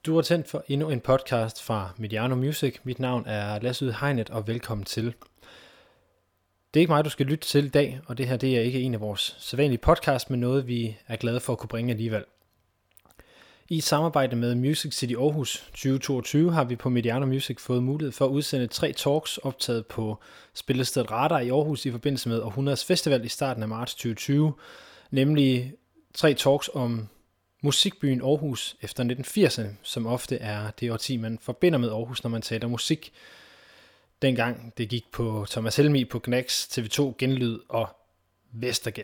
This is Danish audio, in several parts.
Du er tændt for endnu en podcast fra Mediano Music. Mit navn er Lasse Heinet, og velkommen til. Det er ikke mig, du skal lytte til i dag, og det her det er ikke en af vores sædvanlige podcast, men noget, vi er glade for at kunne bringe alligevel. I samarbejde med Music City Aarhus 2022 har vi på Mediano Music fået mulighed for at udsende 3 talks optaget på spillestedet Radar i Aarhus i forbindelse med Århundredes Festival i starten af marts 2020, nemlig 3 talks om musikbyen Aarhus efter 1980'erne, som ofte er det årti, man forbinder med Aarhus, når man taler musik. Dengang det gik på Thomas Helmig på Gnax, TV2, Genlyd og Vestergade.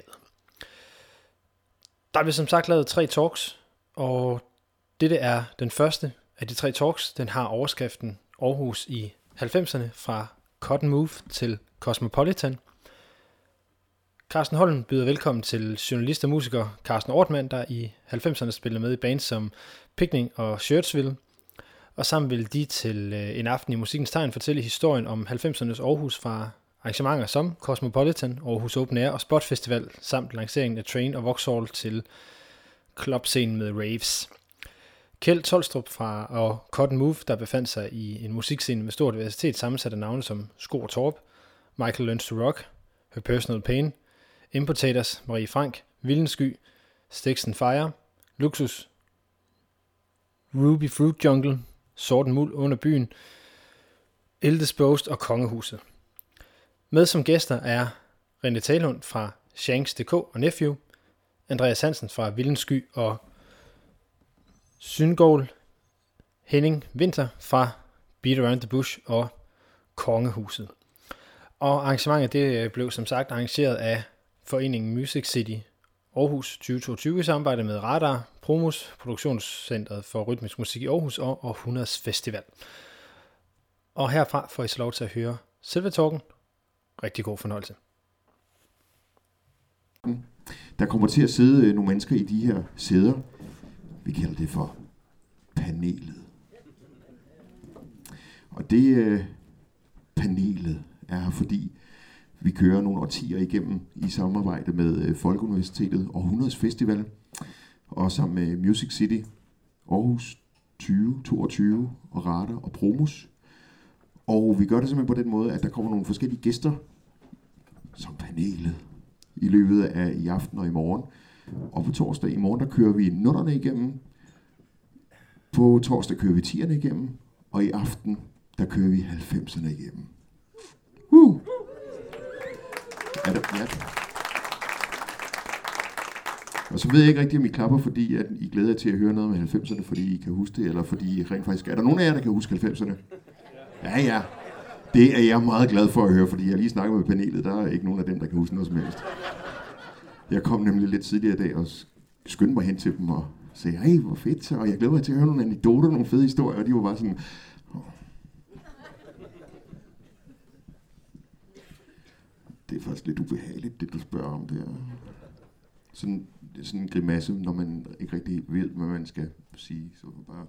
Der blev som sagt lavet 3 talks, og dette er den første af de 3 talks. Den har overskriften Aarhus i 90'erne fra Cotton Move til Cosmopolitan. Carsten Holm byder velkommen til journalist og musiker Carsten Ortmann, der i 90'erne spillede med i bands som Picnic og Shirtsville. Og sammen vil de til en aften i Musikkens Tegn fortælle historien om 90'ernes Aarhus fra arrangementer som Cosmopolitan, Aarhus Open Air og Spot Festival, samt lanceringen af Train og Vauxhall til clubscenen med raves. Kjeld Tolstrup og Cotton Move, der befandt sig i en musikscene med stor diversitet, sammensat af navne som Sko og Torp, Michael Learns to Rock, Her Personal Pain, Impotators, Marie Frank, Vildensky, Sticks and Fire, Luxus, Ruby Fruit Jungle, Sorten Muld under byen, Eldisposed og Kongehuset. Med som gæster er René Talund fra Shanks.dk og Nephew, Andreas Hansen fra Vildensky og Syngål, Henning Winter fra Beat Around the Bush og Kongehuset. Og arrangementet det blev som sagt arrangeret af foreningen Music City Aarhus 2022 i samarbejde med Radar, Promos, Produktionscentret for Rytmisk Musik i Aarhus og Århundredes Festival. Og herfra får I så lov til at høre selve talken. Rigtig god fornøjelse. Der kommer til at sidde nogle mennesker i de her sæder. Vi kalder det for panelet. Og det panelet er her, fordi vi kører nogle årtier igennem i samarbejde med Folkeuniversitetet Århundredes Festival og sammen med Music City Aarhus 2022 og Radar og Promos. Og vi gør det simpelthen på den måde, at der kommer nogle forskellige gæster som panelet i løbet af i aften og i morgen. Og på torsdag i morgen, der kører vi nullerne igennem. På torsdag kører vi 10'erne igennem. Og i aften, der kører vi 90'erne igennem. Ja. Og så ved jeg ikke rigtig, om I klapper, fordi at I glæder jer til at høre noget med 90'erne, fordi I kan huske det, eller fordi I rent faktisk... Er der nogen af jer, der kan huske 90'erne? Ja. Det er jeg meget glad for at høre, fordi jeg lige snakker med panelet. Der er ikke nogen af dem, der kan huske noget som helst. Jeg kom nemlig lidt tidligere i dag og skyndte mig hen til dem og sagde, hey, hvor fedt, og jeg glæder mig til at høre nogle anekdoter, nogle fede historier, og de var bare sådan... Det er faktisk lidt ubehageligt, det du spørger om der. Sådan en grimasse, når man ikke rigtig ved, hvad man skal sige. Så bare...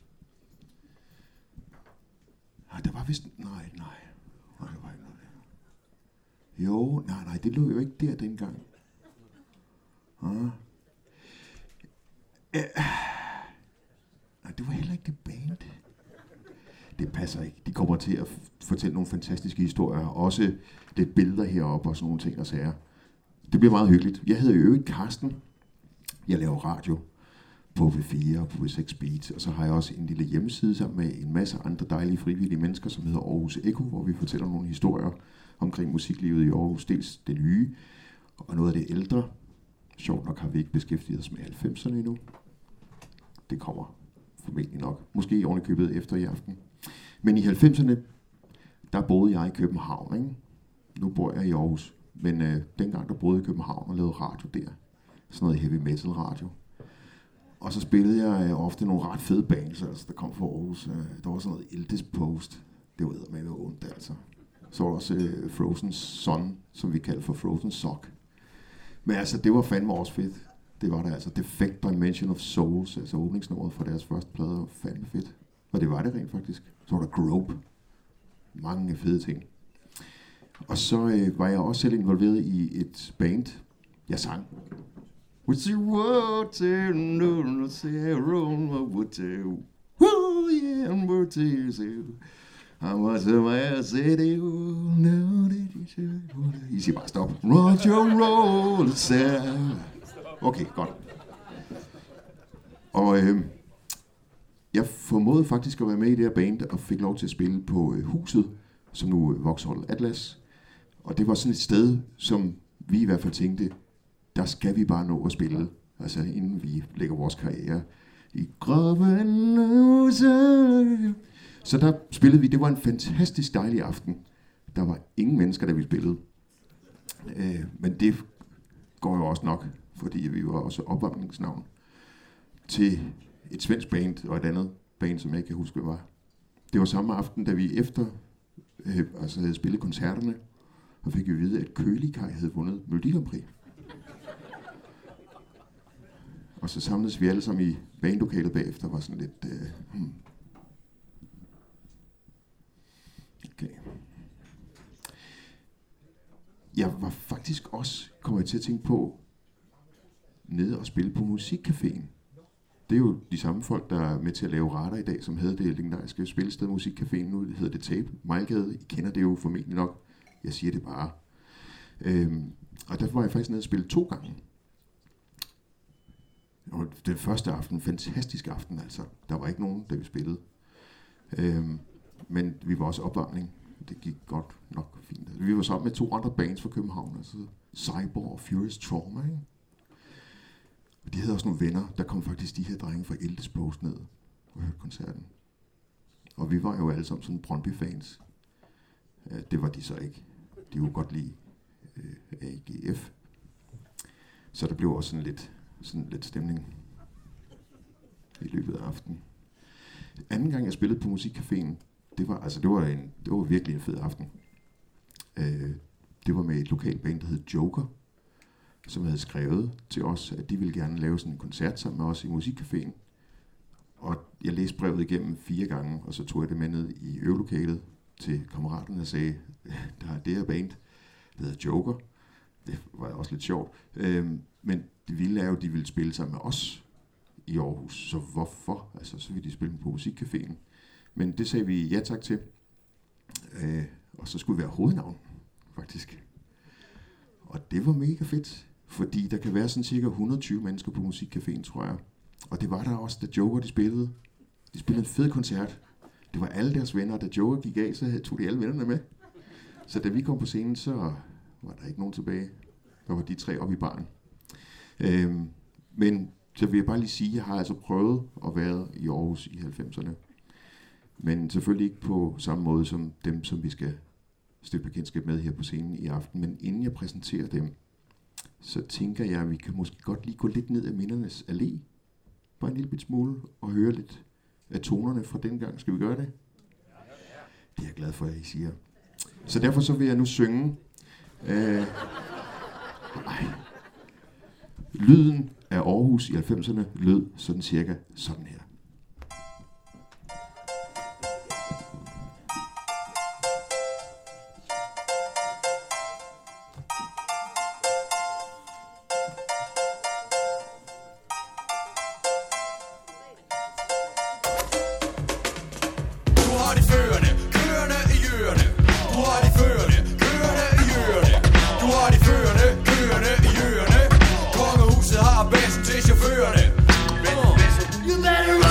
Der var vist... Nej, det var ikke noget der. Jo, nej, det lå jo ikke der dengang. Nej, det var heller ikke det band. Det passer ikke. De kommer til at fortælle nogle fantastiske historier. Også lidt billeder heroppe og sådan nogle ting og sager. Det bliver meget hyggeligt. Jeg hedder jo Carsten. Jeg laver radio på V4 og på V6 Beat. Og så har jeg også en lille hjemmeside sammen med en masse andre dejlige frivillige mennesker, som hedder Aarhus Echo, hvor vi fortæller nogle historier omkring musiklivet i Aarhus. Dels det nye og noget af det ældre. Sjovt nok har vi ikke beskæftiget os med 90'erne endnu. Det kommer formentlig nok. Måske ovenikøbet efter i aften. Men i 90'erne, der boede jeg i København, ikke? Nu bor jeg i Aarhus. Men dengang der boede jeg i København og lavede radio der. Sådan noget heavy metal radio. Og så spillede jeg ofte nogle ret fede bands, altså der kom fra Aarhus. Der var sådan noget Eldisposed. Det var med ondt, altså. Så var der også Frozen Sun, som vi kaldte for Frozen Sock. Men altså, det var fandme også fedt. Det var der altså. Defect Dimension of Souls, altså åbningsnummeret fra deres første plade, var fandme fedt. Og det var det rent faktisk. Så var der Grope. Mange fede ting. Og så var jeg også selv involveret i et band. Jeg sang. What's your water? No, no, say room, what do? Woo! the end were tears. I was a man, said you know that I siger bare stop. Rock your roll, sad. Okay, godt. Og jeg formåede faktisk at være med i det her band, og fik lov til at spille på Huset, som nu Vauxhall Atlas. Og det var sådan et sted, som vi i hvert fald tænkte, der skal vi bare nå at spille, altså inden vi lægger vores karriere i graven. Så der spillede vi, det var en fantastisk dejlig aften. Der var ingen mennesker, da vi spillede. Men det går jo også nok, fordi vi var også opvarmningsnavn til et svensk band og et andet band, som jeg ikke kan huske, hvad var. Det var samme aften, da vi efter havde spillet koncerterne, og fik vi at vide, at Kølikaj havde vundet Melodi Grand Prix. Og så samledes vi alle sammen i bandlokalet bagefter, var sådan lidt... Okay. Jeg var faktisk også kommet til at tænke på nede og spille på Musikcaféen. Det er jo de samme folk, der er med til at lave Radar i dag, som havde det legendariske spillested Musikcaféen. Nu hedder det Tape. Mejlgade, I kender det jo formentlig nok. Jeg siger det bare. Og derfor var jeg faktisk nede og spille 2 gange. Og den første aften, fantastisk aften altså. Der var ikke nogen, da vi spillede. Men vi var også opvarmning. Det gik godt nok fint. Vi var sammen med 2 andre bands fra København, altså Cyborg og Furious Trauma, ikke? De havde også nogle venner. Der kom faktisk de her drenge fra Ildes Post ned og hørte koncerten. Og vi var jo alle sammen sådan Brøndby-fans. Det var de så ikke. De kunne godt lide AGF. Så der blev også sådan lidt stemning i løbet af aftenen. Anden gang jeg spillede på Musikcaféen, det var virkelig en fed aften. Det var med et lokalt band, der hed Joker, som havde skrevet til os, at de ville gerne lave sådan en koncert sammen med os i Musikcaféen. Og jeg læste brevet igennem 4 gange, og så tog jeg det med ned i øvelokalet til kammeraterne og sagde, der er det her band, der hedder Joker. Det var også lidt sjovt. Men det vilde er jo, at de ville spille sammen med os i Aarhus. Så hvorfor? Altså, så ville de spille på Musikcaféen. Men det sagde vi ja tak til. Og så skulle vi være hovednavn, faktisk. Og det var mega fedt, fordi der kan være sådan cirka 120 mennesker på Musikcaféen, tror jeg. Og det var der også, da Joker de spillede. De spillede en fed koncert. Det var alle deres venner, da Joker gik af, så tog de alle vennerne med. Så da vi kom på scenen, så var der ikke nogen tilbage. Der var de 3 oppe i baren. Men så vil jeg bare lige sige, at jeg har altså prøvet at være i Aarhus i 90'erne. Men selvfølgelig ikke på samme måde som dem, som vi skal stifte bekendtskab med her på scenen i aften. Men inden jeg præsenterer dem, så tænker jeg, at vi kan måske godt lige gå lidt ned ad mindernes allé. Bare en lille bit smule og høre lidt af tonerne fra dengang. Skal vi gøre det? Det er jeg glad for, at I siger. Så derfor så vil jeg nu synge. Lyden af Aarhus i 90'erne lød sådan cirka sådan her. You better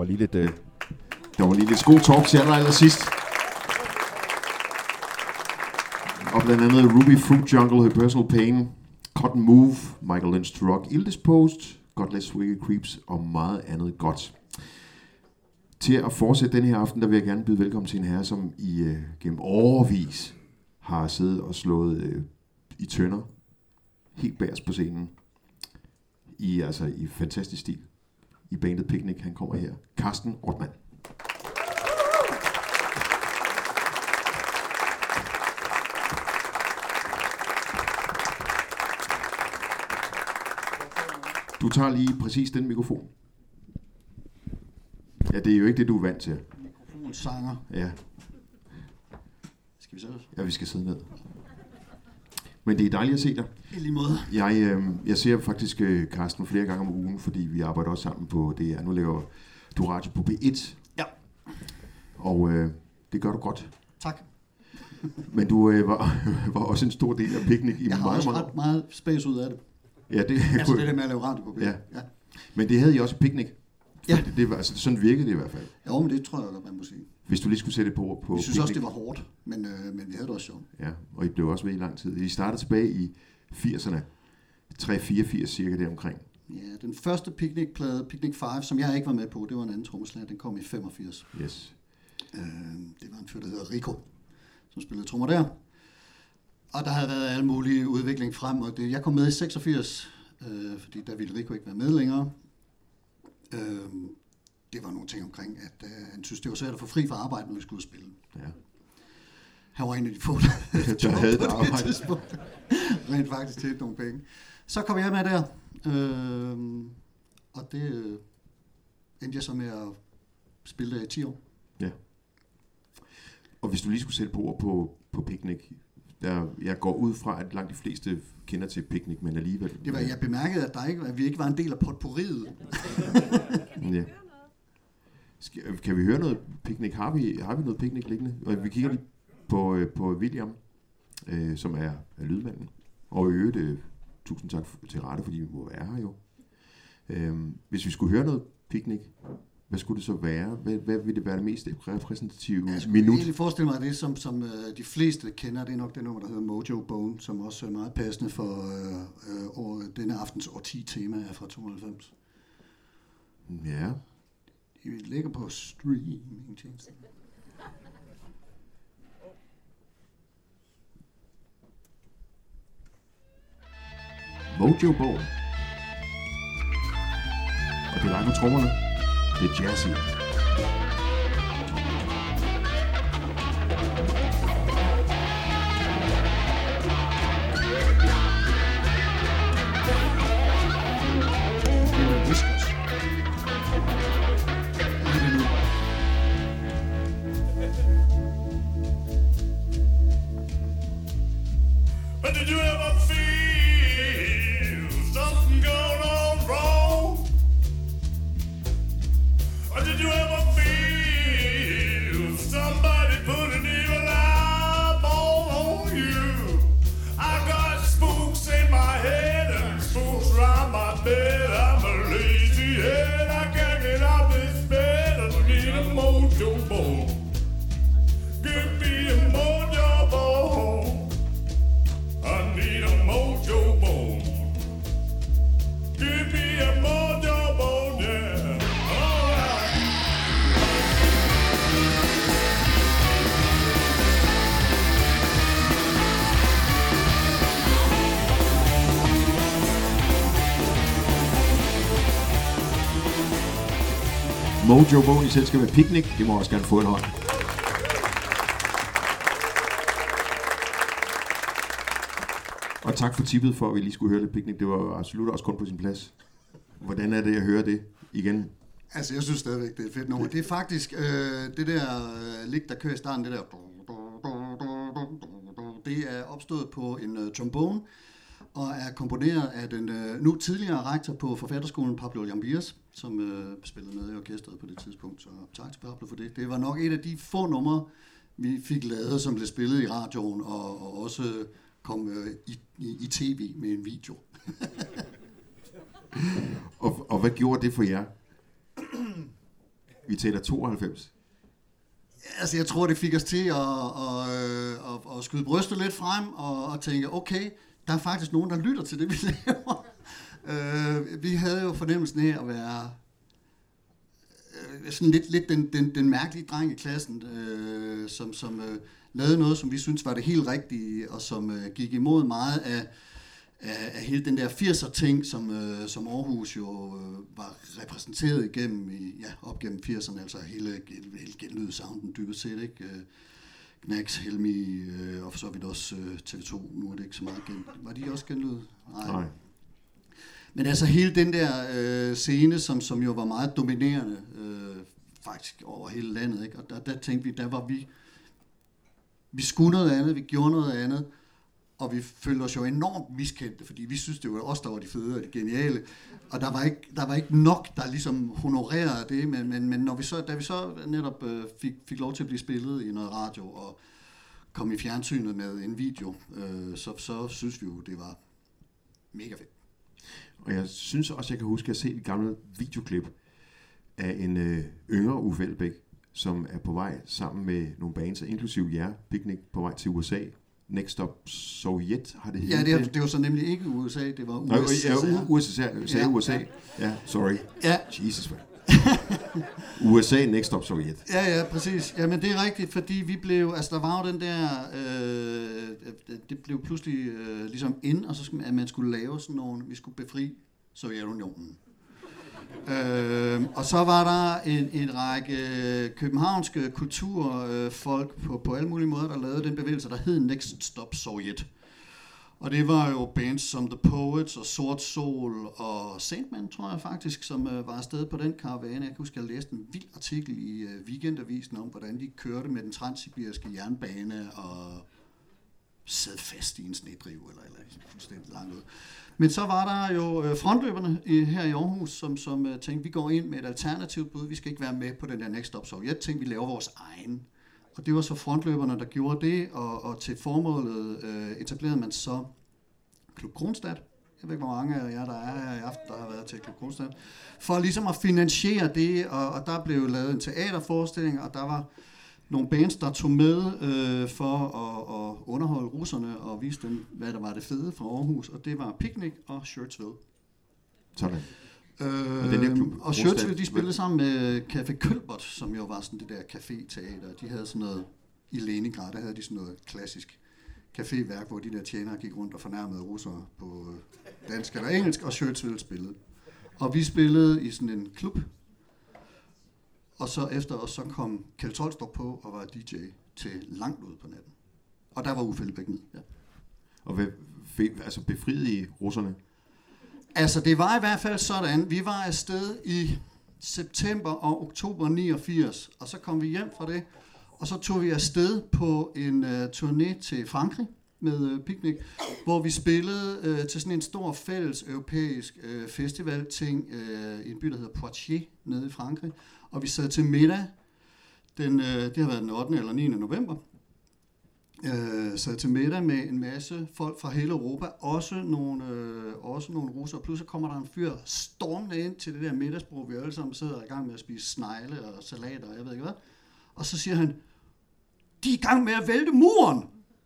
var lige lidt god talk til aller sidst. Og blandt andet Ruby Fruit Jungle, Her Personal Pain, Cotton Move, Michael Lynch Rock, Ildes Post, Godless Wicked Creeps og meget andet godt. Til at fortsætte den her aften, der vil jeg gerne byde velkommen til en herre, som gennem årevis har siddet og slået i tønder, helt bagerst på scenen, i fantastisk stil, i bandet Picnic. Han kommer her. Carsten Ortmann. Du tager lige præcis den mikrofon. Ja, det er jo ikke det, du er vant til. Mikrofonsanger. Ja. Skal vi sidde? Ja, vi skal sidde ned. Men det er dejligt at se dig. I lige måde. Jeg ser faktisk Carsten flere gange om ugen, fordi vi arbejder også sammen på DR. Nu laver du radio på B1. Ja. Og det gør du godt. Tak. Men du var også en stor del af Picnic i jeg har meget, også meget... ret meget space ud af det. Ja, det altså det der med at lave radio på B1. Ja. Men det havde I også Picnic. Ja. Det var, altså, sådan virkede det i hvert fald. Jo, men det tror jeg godt, man må sige. Hvis du lige skulle sætte det på Jeg synes Picnic. også, det var hårdt, men vi havde det også sjovt. Ja, og I blev også ved i lang tid. I startede tilbage i 80'erne. 3-84 cirka deromkring. Ja, den første Picnic-plade, Picnic 5, som jeg ikke var med på, det var en anden trommeslager. Den kom i 85. Yes. Det var en fyr, der hedder Rico, som spillede trommer der. Og der havde været alle mulige udvikling frem, og jeg kom med i 86, fordi der ville Rico ikke være med længere. Det var nogle ting omkring, at han synes, det var svært at få fri fra arbejde, når vi skulle spille. Ja. Han var en af de få, der havde på det arbejde. tidspunkt. Rent faktisk tjente nogle penge. Så kom jeg med der, og det endte jeg så med at spille der i 10 år. Ja. Og hvis du lige skulle sætte på ord på Picnic, jeg går ud fra, at langt de fleste kender til Picnic, men alligevel... Det var, jeg bemærkede, at vi ikke var en del af potpourriet. Ja. Kan vi høre noget Picnic? Har vi noget Picnic liggende? Og vi kigger lige på William, som er lydmanden. Og i øvrigt, tusind tak til rette, fordi vi må være her jo. Hvis vi skulle høre noget Picnic, hvad skulle det så være? Hvad ville det være det mest repræsentative minut? Jeg skulle egentlig forestille mig, at det, som de fleste kender, det er nok det nummer, der hedder Mojo Bone, som også er meget passende for denne aftens årti-tema er fra 92. Ja. Vi ligger på streaming-tjenesten. Mojo Bone. Og det er dig på trommerne. Det er Jazzy. Did you ever feel something going on wrong? Or did you ever feel somebody put an evil eyeball on you? I got spooks in my head and spooks round my bed. I'm a lazy head, I can't get out this bed. I need a mojo bone. Give me a mojo bone. I need a mojo bone. Give me a mojo bone, yeah. All right. Mojo Bone i selskab med Picnic. Det må også gerne få en hånd. Og tak for tippet for, at vi lige skulle høre lidt Picnic. Det var absolut også kun på sin plads. Hvordan er det at høre det igen? Altså, jeg synes stadigvæk, det er et fedt nummer. Det er faktisk det der lig, der kører i starten, det der... Det er opstået på en trombone, og er komponeret af den nu tidligere rektor på forfatterskolen, Pablo Llambías, som spillede med i orkestret på det tidspunkt. Så tak til Pablo for det. Det var nok et af de få numre, vi fik lavet, som blev spillet i radioen, og også kom i tv med en video. Og hvad gjorde det for jer? Vi taler 92. Altså, jeg tror, det fik os til at skyde brystet lidt frem og tænke, okay, der er faktisk nogen, der lytter til det, vi laver. Vi havde jo fornemmelsen af at være sådan lidt den mærkelige dreng i klassen, som lavede noget, som vi synes var det helt rigtige, og som gik imod meget af hele den der 80'er-ting, som Aarhus jo var repræsenteret igennem, op gennem 80'erne, altså hele genlyd-sounden dybest set, ikke? Knacks, Helmi, og for så vidt også TV2, nu er det ikke så meget var de også genlyd? Nej. Men altså hele den der scene, som jo var meget dominerende, faktisk over hele landet, ikke? Og der tænkte vi, der var vi skulle noget andet, vi gjorde noget andet, og vi følte os jo enormt miskendte, fordi vi synes, det var os, der var de fede og de geniale, og der var ikke nok, der ligesom honorerede det, men da vi så netop fik lov til at blive spillet i noget radio, og kom i fjernsynet med en video, så synes vi jo, det var mega fedt. Og jeg synes også, jeg kan huske at se et gammelt videoklip af en yngre Uffe Elbæk, som er på vej sammen med nogle bands, inklusive jer, Picnic, på vej til USA. Next Stop Sovjet har det heddet. Ja, det var så nemlig ikke USA, det var USA. USA. Ja, sorry. Ja. Jesus, man. USA, Next Stop Sovjet. Ja, præcis. Jamen det er rigtigt, fordi vi blev, altså der var jo den der, det blev pludselig ligesom ind, og så at man skulle lave sådan nogle, vi skulle befri Sovjetunionen. Og så var der en række københavnske kulturfolk på alle mulige måder, der lavede den bevægelse, der hed Next Stop Sovjet. Og det var jo bands som The Poets og Sort Sol og Saintman, tror jeg faktisk, som var afsted på den karavane. Jeg kan huske, at jeg læste en vild artikel i Weekendavisen om, hvordan de kørte med den transsibiriske jernbane og sad fast i en snedrive eller fuldstændig langt ud. Men så var der jo frontløberne her i Aarhus, som tænkte, vi går ind med et alternativt bud. Vi skal ikke være med på den der Next Stop Sovjet. Tænkte, vi laver vores egen. Og det var så frontløberne, der gjorde det, og til formålet etablerede man så Klub Kronstad. Jeg ved ikke, hvor mange af jer, der er her i aften, der har været til Klub Kronstad. For ligesom at finansiere det, og der blev lavet en teaterforestilling, og der var nogle bands, der tog med for at underholde russerne og vise dem, hvad der var det fede fra Aarhus, og det var Picnic og Shirtsville. Sådan. Og Shirtsville, de spillede sammen med Café Kølbert, som jo var sådan det der café-teater. De havde sådan noget, i Leningrad, der havde de sådan noget klassisk caféværk, hvor de der tjenere gik rundt og fornærmede russere på dansk eller engelsk, og Shirtsville spillede. Og vi spillede i sådan en klub, og så efter os, så kom Kjeld Tolstrup på og var DJ til langt ude på natten. Og der var Uffe Elbæk med, ja. Og hvad befriede I russerne? Altså, det var i hvert fald sådan. Vi var afsted i september og oktober 89, og så kom vi hjem fra det, og så tog vi afsted på en turné til Frankrig med Picnic, hvor vi spillede til sådan en stor fælles europæisk festivalting i en by, der hedder Poitiers, nede i Frankrig. Og vi sad til middag, det har været den 8. eller 9. november, sad til middag med en masse folk fra hele Europa, også nogle russere. Pludselig kommer der en fyr stormende ind til det der middagsbord, vi alle sammen sidder i gang med at spise snegle og salater og jeg ved ikke hvad. Og så siger han, de er i gang med at vælte muren.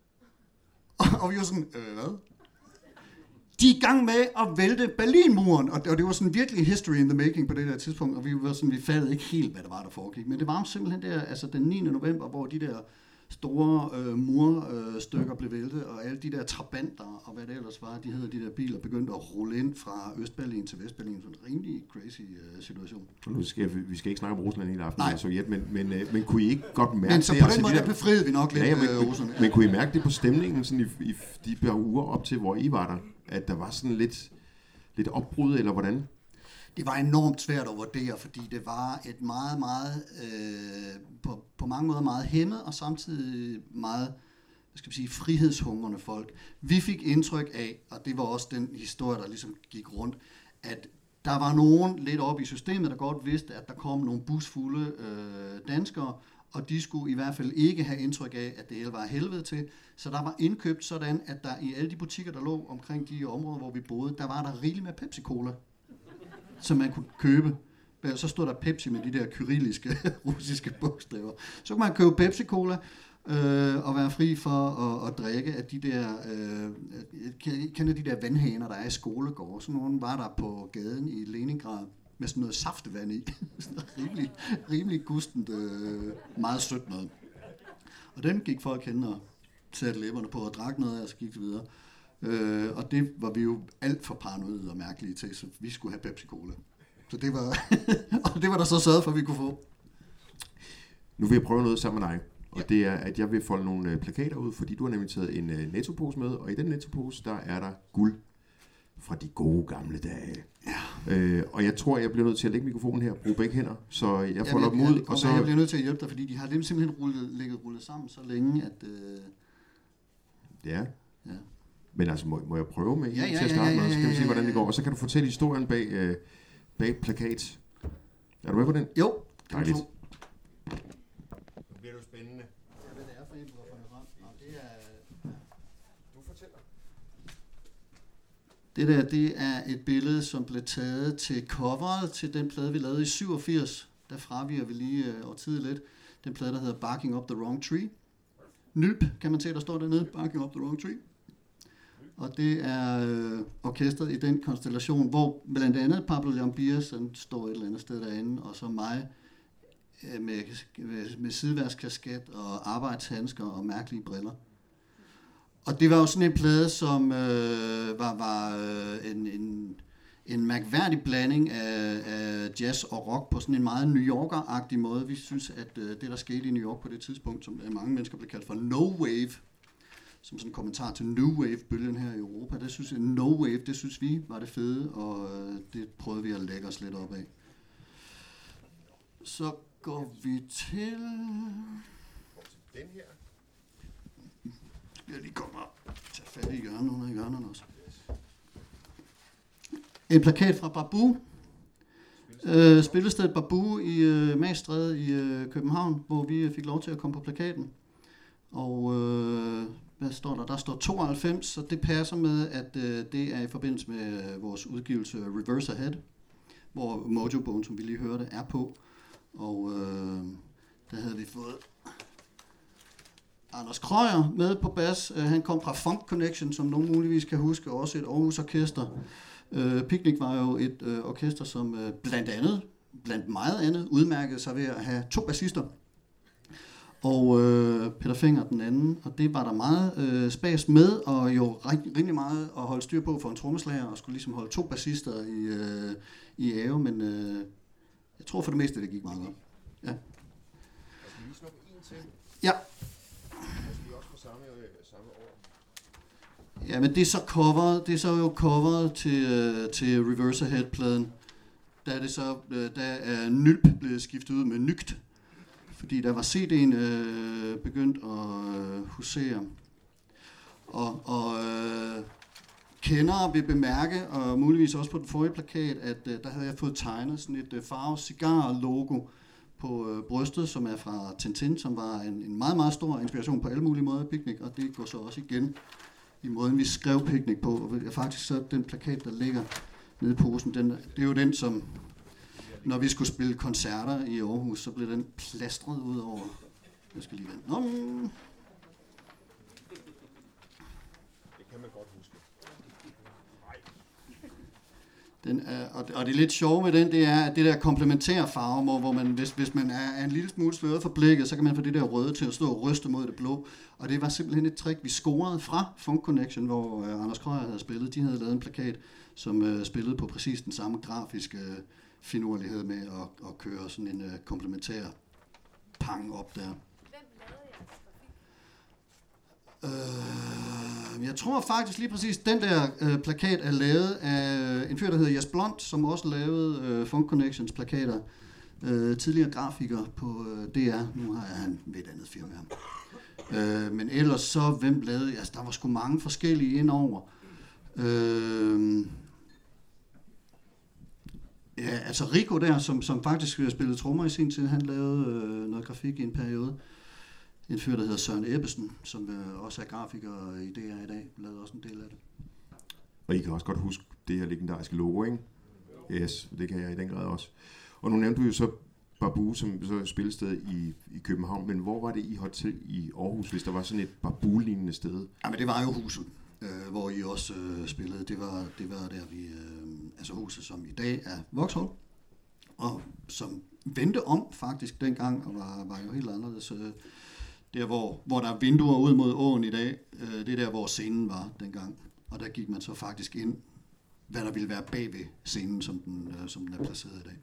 Og vi var sådan, hvad? De er i gang med at vælte Berlinmuren, og det var sådan virkelig history in the making på det der tidspunkt, og vi fattede ikke helt, hvad det var, der foregik. Men det var simpelthen der, altså den 9. november, hvor de der store murstykker blev væltet, og alle de der trabanter, og hvad det ellers var, de de der biler, begyndte at rulle ind fra Østberlin til Vestberlin. Sådan en rimelig crazy situation. Nu vi skal ikke snakke om Rusland hele aften, Sovjet, men kunne I ikke godt mærke det? Men så på den måde, der befriede vi nok lidt russerne. Men kunne I mærke det på stemningen sådan i de par uger op til, hvor I var der? At der var sådan lidt opbrud, eller hvordan? Det var enormt svært at vurdere, fordi det var et meget, meget, på mange måder meget hæmmet, og samtidig meget, frihedshungrende folk. Vi fik indtryk af, og det var også den historie, der ligesom gik rundt, at der var nogen lidt oppe i systemet, der godt vidste, at der kom nogle busfulde danskere, og de skulle i hvert fald ikke have indtryk af, at det hele var helvede til. Så der var indkøbt sådan, at der i alle de butikker, der lå omkring de områder, hvor vi boede, der var der rigeligt med Pepsi-Cola, som man kunne købe. så stod der Pepsi med de der kyrilliske russiske bogstaver. Så kunne man købe Pepsi-Cola, og være fri for at drikke af de der, kender de der vandhaner, der er i skolegård. Sådan nogle var der på gaden i Leningrad med sådan noget saftevand i. rimelig gustent, meget sødt noget. Og den gik folk hen og satte læberne på og drak noget af, og så gik det videre. Og det var vi jo alt for paranoide og mærkelige til, så vi skulle have Pepsi-Cola. Så det var, og det var der så sørget for, at vi kunne få. Nu vil jeg prøve noget sammen med dig. Og det er, at jeg vil folde nogle plakater ud, fordi du har nemlig taget en Netto-pose med, og i den Netto-pose, der er der guld fra de gode gamle dage. Ja. Og jeg tror, jeg bliver nødt til at lægge mikrofonen her, bruge begge hænder, så jeg folder dem ud. Og så jeg bliver nødt til at hjælpe dig, fordi de har dem simpelthen ligget rullet sammen så længe, at... Ja. Men altså, må jeg prøve med til at starte med, så kan vi se, hvordan det går. Og så kan du fortælle historien bag plakat. Er du med på den? Jo. Dejligt. Det bliver jo spændende. Ja, hvad det er for en, du har fundet frem. Nå, det er... Du fortæller. Det der, det er et billede, som blev taget til coveret til den plade, vi lavede i 87. Der fraviger vi lige årtiet lidt. Den plade, der hedder Barking Up the Wrong Tree. Nylp, kan man se, der står dernede. Barking Up the Wrong Tree. Og det er orkestret i den konstellation, hvor blandt andet Pablo Llambías, han står et eller andet sted derinde, og så mig med sideværskasket og arbejdshandsker og mærkelige briller. Og det var jo sådan en plade, som var en mærkværdig blanding af jazz og rock på sådan en meget New Yorker-agtig måde. Vi synes, at det, der skete i New York på det tidspunkt, som mange mennesker blev kaldt for No Wave, som sådan en kommentar til New Wave-bølgen her i Europa, det synes No Wave, det synes vi var det fede, og det prøvede vi at lægge os lidt op af. Så går vi til... Den her. Jeg lige kommer og tage fat i hjørnet, i hjørnerne også. En plakat fra Babu. Spillestedet Babu i Magstræde i København, hvor vi fik lov til at komme på plakaten. Og hvad står der? Der står 92, så det passer med, at det er i forbindelse med vores udgivelse Reverse Ahead, hvor Mojo-bogen, som vi lige hørte, er på. Og der havde vi fået Anders Krøyer med på bas. Han kom fra Funk Connection, som nogen muligvis kan huske, også et Aarhus orkester. Picnic var jo et orkester, som blandt meget andet, udmærkede sig ved at have 2 bassister. Og Peter Fenger den anden, og det var der meget spas med, og jo rimelig meget at holde styr på for en trommeslager, og skulle ligesom holde 2 bassister i ave, men jeg tror for det meste, det gik meget godt. Ja. Skal vi lige snuppe en til? Ja. Skal vi også få samme år? Ja, men det er så coveret, det er så jo coveret til Reverse Ahead-pladen. Der er det så, der er Nylp blevet skiftet ud med Nygt, fordi der var CD'en begyndt at husere. Og kendere vil bemærke, og muligvis også på den forrige plakat, at der havde jeg fået tegnet sådan et farve cigar-logo på brystet, som er fra Tintin, som var en meget, meget stor inspiration på alle mulige måder af Picnic, og det går så også igen i måden, vi skrev Picnic på. Og faktisk så den plakat, der ligger nede i posen, det er jo den, som, når vi skulle spille koncerter i Aarhus, så blev den plastret ud over. Jeg skal lige vente. Det kan man godt huske. Og det lidt sjove med den, det er, at det der komplementære farve, hvor man, hvis man er en lille smule sløret for blikket, så kan man få det der røde til at stå og ryste mod det blå. Og det var simpelthen et trick, vi scorede fra Funk Connection, hvor Anders Krøyer havde spillet. De havde lavet en plakat, som spillede på præcis den samme grafiske finurlighed med at køre sådan en komplementær pang op der. Jeg tror faktisk lige præcis, den der plakat er lavet af en fyr, der hedder Jes Blond, som også lavede Funk Connections plakater. Tidligere grafiker på DR. Nu har han ved et andet firma. Men ellers så, hvem lavede... Altså, der var sgu mange forskellige indover. Ja, altså Rico der, som faktisk spillede trommer i sin tid, han lavede noget grafik i en periode. En fyr, der hedder Søren Ebbesen, som også er grafiker i DR i dag, lavede også en del af det. Og I kan også godt huske det her legendariske logo, ikke? Yes, det kan jeg i den grad også. Og nu nævnte du jo så Babu, som så er spillested i København, men hvor var det I holdt til i Aarhus, hvis der var sådan et Babu-lignende sted? Jamen det var jo Huset, hvor I også spillede. Det var der vi, altså Huset, som i dag er Vauxhall, og som vendte om faktisk dengang, og var jo helt anderledes. Der hvor der er vinduer ud mod åen i dag, det er der hvor scenen var dengang, og der gik man så faktisk ind, hvad der ville være bag ved scenen, som den er placeret i dag.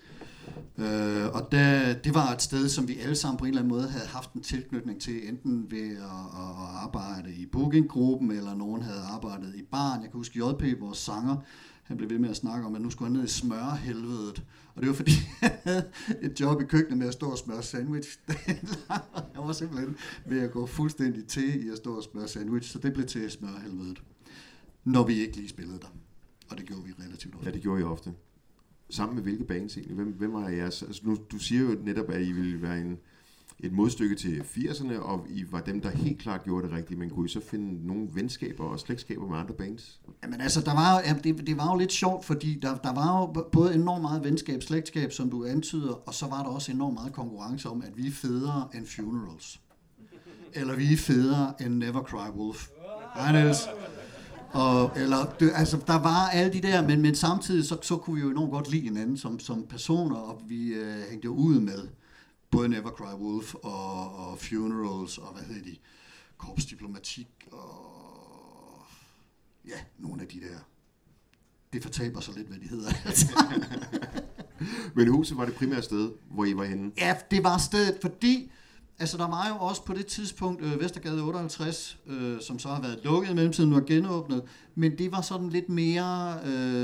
Og det var et sted, som vi alle sammen på en eller anden måde havde haft en tilknytning til, enten ved at arbejde i bookinggruppen, eller nogen havde arbejdet i baren. Jeg kan huske JP, vores sanger, han blev ved med at snakke om, at nu skulle han ned i smørhelvedet. Og det var fordi, han havde et job i køkkenet med at stå og smøre sandwich. Jeg var simpelthen ved at gå fuldstændig til i at stå og smøre sandwich, så det blev til smørhelvedet, når vi ikke lige spillede der. Og det gjorde vi relativt ofte. Ja, det gjorde I ofte. Sammen med hvilke bands egentlig? Hvem var jeres? Altså nu, du siger jo netop, at I ville være et modstykke til 80'erne, og I var dem, der helt klart gjorde det rigtigt, men kunne I så finde nogle venskaber og slægtskaber med andre bands? Jamen altså, det var jo lidt sjovt, fordi der var jo både enormt meget venskab, slægtskab, som du antyder, og så var der også enormt meget konkurrence om, at vi er federe end Funerals. Eller vi er federe end Never Cry Wolf. Hej Niels. Der var alle de der, men samtidig så kunne vi jo enormt godt lide hinanden som personer, og vi hængte jo ud med både Never Cry Wolf og Funerals og hvad hedder de, Korps Diplomatik og ja, nogle af de der. Det fortaber så lidt, hvad de hedder. Men Huset var det primære sted, hvor I var henne? Ja, det var stedet, fordi altså, der var jo også på det tidspunkt Vestergade 58, som så har været lukket i mellemtiden, nu er genåbnet, men det var sådan lidt mere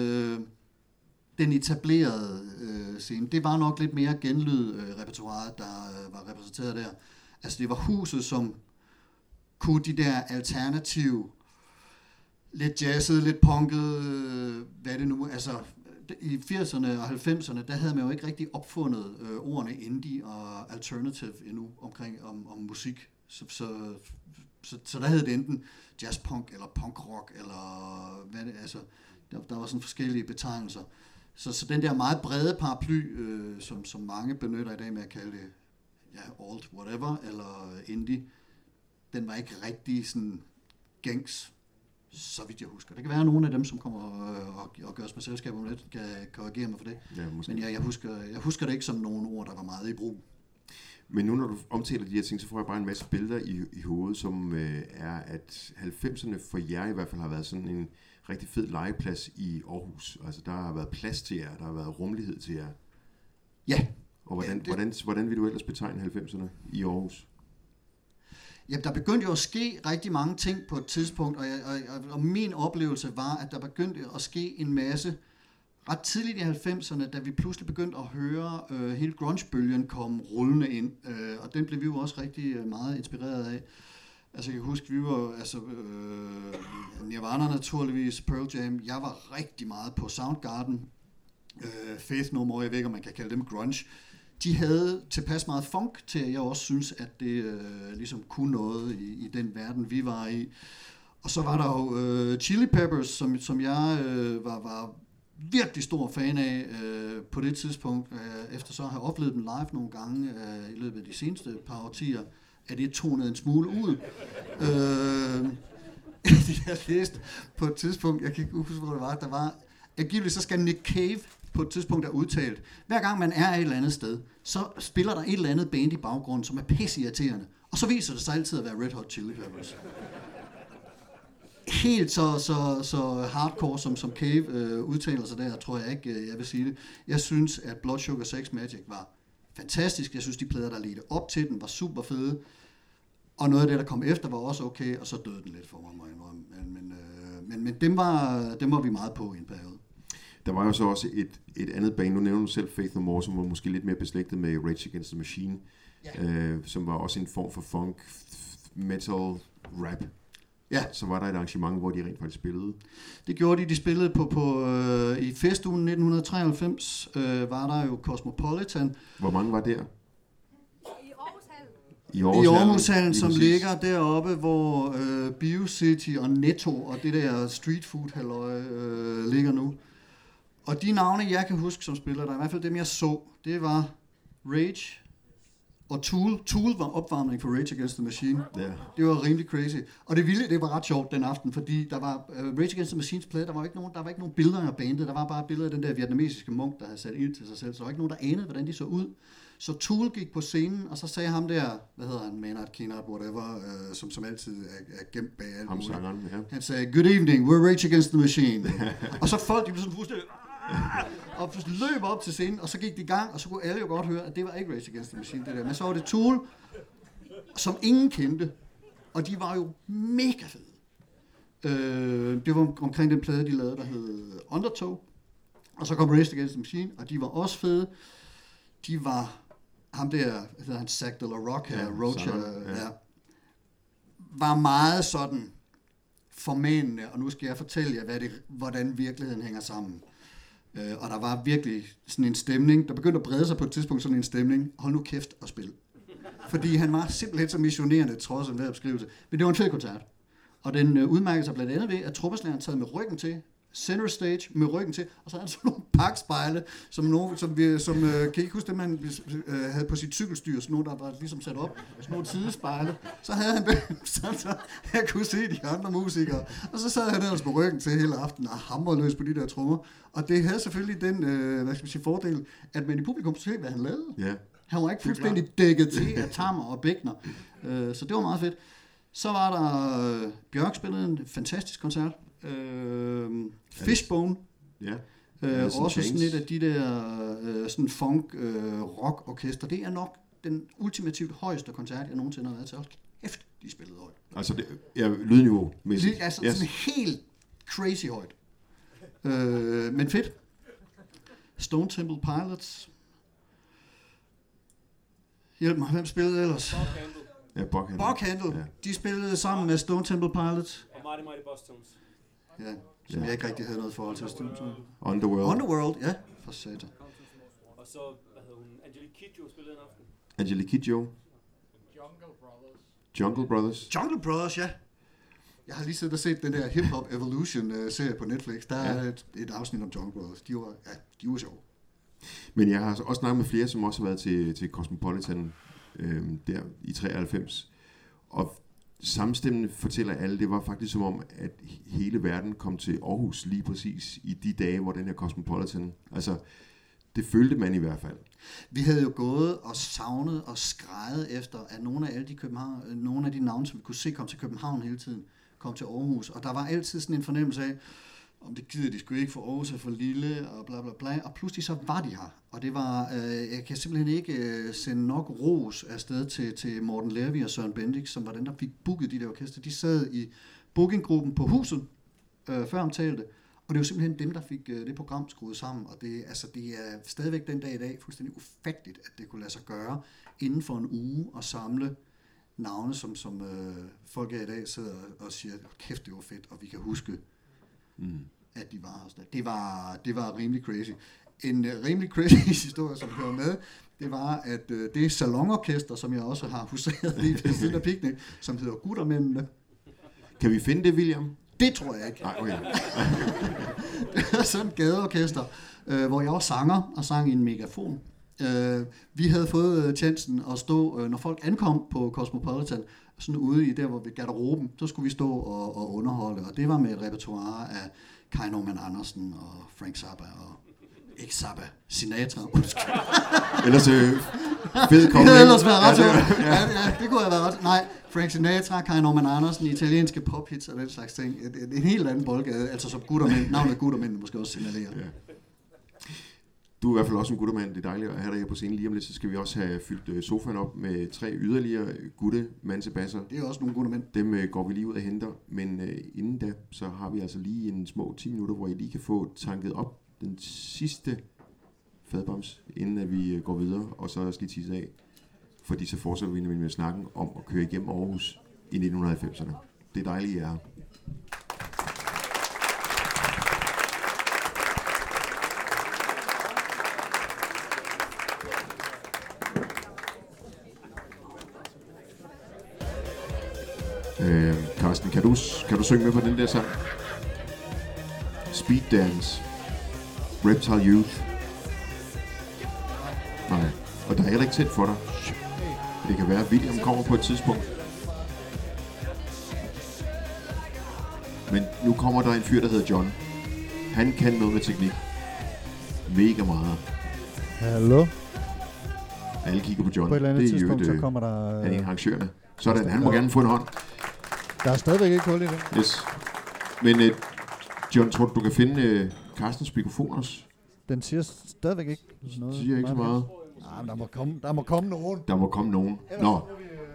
den etablerede scene. Det var nok lidt mere genlyd-repertoiret, der var repræsenteret der. Altså, det var Huset, som kunne de der alternative, lidt jazzede, lidt punkede, hvad det nu, altså i 80'erne og 90'erne, der havde man jo ikke rigtig opfundet ordene indie og alternative endnu om musik. Så der hed det enten jazzpunk eller punkrock, eller hvad det, altså, der var sådan forskellige betegnelser. Så den der meget brede paraply, som mange benytter i dag med at kalde det alt whatever, eller indie, den var ikke rigtig sådan gængs, så vidt jeg husker. Det kan være, at nogle af dem, som kommer og gør os med selskab om lidt, kan korrigere mig for det. Ja, men jeg husker det ikke som nogle ord, der var meget i brug. Men nu, når du omtaler de her ting, så får jeg bare en masse billeder i hovedet, som er, at 90'erne for jer i hvert fald har været sådan en rigtig fed legeplads i Aarhus. Altså, der har været plads til jer, der har været rummelighed til jer. Ja. Og hvordan vil du ellers betegne 90'erne i Aarhus? Ja, der begyndte jo at ske rigtig mange ting på et tidspunkt, og min oplevelse var, at der begyndte at ske en masse ret tidligt i 90'erne, da vi pludselig begyndte at høre hele grunge-bølgen komme rullende ind, og den blev vi jo også rigtig meget inspireret af. Altså jeg kan huske, vi var Nirvana naturligvis, Pearl Jam, jeg var rigtig meget på Soundgarden, Faith No More, jeg ved ikke, om man kan kalde dem grunge. De havde tilpas meget funk til, at jeg også synes, at det ligesom kunne noget i den verden, vi var i. Og så var der jo Chili Peppers, som jeg var virkelig stor fan af på det tidspunkt, efter så at have oplevet dem live nogle gange i løbet af de seneste par årtier, at det tonede en smule ud. Jeg læste på et tidspunkt, jeg kan ikke huske, hvor det var, der var, angiveligt så skal Nick Cave på et tidspunkt er udtalt. Hver gang man er et eller andet sted, så spiller der et eller andet band i baggrunden, som er pisseirriterende. Og så viser det sig altid at være Red Hot Chili Peppers. Helt så hardcore, som Cave udtaler sig der, tror jeg ikke, jeg vil sige det. Jeg synes, at Blood Sugar Sex Magic var fantastisk. Jeg synes, de plader, der ledte op til den, var super fede. Og noget af det, der kom efter, var også okay, og så døde den lidt for mig. Men dem var vi meget på i en periode. Der var jo så også et andet band, nu nævner du selv Faith No More, som var måske lidt mere beslægtet med Rage Against the Machine, som var også en form for funk, metal, rap. Ja. Så var der et arrangement, hvor de rent faktisk spillede. Det gjorde de. De spillede på i festugen 1993, var der jo Cosmopolitan. Hvor mange var der? I Aarhushallen, som ligger deroppe, hvor BioCity og Netto og det der street food halløj ligger nu. Og de navne, jeg kan huske som spiller, der i hvert fald dem, jeg så, det var Rage og Tool. Tool var opvarmning for Rage Against the Machine. Ja. Det var rimelig crazy. Og det vilde, det var ret sjovt den aften, fordi der var Rage Against the Machines plade, der var ikke nogen billeder af bandet, der var bare billeder af den der vietnamesiske munk, der havde sat ild til sig selv, så der var ikke nogen, der anede, hvordan de så ud. Så Tool gik på scenen, og så sagde ham der, hvad hedder han, Maynard Keenan, whatever, som altid er gemt bag alt muligt. Ja. Han sagde, good evening, we're Rage Against the Machine. Og så folk, de blev sådan fuldstændig, og løb op til scenen, og så gik de i gang, og så kunne alle jo godt høre, at det var ikke Rage Against the Machine, det der. Men så var det Tool, som ingen kendte, og de var jo mega fede. Det var omkring den plade, de lavede, der hed Undertow, og så kom Rage Against the Machine, og de var også fede. De var ham der, hedder han Zack de la Rocca, Rocha, var meget sådan formanende, og nu skal jeg fortælle jer, hvordan virkeligheden hænger sammen. Og der var virkelig sådan en stemning, der begyndte at brede sig på et tidspunkt, sådan en stemning, hold nu kæft og spil. Fordi han var simpelthen så missionerende, trods en hver beskrivelse. Men det var en fed koncert. Og den udmærkede sig blandt andet ved, at trommeslageren sad med ryggen til, center stage med ryggen til, og så havde han sådan nogle pakspejle, som kan I ikke huske det, man havde på sit cykelstyr, sådan nogle, der var ligesom sat op, sådan nogle sidespejle. Så havde han dem, så jeg kunne se de andre musikere, og så sad han ellers med ryggen til hele aftenen og hamrede løs på de der trommer. Og det havde selvfølgelig den, fordel, at man i publikum så hvad han lavede. Ja. Han var ikke fuldstændig dækket til af tammer og bækkener, så det var meget fedt. Så var der Bjørk spillede en fantastisk koncert. Fishbone. Ja. Også sådan et af de der sådan funk rock orkester. Det er nok den ultimativt højeste koncert, jeg nogensinde har været til. Kæft, de spillede højt. Altså det lydniveau. Altså sådan helt crazy højt. Men fedt. Stone Temple Pilots. Hjælp mig, hvem spillede ellers? Buckhandle. Ja. De spillede sammen med Stone Temple Pilots. Og Mighty Bosstones. Ja, som jeg ikke rigtig havde noget forhold til. Underworld, ja. For satan. Og så, hvad hedder hun? Angelique Kidjo spillede en aften. Angelique Kidjo. Jungle Brothers, ja. Jeg har lige siddet og set den der Hip Hop Evolution-serie på Netflix. Der er et afsnit om Jungle Brothers. De var sjove. Men jeg har også snakket med flere, som også har været til Cosmopolitan der i 93. Og samstemmende fortæller alle, det var faktisk som om, at hele verden kom til Aarhus lige præcis i de dage, hvor den her Cosmopolitan, altså det følte man i hvert fald. Vi havde jo gået og savnet og skreget efter, at nogle af alle nogle af de navne, som vi kunne se, kom til København hele tiden, kom til Aarhus. Og der var altid sådan en fornemmelse af, om det gider de skulle ikke, for Aarhus er for lille, og bla bla bla. Og pludselig så var de her. Og det var, jeg kan simpelthen ikke sende nok ros afsted til Morten Lervi og Søren Bendix, som var den, der fik booket de der orkester. De sad i bookinggruppen på huset, før omtalte, og det var simpelthen dem, der fik det program skruet sammen. Og det er stadigvæk den dag i dag fuldstændig ufatteligt, at det kunne lade sig gøre inden for en uge at samle navne, som folk i dag sidder og siger, kæft, det var fedt, og vi kan huske, at de var her. Det var rimelig crazy. En rimelig crazy historie, som hører med, det var, at det salonorkester, som jeg også har huseret i ved siden af Picnic, som hedder Guttermændene. Kan vi finde det, William? Det tror jeg ikke. Nej, okay. Det var sådan et gadeorkester, hvor jeg var sanger og sang i en megafon. Vi havde fået chancen at stå, når folk ankom på Cosmopolitan, sådan ude i der, hvor vi garderoben, så skulle vi stå og underholde, og det var med et repertoire af Kai Norman Andersen og Frank Zappa og ikke Zappa, Sinatra. Ellers fed kommet. Det ellers været ret ja, det kunne have været ret. Nej, Frank Sinatra, Kai Norman Andersen, italienske pophits og den slags ting. En helt anden boldgade, altså som Guttermænd, navnet Guttermænd måske også signalerer. Ja. Du er i hvert fald også en guttermand. Det er dejligt at have dig her på scenen. Lige om lidt, så skal vi også have fyldt sofaen op med 3 yderligere guttemandsebasser. Det er også nogle guttermænd. Dem går vi lige ud og henter. Men inden da, så har vi altså lige en små 10 minutter, hvor I lige kan få tanket op den sidste fadbams, inden at vi går videre, og så skal I tisse af. Fordi så fortsætter vi med snakken om at køre igennem Aarhus i 1990'erne. Det er dejligt, I er her. Carsten, kan du synge med på den der sang? Speed Dance. Reptile Youth. Nej, og der er heller ikke tæt for dig. Det kan være, at William kommer på et tidspunkt. Men nu kommer der en fyr, der hedder John. Han kan noget med teknik. Mega meget. Hallo? Alle kigger på John. På et eller andet det er tidspunkt, jo så kommer der... Han er en af arrangørerne. Sådan, han må gerne få en hånd. Der er stadigvæk ikke hul i det. Yes. Men John, tror du kan finde Carstens mikrofon også? Den siger stadigvæk ikke noget. Siger ikke så meget. Nej, men der må komme nogen. Der må komme nogen. Nå.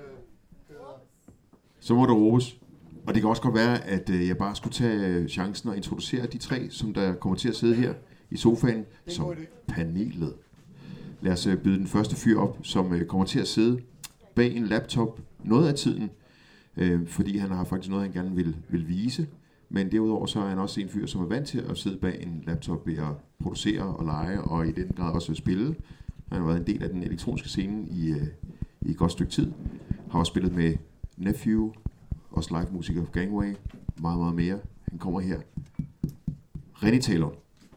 Så må der råbes. Og det kan også godt være, at jeg bare skulle tage chancen og introducere de tre, som der kommer til at sidde her i sofaen som panelet. Lad os byde den første fyr op, som kommer til at sidde bag en laptop noget af tiden, fordi han har faktisk noget, han gerne vil vise. Men derudover så er han også en fyr, som er vant til at sidde bag en laptop ved at producere og lege, og i den grad også spille. Han har været en del af den elektroniske scene i et godt stykke tid. Har også spillet med Nephew, også live-musiker for Gangway, meget, meget mere. Han kommer her. René Taylor.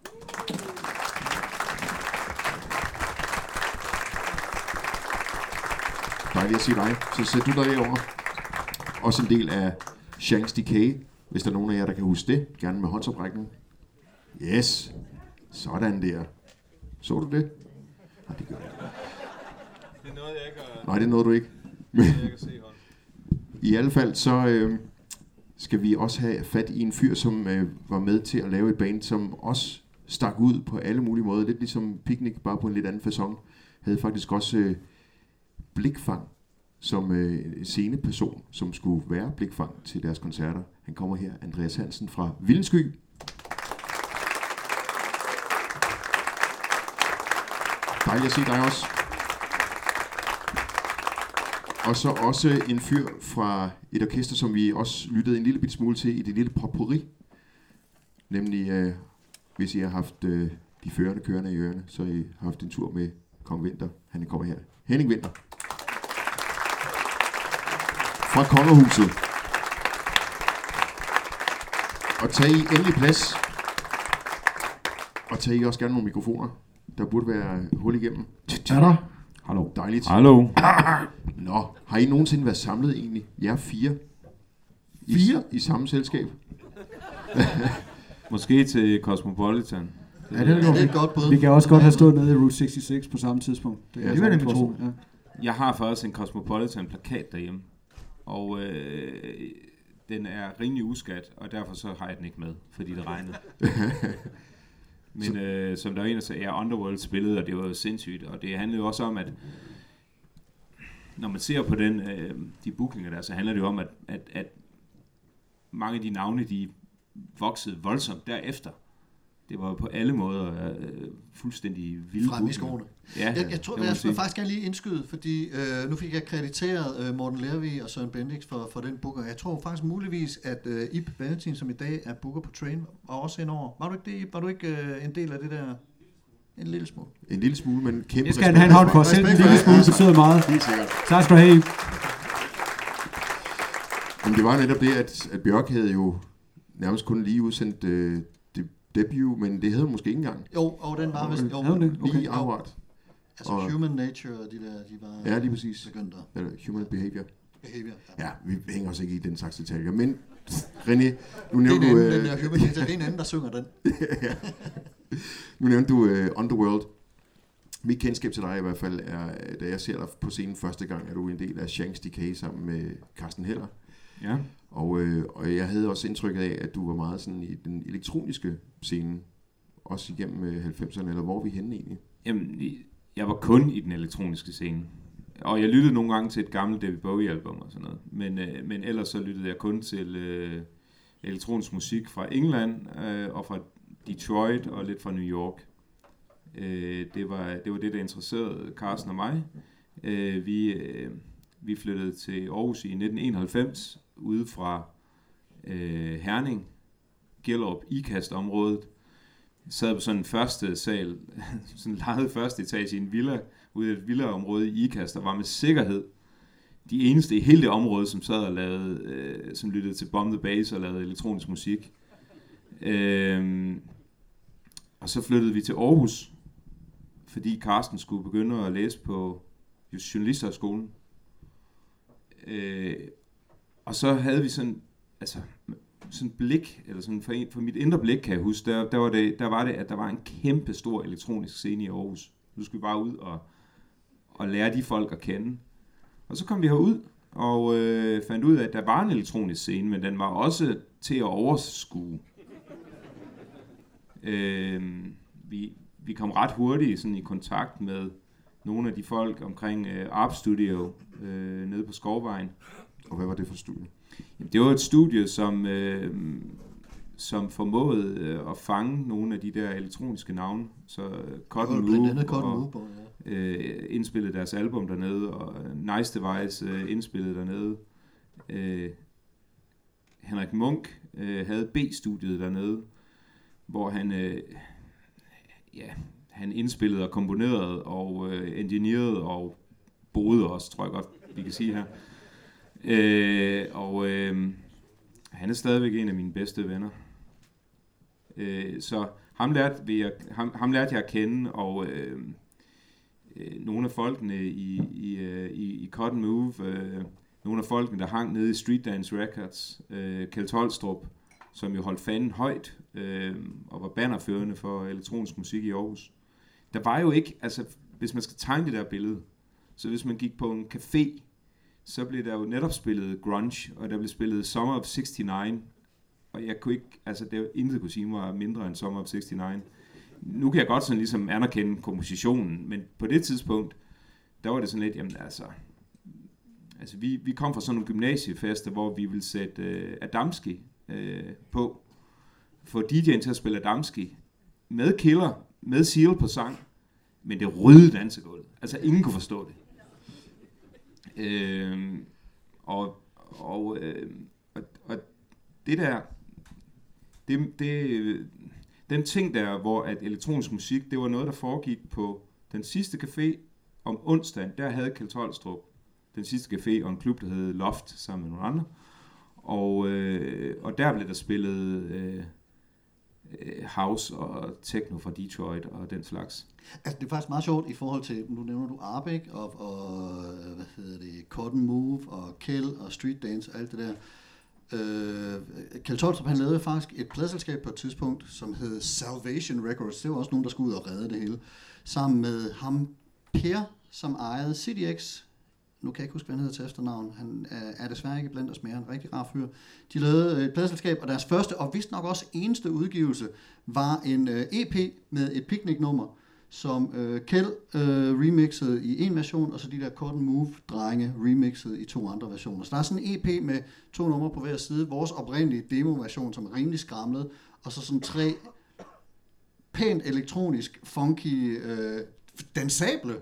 Dejligt at se dig. Så sæt du dig derovre. Også en del af Shanks Decay, hvis der er nogen af jer, der kan huske det. Gerne med håndsoprækning. Yes. Sådan der. Så du det? Nej, det gør jeg ikke. Det er noget, jeg ikke har... Nej, det er noget, du ikke. Jeg kan se hånd. I alle fald, så skal vi også have fat i en fyr, som var med til at lave et band, som også stak ud på alle mulige måder. Lidt ligesom Picnic, bare på en lidt anden facon. Havde faktisk også Blikfang som sceneperson, som skulle være Blikfang til deres koncerter. Han kommer her, Andreas Hansen fra Vildensky. Dejligt at se dig også. Og så også en fyr fra et orkester, som vi også lyttede en lille bit smule til i det lille potpourri. Nemlig, hvis I har haft de førende kørende i ørerne, så har I haft en tur med Kong Vinter. Han kommer her. Henning Vinter. Fra Kongehuset. Og tag I endelig plads. Og tag I også gerne nogle mikrofoner. Der burde være hul igennem. Er der? Hallo. Dejligt. Hallo. Nå, har I nogensinde været samlet egentlig? Jer fire? I samme selskab? Måske til Cosmopolitan. Ja, det er et godt bud. Vi kan også godt have stået nede i Route 66 på samme tidspunkt. Det Ja, vil jeg nemlig tro. Ja. Jeg har faktisk en Cosmopolitan-plakat derhjemme. Og den er rimelig uskat, og derfor så har jeg den ikke med, fordi det regnede. Men som der er en, der sagde, Underworld spillede, og det var jo sindssygt. Og det handler jo også om, at når man ser på de bookinger der, så handler det jo om, at mange af de navne, de voksede voldsomt derefter. Det var på alle måder fuldstændig vilde frem i skoene. Ja, jeg tror, jeg skal faktisk gerne lige indskyde, fordi nu fik jeg krediteret Morten Lervig og Søren Bendix for den booker. Jeg tror faktisk muligvis, at Ib Valentin, som i dag er booker på Train, var også indover. Var du ikke det, Ib? Var du ikke en del af det der? En lille smule. En lille smule, men kæmpe Det skal han have en hånd for. Selv en lille smule betyder meget. Helt sikkert. Tak skal du have, Ib. Men det var netop det, at Bjørk havde jo nærmest kun lige udsendt debut, men det havde måske ikke engang. Jo, og den var vist... Jo, lige akkurat. Altså Human Nature og de var... Ja, lige præcis. Begyndt Eller Human Behavior. Ja. Ja, vi hænger også ikke i den slags detaljer. Men René, nu nævnte du... Den der Human Nature, det er en anden, der synger den. Ja. Nu nævnte du Underworld. Mit kendskab til dig i hvert fald er, da jeg ser dig på scenen første gang, er du en del af Shanks Decay sammen med Carsten Heller. Ja. Og jeg havde også indtrykket af, at du var meget sådan i den elektroniske scene, også igennem 90'erne, eller hvor er vi henne egentlig? Jamen, jeg var kun i den elektroniske scene. Og jeg lyttede nogle gange til et gammelt David Bowie-album og sådan noget. Men ellers så lyttede jeg kun til elektronisk musik fra England og fra Detroit og lidt fra New York. Det var det, der interesserede Carsten og mig. Vi flyttede til Aarhus i 1991 ude fra Herning, Gellerup, Ikast-området. Jeg sad på sådan en første sal, sådan en lejet første etage i en villa, ude i et villaområde i Ikast, der var med sikkerhed de eneste i hele det område, som sad og lavede, som lyttede til Bomb the Bass og lavede elektronisk musik. Og så flyttede vi til Aarhus, fordi Carsten skulle begynde at læse på Journalisthøjskolen. Og så havde vi sådan blik, eller sådan for mit indre blik, kan jeg huske, der var det, at der var en kæmpe stor elektronisk scene i Aarhus. Nu skulle vi bare ud og lære de folk at kende. Og så kom vi herud og fandt ud af, at der var en elektronisk scene, men den var også til at overskue. Vi kom ret hurtigt sådan i kontakt med nogle af de folk omkring Arp Studio nede på Skovvejen. Og hvad var det for studie? Jamen, det var et studie, som formåede at fange nogle af de der elektroniske navne. Så Cotton Move indspillede deres album dernede, og Nice Device indspillede dernede. Henrik Munk havde B-studiet dernede, hvor han indspillede og komponerede og engineerede og boede også, tror jeg godt, vi kan sige her. Han er stadigvæk en af mine bedste venner. Så ham lærte jeg at kende, og nogle af folkene i Cotton Move, nogle af folkene, der hang nede i Street Dance Records, Kjeld Tolstrup, som jo holdt fanen højt og var bannerførende for elektronisk musik i Aarhus. Der var jo ikke, altså hvis man skal tegne det der billede, så hvis man gik på en café, så blev der jo netop spillet grunge, og der blev spillet Summer of 69, og jeg kunne ikke, altså det intet kunne sige mig mindre end Summer of 69. Nu kan jeg godt sådan ligesom anerkende kompositionen, men på det tidspunkt, der var det sådan lidt, jamen altså vi kom fra sådan nogle gymnasiefester, hvor vi ville sætte Adamski på, få DJ'en til at spille Adamski, med Killer, med Seal på sang, men det røde dansegulv. Altså ingen kunne forstå det. Og det der, den ting der, hvor at elektronisk musik, det var noget, der foregik på den sidste café om onsdagen. Der havde Kjeld Tolstrup den sidste café og en klub, der hed Loft, sammen med nogle andre. Og der blev der spillet house og techno fra Detroit og den slags. Altså, det er faktisk meget sjovt i forhold til, nu nævner du Arbeck og Cotton Move og Kjeld og Street Dance og alt det der. Kjeld Tolstrup, han lavede faktisk et pladselskab på et tidspunkt, som hed Salvation Records. Det var også nogen, der skulle ud og redde det hele. Sammen med ham, Per, som ejede CDX. Nu kan jeg ikke huske, hvad han hedder til efternavn. Han er desværre ikke blandt os mere. En rigtig rar fyr. De lavede et pladselskab, og deres første, og vist nok også eneste udgivelse, var en EP med et picnic-nummer, som Kjeld remixede i en version, og så de der Cotton Move-drenge remixede i 2 andre versioner. Så der er sådan en EP med 2 numre på hver side. Vores oprindelige demo-version, som er rimelig skramlet, og så sådan 3 pænt elektronisk, funky, dansable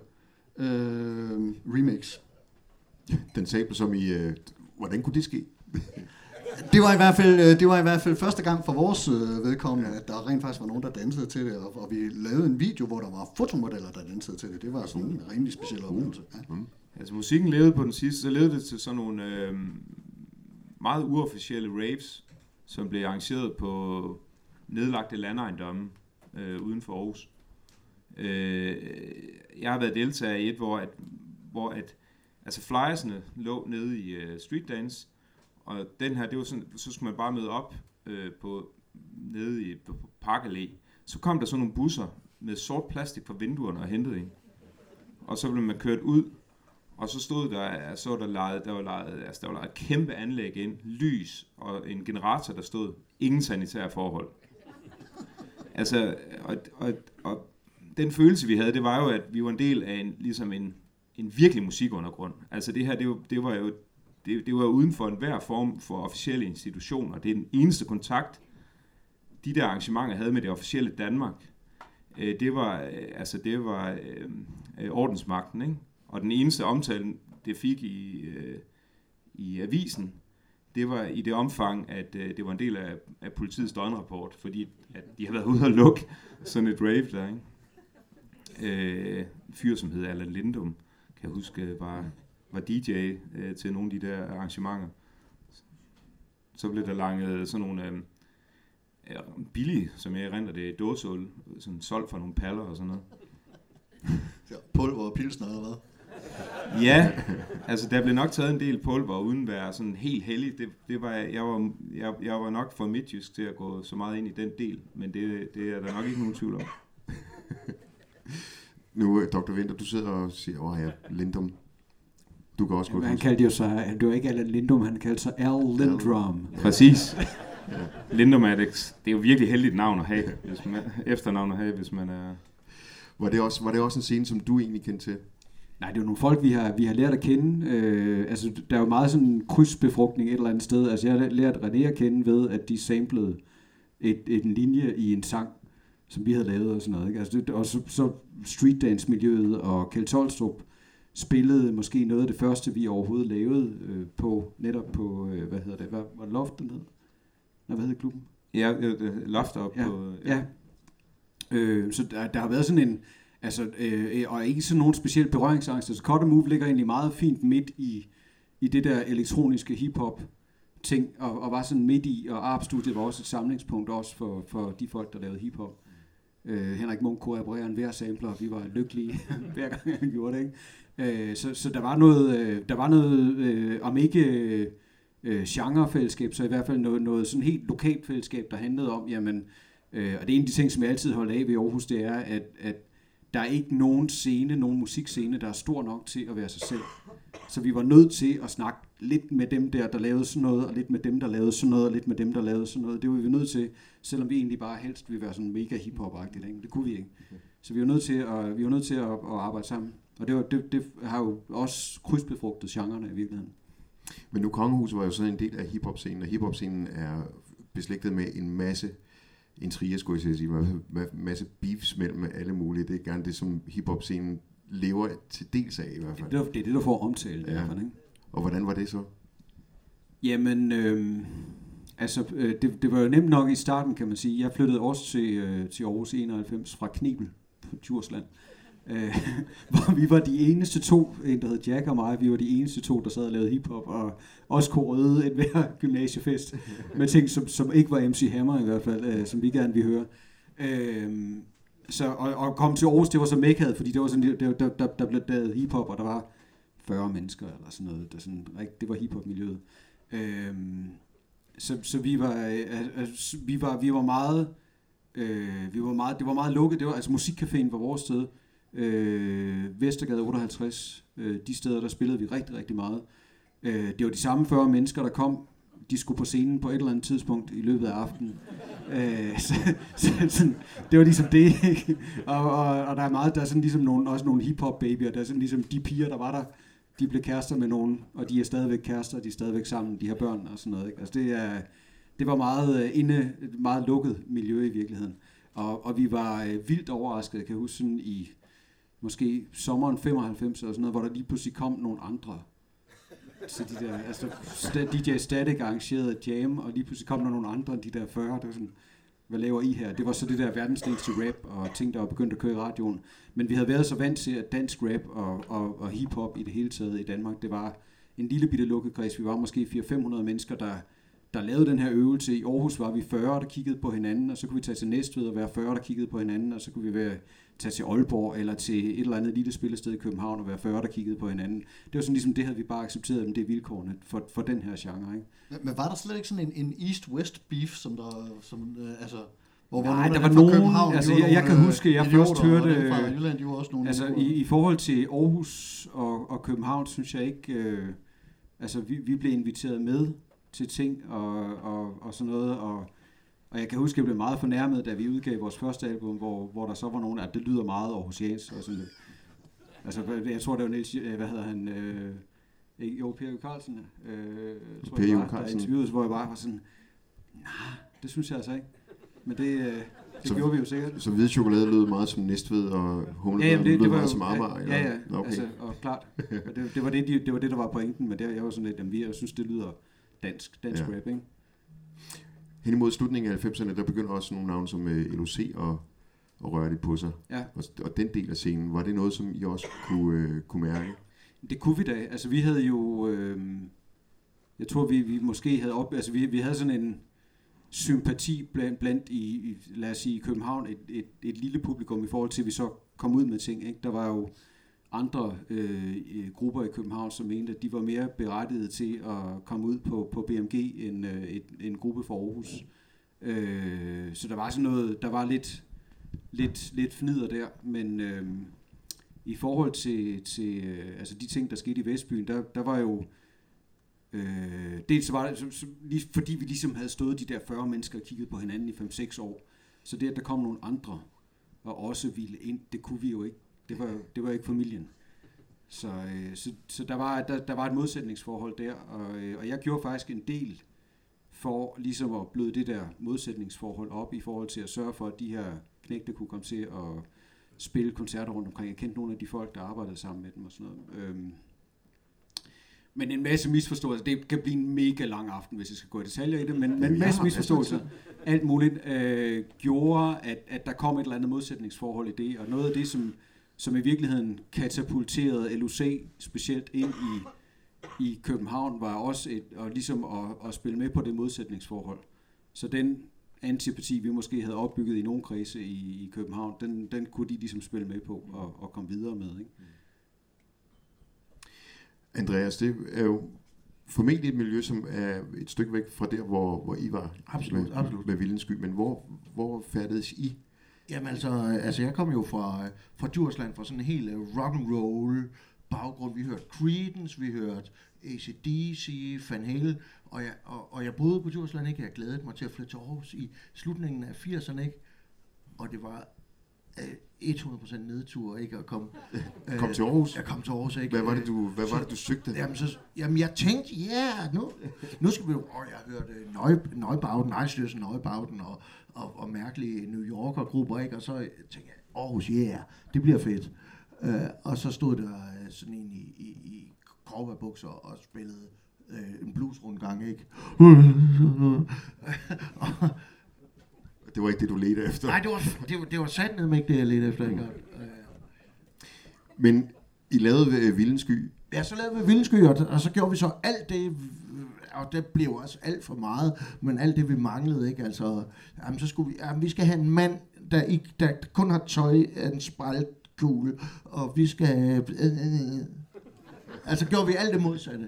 remix. Den sabel som i, hvordan kunne det ske? Det var i hvert fald første gang for vores vedkommende, at der rent faktisk var nogen, der dansede til det, og vi lavede en video, hvor der var fotomodeller, der dansede til det. Det var sådan en rimelig speciel oplevelse. Ja. Altså musikken levede på den sidste, så levede det til sådan nogle meget uofficielle raves, som blev arrangeret på nedlagte landejendomme uden for Aarhus. Jeg har været deltager i et, hvor altså flyersne lå nede i Street Dance, og den her, det var sådan, så skulle man bare møde op nede på Park Allé. Så kom der sådan nogle busser med sort plastik på vinduerne og hentede en. Og så blev man kørt ud, og så stod der, så der var lejet et kæmpe anlæg ind, lys og en generator, der stod ingen sanitære forhold. Altså, og den følelse, vi havde, det var jo, at vi var en del af en virkelig musikundergrund. Altså det her, det var uden for enhver form for officielle institutioner. Det er den eneste kontakt, de der arrangementer havde med det officielle Danmark. Det var ordensmagten, ikke? Og den eneste omtale, det fik i avisen, det var i det omfang, at det var en del af politiets døgnrapport, fordi at de havde været ude og lukke sådan et rave der, ikke? Fyr, som hed Allan Lindum, kan jeg huske, var DJ til nogle af de der arrangementer. Så blev der langet sådan nogle billig, som jeg erindrer det, dåseøl, sådan solgt fra nogle paller og sådan noget. Ja, pulver og pilsner eller hvad? Ja, altså der blev nok taget en del pulver uden at være sådan helt heldig. Jeg var nok for midtjysk til at gå så meget ind i den del, men det er der nok ikke nogen tvivl om. Nu, Dr. Winter, du sidder og siger, ja, Lindum. Du kan også godt Han kaldte jo sig, det var ikke Alan Lindum, han kaldte sig Al Lindrum. Præcis. Lindum er det er jo virkelig heldigt navn at have, efternavn at have, hvis man er... Var det også en scene, som du egentlig kendte til? Nej, det er jo nogle folk, vi har lært at kende. Altså, der er jo meget sådan en krydsbefrugtning et eller andet sted. Altså, jeg har lært René at kende ved, at de samplede en linje i en sang, som vi havde lavet og sådan noget. Ikke? Altså, og så streetdance-miljøet og Kjeld Tolstrup spillede måske noget af det første, vi overhovedet lavede netop på, hvad hedder det? Hvad var det Loft, den hed? Hvad hed klubben? Ja, Loft op ja, på... Ja. Så der har været sådan en... Altså, og ikke sådan nogen speciel berøringsangst. Altså, Cut & Move ligger egentlig meget fint midt i det der elektroniske hiphop ting, og var sådan midt i, og ARP-studiet var også et samlingspunkt også for de folk, der lavede hiphop. Henrik Munk kollaborerer hver sampler, og vi var lykkelige hver gang han gjorde det, ikke? Så der var noget om ikke genrefællesskab, så i hvert fald noget sådan helt lokalt fællesskab, der handlede om, jamen, og det er en af de ting, som jeg altid holder af ved Aarhus, det er, at der er ikke nogen musikscene, der er stor nok til at være sig selv. Så vi var nødt til at snakke lidt med dem der lavede sådan noget, og lidt med dem, der lavede sådan noget, og lidt med dem, der lavede sådan noget. Det var vi nødt til, selvom vi egentlig bare helst ville være sådan mega hiphop-agtigt, ikke? Det kunne vi ikke. Så vi var nødt til at arbejde sammen. Og det har jo også krydsbefrugtet genrerne i virkeligheden. Men nu Kongehuset var jo sådan en del af hiphop-scenen, og hiphop-scenen er beslægtet med en masse intriger, skulle jeg sige, en masse beefs mellem alle mulige. Det er gerne det, som hiphop-scenen lever til dels af i hvert fald. Det er det, der får omtale. Ja. I hvert fald, ikke? Og hvordan var det så? Jamen, det var jo nemt nok i starten, kan man sige. Jeg flyttede også til Aarhus 91 fra Knebel på Djursland. Hvor vi var de eneste to, en der hed Jack og mig, vi var de eneste to, der sad og lavede hiphop, og også kunne røde et hver gymnasiefest med ting, som ikke var MC Hammer i hvert fald, som vi gerne ville høre. Og kom til Aarhus, det var så mekkaet, fordi det var sådan, der blev lavet hiphop, og der var 40 mennesker eller sådan noget, det var hiphop-miljøet. Så vi var meget, det var meget lukket. Det var altså Musikcaféen var vores sted. Vestergade 58, de steder der spillede vi rigtig, rigtig meget. Det var de samme 40 mennesker, der kom. De skulle på scenen på et eller andet tidspunkt i løbet af aftenen. Sådan, det var ligesom det, ikke? Og der er meget, der er sådan ligesom også nogle hip-hop babyer, der er sådan ligesom de piger, der var der, de blev kærester med nogen, og de er stadigvæk kærester, de er stadigvæk sammen, de har børn og sådan noget, ikke? Altså det var meget lukket miljø i virkeligheden. Og vi var vildt overrasket, jeg kan huske sådan i måske sommeren 95 eller sådan noget, hvor der lige pludselig kom nogle andre. Så de der, altså DJ Static arrangerede jam, og lige pludselig kom der nogle andre end de der 40, det var sådan, hvad laver I her? Det var så det der verdenslængste rap, og ting, der var begyndt at køre i radioen. Men vi havde været så vant til, at dansk rap og hiphop i det hele taget i Danmark, det var en lille bitte lukket kreds. Vi var måske 400-500 mennesker, der lavede den her øvelse. I Aarhus var vi 40, der kiggede på hinanden, og så kunne vi tage til Næstved og være 40, der kiggede på hinanden, og så kunne vi tage til Aalborg eller til et eller andet lille spillested i København og være 40, der kiggede på hinanden. Det var sådan ligesom, det havde vi bare accepteret, men det er vilkårene for den her genre, ikke? Men var der slet ikke sådan en East-West beef, hvor nej, der var nogen, altså jeg kan huske, jeg først hørte, fra Jylland, de var også nogle altså i forhold til Aarhus og København, synes jeg ikke, altså vi blev inviteret med til ting og sådan noget, og jeg kan huske, at jeg blev meget fornærmet, da vi udgav vores første album, hvor der så var nogen, at det lyder meget aarhusiansk og sådan lidt. Altså, jeg tror, det var Niels, hvad hedder han, Per Carlsen, tror jeg var, der interviewede, hvor jeg bare var sådan, nej, det synes jeg altså ikke. Men det gjorde vi jo sikkert. Så hvide chokolade lød meget som Næstved, og humlebrød lød meget som Amager? Ja, okay. Altså, og klart. Det var det, der var pointen, men jeg var sådan lidt, jamen, jeg synes, det lyder dansk rap, ikke? Hen imod slutningen af 90'erne, der begynder også nogle navne som LOC at røre lidt på sig. Ja. Og den del af scenen, var det noget, som I også kunne mærke? Det kunne vi da. Altså vi havde jo, jeg tror vi måske havde vi havde sådan sympati blandt i lad os sige, i København, et lille publikum i forhold til, at vi så kom ud med ting. Ikke? Der var jo andre grupper i København, som mente, at de var mere berettiget til at komme ud på BMG end en gruppe fra Aarhus. Så der var sådan noget, der var lidt fnider der, men i forhold til altså de ting, der skete i Vestbyen, der var jo dels så var det, lige fordi vi ligesom havde stået de der 40 mennesker og kigget på hinanden i 5-6 år, så det at der kom nogle andre og også ville ind, det kunne vi jo ikke. Det var ikke familien. Så der var et modsætningsforhold der, og jeg gjorde faktisk en del for ligesom at bløde det der modsætningsforhold op i forhold til at sørge for, at de her knægte kunne komme til at spille koncerter rundt omkring. Jeg kendte nogle af de folk, der arbejdede sammen med dem og sådan noget. Men en masse misforståelser. Det kan blive en mega lang aften, hvis jeg skal gå i detaljer i det, men en masse misforståelser, alt muligt, gjorde, at der kom et eller andet modsætningsforhold i det, og noget af det, som i virkeligheden katapulterede LUC specielt ind i København, var også ligesom at spille med på det modsætningsforhold. Så den antipati, vi måske havde opbygget i nogle kredse i København, den kunne de ligesom spille med på og komme videre med, ikke? Andreas, det er jo formentlig et miljø, som er et stykke væk fra der, hvor I var. Absolut. Med Vildens Sky, men hvor færdedes I? Jamen altså jeg kom jo fra Djursland, fra sådan en helt rock'n'roll baggrund. Vi hørte Creedence, vi hørte AC/DC, Van Halen, og jeg boede på Djursland, ikke? Jeg glædede mig til at flytte til Aarhus i slutningen af 80'erne, ikke? Og det var 100% nedtur, ikke? At komme til Aarhus? Jeg kom til Aarhus, ikke? Hvad var det, du søgte? Jamen jeg tænkte, nu skal vi jo... jeg hørte Neubauten, Einstürzen, Neubauten og mærkelige New Yorker-grupper, ikke? Og så tænkte jeg, Aarhus, det bliver fedt. Og så stod der sådan en i cowboybukser og spillede en bluesrundgang, ikke? Det var ikke det, du ledte efter. Nej, det var sandt ned med ikke det, jeg ledte efter, ikke? Men I lavede Vildens Sky? Ja, så lavede vi Vildens Sky, og så gjorde vi så alt det, og det blev også alt for meget, men alt det, vi manglede, ikke? Altså, så skulle vi skal have en mand, der kun har tøj af en sprældkugle, og vi skal have... altså gjorde vi alt det modsatte.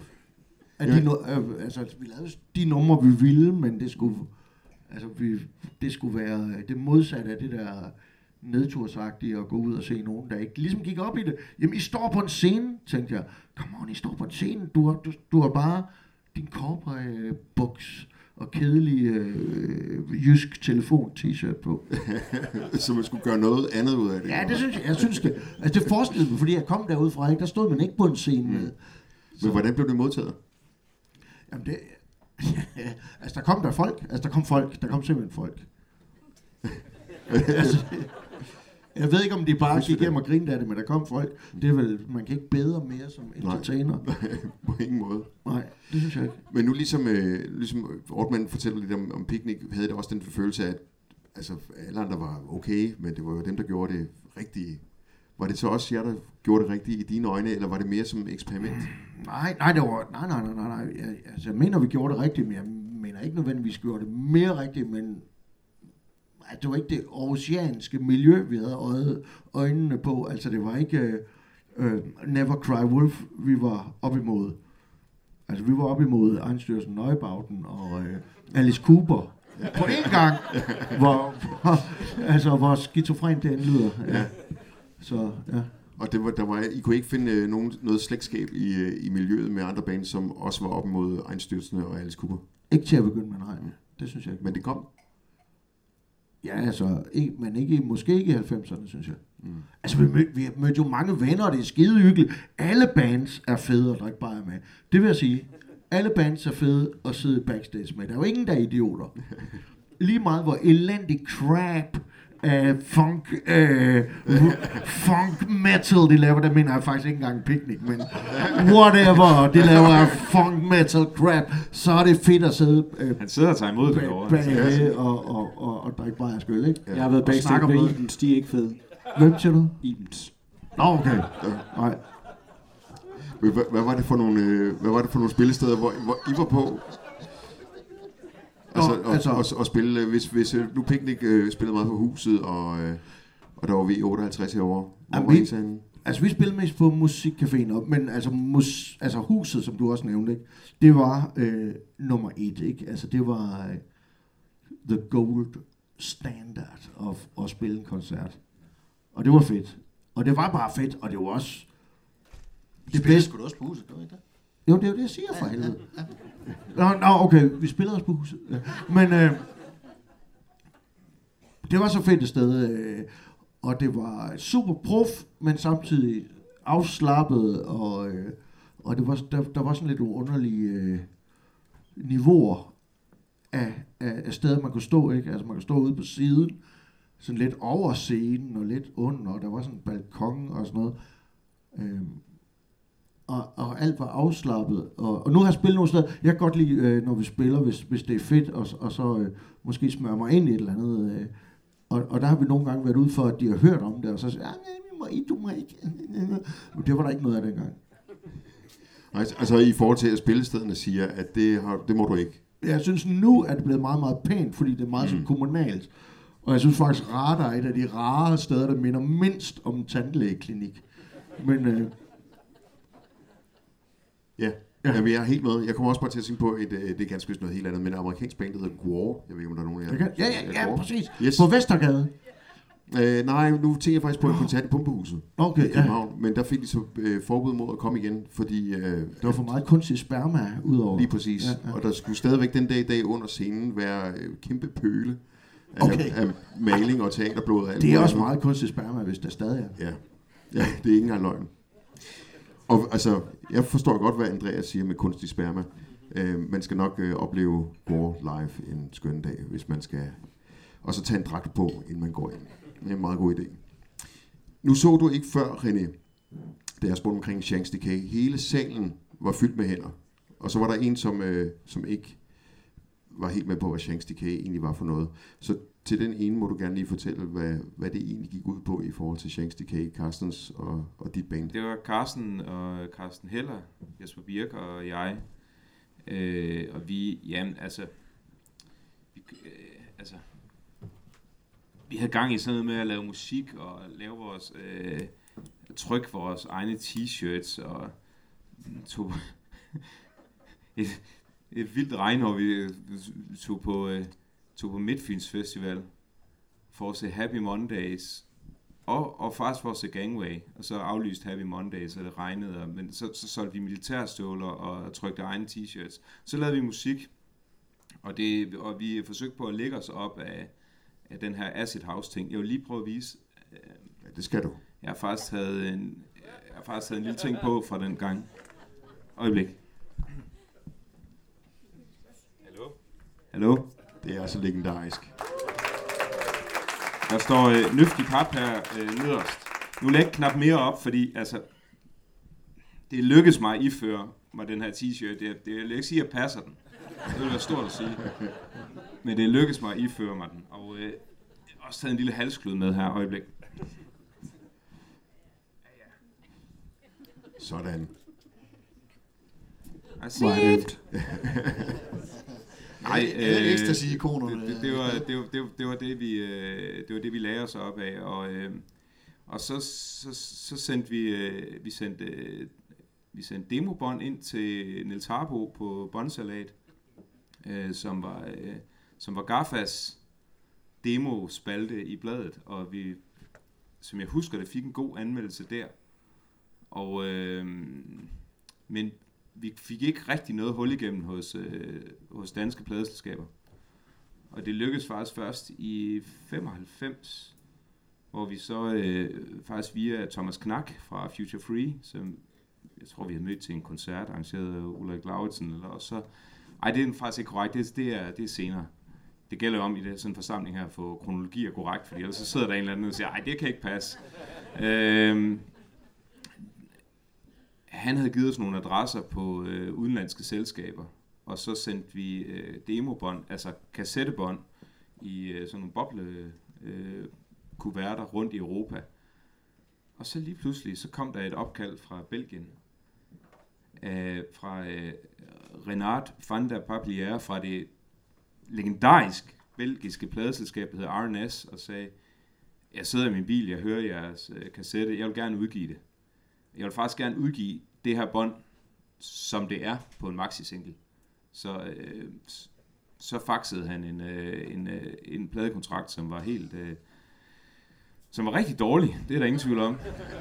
Vi lavede de numre, vi ville, men det skulle... Altså, det skulle være det modsatte af det der nedtursagtige at gå ud og se nogen, der ikke ligesom gik op i det. Jamen, I står på en scene, tænkte jeg. Come on, I står på en scene. Du har bare din cowboy-buks og kedelig jysk telefon-t-shirt på. Så man skulle gøre noget andet ud af det? Ja, det synes jeg. Jeg synes det. Altså, det forestillede mig, fordi jeg kom derudfra, ikke? Der stod man ikke på en scene med. Men hvordan blev det modtaget? Jamen, det... altså der kom folk, der kom simpelthen folk. Altså, jeg ved ikke om de bare gik hjem og grinede af det, men der kom folk. Det er vel, man kan ikke bedre mere som entertainer. Nej, på ingen måde. Nej, det synes jeg ikke. Men nu ligesom Ortmann fortæller lidt om Picnic, havde det også den følelse af, at altså, alle andre var okay, men det var jo dem, der gjorde det rigtige. Var det så også jer, der gjorde det rigtige i dine øjne, eller var det mere som eksperiment? Nej, det var... Nej. Jeg mener, vi gjorde det rigtigt, men jeg mener ikke nødvendigvis, vi gjorde det mere rigtigt, men det var ikke det aarhusianske miljø, vi havde øjnene på. Altså, det var ikke Never Cry Wolf, vi var op imod. Altså, vi var op imod Einstürzen, Neubauten og Alice Cooper på én gang, hvor skizofrent det lyder. Ja. Så, ja. Og I kunne ikke finde noget slægtskab i miljøet med andre bands, som også var op imod Einstürzen og Alice Cooper? Ikke til at begynde med, nej. Det synes jeg ikke. Men det kom? Ja, altså, måske ikke i 90'erne, synes jeg. Altså, vi mødte jo mange venner, og det er skide hyggeligt. Alle bands er fede at drikke bajer med. Det vil jeg sige. Alle bands er fede at sidde backstage med. Der er jo ingen, der er idioter. Lige meget, hvor elendig crap... funk metal de laver, der mener jeg faktisk ikke engang Picnic, men whatever de laver funk metal crap, så er det fedt at sidde han sidder og tager imod det bagved og drikke bare af skyld, ikke? Jeg har været backstage med Ibens, de er ikke fede. Hvem siger du? Ibens. Nå, okay. Nej. Hvad var det for nogle spillesteder, hvor I var på? Altså, at spille, hvis nu Picnic spillede meget på huset, og der var V58 herovre. Altså, vi spillede mest på musikcaféen, men altså huset, som du også nævnte, ikke? Det var nummer 1, ikke? Altså, det var the gold standard at spille en koncert. Og det var fedt. Og det var bare fedt, og det var også... Det bedste skulle du også på huset, gør ikke det? Jo, det er jo det, jeg siger for helvede. Nå, okay, vi spillede også på huset. Ja. Men det var så fedt et sted, og det var super prof, men samtidig afslappet, og det var, der var sådan lidt underlige niveauer af steder, man kunne stå, ikke? Altså man kunne stå ude på siden, sådan lidt over scenen og lidt under, og der var sådan en balkon og sådan noget. Og alt var afslappet, og nu har jeg spillet nogle steder. Jeg kan godt lide, når vi spiller, hvis det er fedt, og så måske smøre mig ind i et eller andet. Og der har vi nogle gange været ude for, at de har hørt om det, og så siger du må ikke. Men det var der ikke noget af dengang. Altså i forhold til, at spillestederne siger, at det må du ikke. Jeg synes nu, at det er blevet meget, meget pænt, fordi det er meget sådan kommunalt. Og jeg synes faktisk, Radar er et af de rare steder, der minder mindst om en tandlægeklinik. Men... Ja. Jamen, jeg er helt med. Jeg kommer også bare til at tænke på, det er ganske vist noget helt andet, men et amerikansk band, der hedder Gwar. Jeg ved ikke, om der er nogen af jer. Ja, præcis. Yes. På Vestergade. Nej, nu tænker jeg faktisk på en koncert i Pumpehuset i København, men der fik de så forbud mod at komme igen, fordi... det var for meget kunstig sperma udover. Lige præcis. Ja. Og der skulle stadigvæk den dag i dag under scenen være kæmpe pøle af maling og teaterblod. Og det er også meget kunstig sperma, hvis der stadig er. Ja, det er ikke engang løgn. Og altså, jeg forstår godt, hvad Andreas siger med kunstig sperma. Man skal nok opleve War live en skøn dag, hvis man skal... Og så tage en dragt på, inden man går ind. Det er en meget god idé. Nu så du ikke før, René, da jeg spurgte omkring Shanks Decay. Hele salen var fyldt med hænder. Og så var der en, som ikke var helt med på, hvad Shanks Decay egentlig var for noget. Så til den ene må du gerne lige fortælle, hvad det egentlig gik ud på i forhold til Shanks Decay, Carstens og dit band. Det var Carsten Heller, Jesper Birk og jeg. Og vi, jamen altså... Vi havde gang i sådan noget med at lave musik og lave vores trykke vores egne t-shirts og tog et vildt regnår. Vi tog på Midtfyns Festival for at se Happy Mondays og faktisk for at se Gangway, og så aflyste Happy Mondays, og det regnede, men så solgte vi militærstøvler og trykte egne t-shirts. Så lavede vi musik, og vi forsøgte på at lægge os op af den her Acid House ting. Jeg vil lige prøve at vise. Ja, det skal du. Jeg har faktisk taget en lille ting på fra den gang. Øjeblik. Hallo? Det er altså legendarisk. Der står nøftig pap her nederst. Nu læg knap mere op, fordi altså, det lykkes mig at iføre mig den her t-shirt. Det vil ikke sige, at jeg passer den. Det vil være stort at sige. Men det lykkes mig at iføre mig den. Og også taget en lille halsklud med her. Øjeblik. Sådan. Hvor er det? Nej, ecstasy-ikonerne. Det var det vi lagde os op af, og så sendte vi sendte demobånd ind til Niels Harbo på Båndsalat, som var Gaffas demospalte i bladet, og vi, som jeg husker det, fik en god anmeldelse der. Og men vi fik ikke rigtig noget hul igennem hos danske pladeselskaber. Og det lykkedes faktisk først i 95, hvor vi så faktisk via Thomas Knak fra Future Free, som jeg tror vi havde mødt til en koncert arrangeret af Ulrik Lauritsen, eller også. Ej, det er faktisk ikke korrekt. Det er senere. Det gælder jo om i sådan en forsamling her at få kronologier korrekt, fordi ellers så sidder der en eller anden og siger, ej, det kan ikke passe. Han havde givet os nogle adresser på udenlandske selskaber, og så sendte vi demobånd, altså kassettebånd, i sådan nogle boblekuverter rundt i Europa. Og så lige pludselig, så kom der et opkald fra Belgien, fra Renard van der Pablière fra det legendarisk belgiske pladeselskab, der hedder RNS, og sagde, jeg sidder i min bil, jeg hører jeres kassette, jeg vil gerne udgive det. Jeg vil faktisk gerne udgive det her bånd, som det er på en maxi-single. Så faxede han en pladekontrakt, som var helt... som var rigtig dårlig, det er der ingen tvivl om.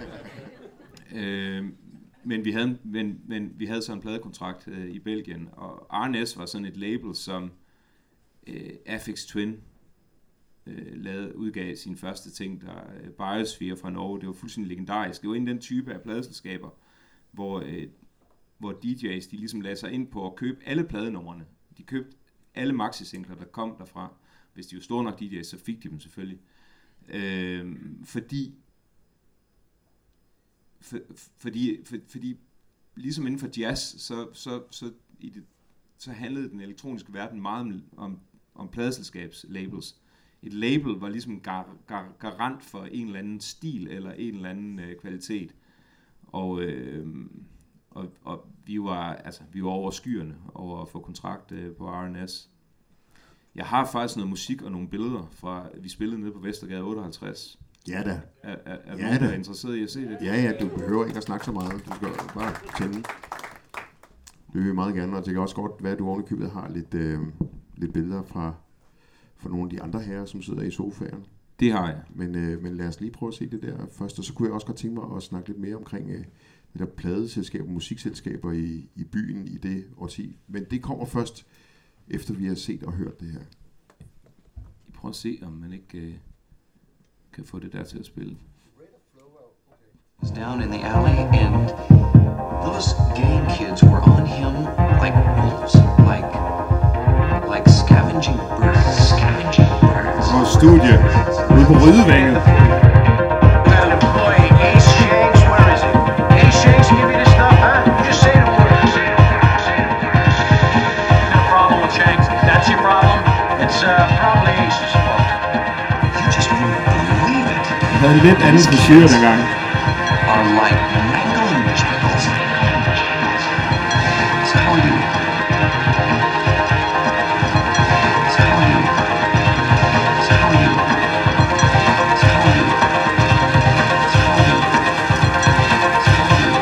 Men vi havde så en pladekontrakt i Belgien, og RNS var sådan et label, som Aphex Twin udgav sin første ting, der Biosphere fra Norge. Det var fuldstændig legendarisk. Det var en af den type af pladeselskaber, hvor DJ's de ligesom lagde sig ind på at købe alle pladenumrene. De købte alle maxi-singler, der kom derfra. Hvis de var store nok DJ's, så fik de dem selvfølgelig. Fordi ligesom inden for jazz, så handlede den elektroniske verden meget om pladeselskabslabels. Et label var ligesom garant for en eller anden stil eller en eller anden kvalitet. Og vi var over skyerne over at få kontrakt på RNS. Jeg har faktisk noget musik og nogle billeder fra, vi spillede nede på Vestergade 58. Ja da. Er du nogen, der er interesseret i at se det? Ja, du behøver ikke at snakke så meget. Du skal bare tænde. Det vil jeg meget gerne, og det kan også godt være, at du ovenikøbet har lidt billeder fra nogle af de andre herrer, som sidder i sofaen. Det har jeg. Men lad os lige prøve at se det der først, og så kunne jeg også godt tænke mig at snakke lidt mere omkring det der pladeselskaber, musikselskaber i byen i det årti. Men det kommer først, efter vi har set og hørt det her. Vi prøver at se, om man ikke kan få det der til at spille. Down in the alley, and those gang kids were on him like wolves, like scavenging birds. Og studie ude på Rydevænget. Well, employee Ace Shanks, where is he? Ace Shanks, give you this stuff, huh? Just say the word. No problem with Shanks. That's your problem. It's probably Ace's fault. You just wouldn't believe it. Jeg havde en lidt anden frisyr dengang. Are like mangling pickles. So how are you? So how are you? So how are you? So how are you? So how are you? So how are you?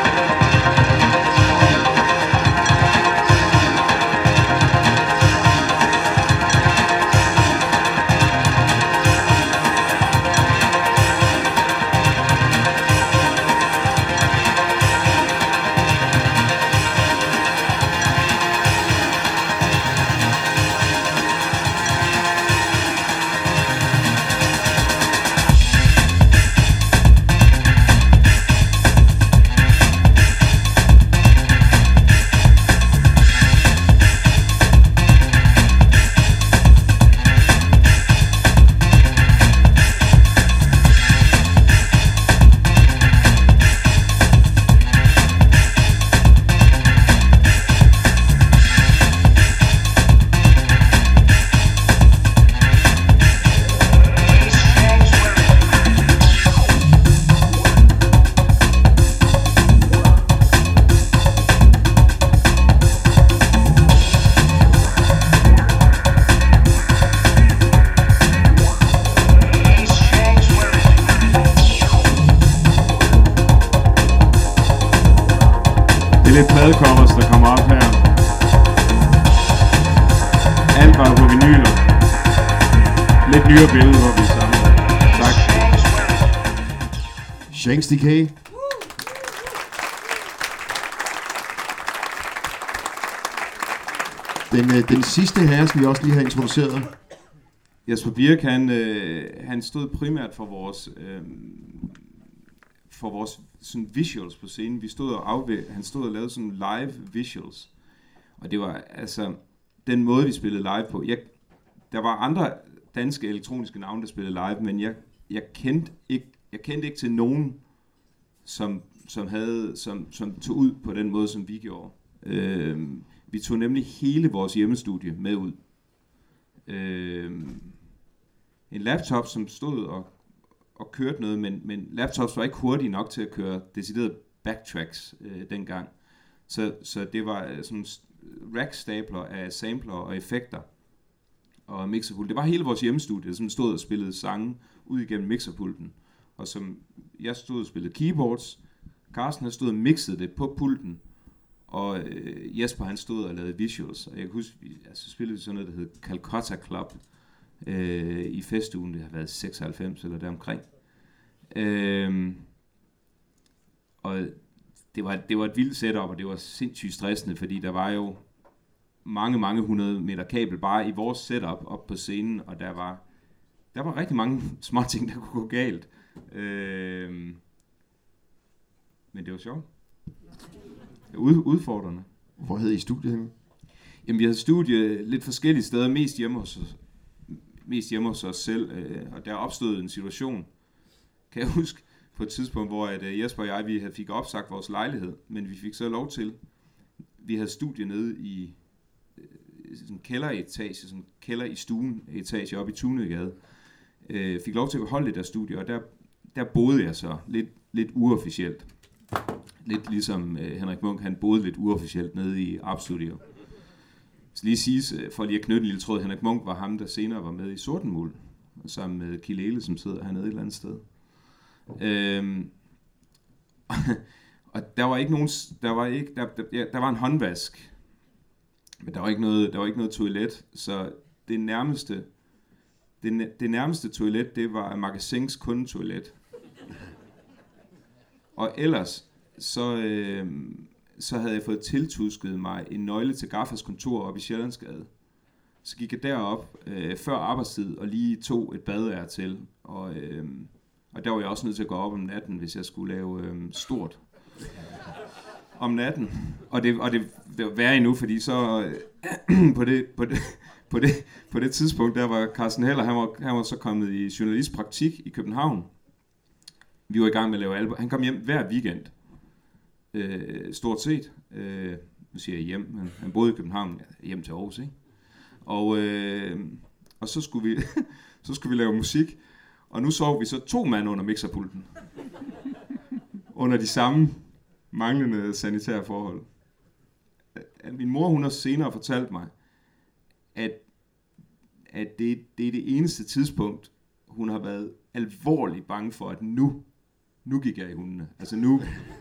Pladecovers, der kommer op her. Alt var på vinyler. Lidt nyere billede, hvor vi er sammen. Tak. Shanks DK. Den sidste herre, som vi også lige har introduceret. Jesper Birk, han stod primært for vores sådan visuals på scenen. Han stod og lavede sådan live visuals. Og det var altså den måde, vi spillede live på. Der var andre danske elektroniske navne, der spillede live, men jeg kendte ikke til nogen, som tog ud på den måde, som vi gjorde. Vi tog nemlig hele vores hjemmestudie med ud. En laptop, som stod og kørte noget, men laptops var ikke hurtige nok til at køre deciderede backtracks dengang. Så det var sådan rack-stabler af sampler og effekter. og mixerpult. Det var hele vores hjemmestudie, som stod og spillede sange ud igennem mixerpulten. Og som jeg stod og spillede keyboards, Carsten han stod og mixede det på pulten, og Jesper han stod og lavede visuals. Og jeg kan huske, så spillede vi sådan noget, der hed Calcutta Club i festugen. Det har været 96 eller deromkring. Og det var et vildt setup, og det var sindssygt stressende, fordi der var jo mange 100 meter kabel bare i vores setup op på scenen, og der var rigtig mange små ting, der kunne gå galt. Men det var sjovt. Udfordrende. Hvor havde I studiet henne? Jamen, vi havde studie lidt forskellige steder, mest hjemme hos os selv, og der opstod en situation, kan jeg huske, på et tidspunkt, hvor Jesper og jeg, vi fik opsagt vores lejlighed, men vi fik så lov til, vi havde studie nede i sådan en kælderetage, sådan en kælder i stuen etage oppe i Tunøgade. Fik lov til at beholde det der studie, og der boede jeg så lidt uofficielt. Lidt ligesom Henrik Munch, han boede lidt uofficielt nede i Arp Studio. Så lige siges, for lige at knytte en lille tråd, Henrik Munch var ham, der senere var med i Sortenmuld, sammen med Kilele, som sidder hernede et eller andet sted. Og der var ikke nogen, der var en håndvask, men der var ikke noget toilet, så det nærmeste toilet, det var Magasins kundetoilet. Og ellers så havde jeg fået tiltusket mig en nøgle til Gaffas kontor oppe i Sjællandsgade. Så gik jeg derop før arbejdstid og lige tog et badær til, og der var jeg også nødt til at gå op om natten, hvis jeg skulle lave stort om natten. Og det var værre endnu, fordi så på det tidspunkt, der var Carsten Heller, han var så kommet i journalistpraktik i København. Vi var i gang med at lave album. Han kom hjem hver weekend. Stort set. Nu siger jeg hjem, men han boede i København, hjem til Aarhus, ikke? Og så skulle vi lave musik. Og nu sov vi så 2 mand under mixerpulten. Under de samme manglende sanitære forhold. Min mor, hun har senere fortalt mig, at det er det eneste tidspunkt, hun har været alvorligt bange for, at nu gik jeg i hundene. Altså nu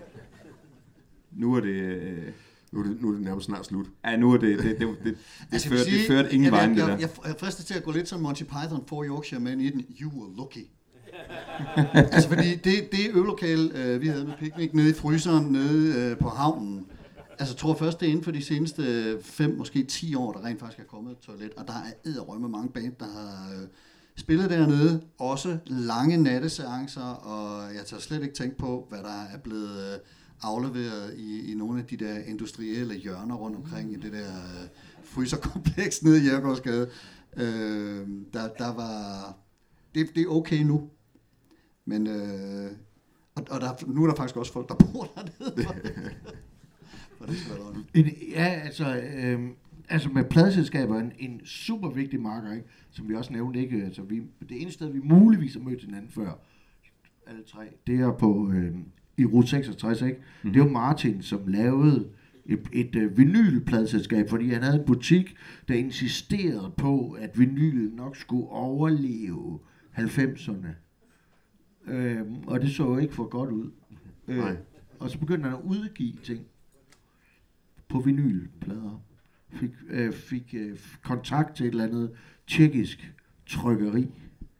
er det... Nu er det nærmest snart slut. Ja, nu er det førte ingen vejen, det der. Jeg er fristet til at gå lidt som Monty Python for Yorkshire, men i den, you were lucky. Altså fordi det øvelokale, vi havde med picnic nede i fryseren, nede på havnen, altså jeg tror først, det er inden for de seneste 5, måske 10 år, der rent faktisk er kommet et toilet, og der er edderrømme mange band, der har spillet dernede, også lange natteseancer, og jeg tør slet ikke tænke på, hvad der er blevet afleveret i nogle af de der industrielle hjørner rundt omkring i det der fryserkompleks nede i Jærgårdsgade. Der var... Det er okay nu. Men... nu er der faktisk også folk, der bor dernede. Altså med pladeselskaber en super vigtig marker, ikke? Som vi også nævnte, ikke? Altså det eneste sted, vi muligvis har mødt hinanden før, alle 3, det er på... i Rute 66, ikke? Mm-hmm. Det var Martin, som lavede et vinylpladeselskab, fordi han havde en butik, der insisterede på, at vinyl nok skulle overleve 90'erne. Og det så ikke for godt ud. Og så begyndte han at udgive ting på vinylplader. Fik kontakt til et eller andet tjekkisk trykkeri.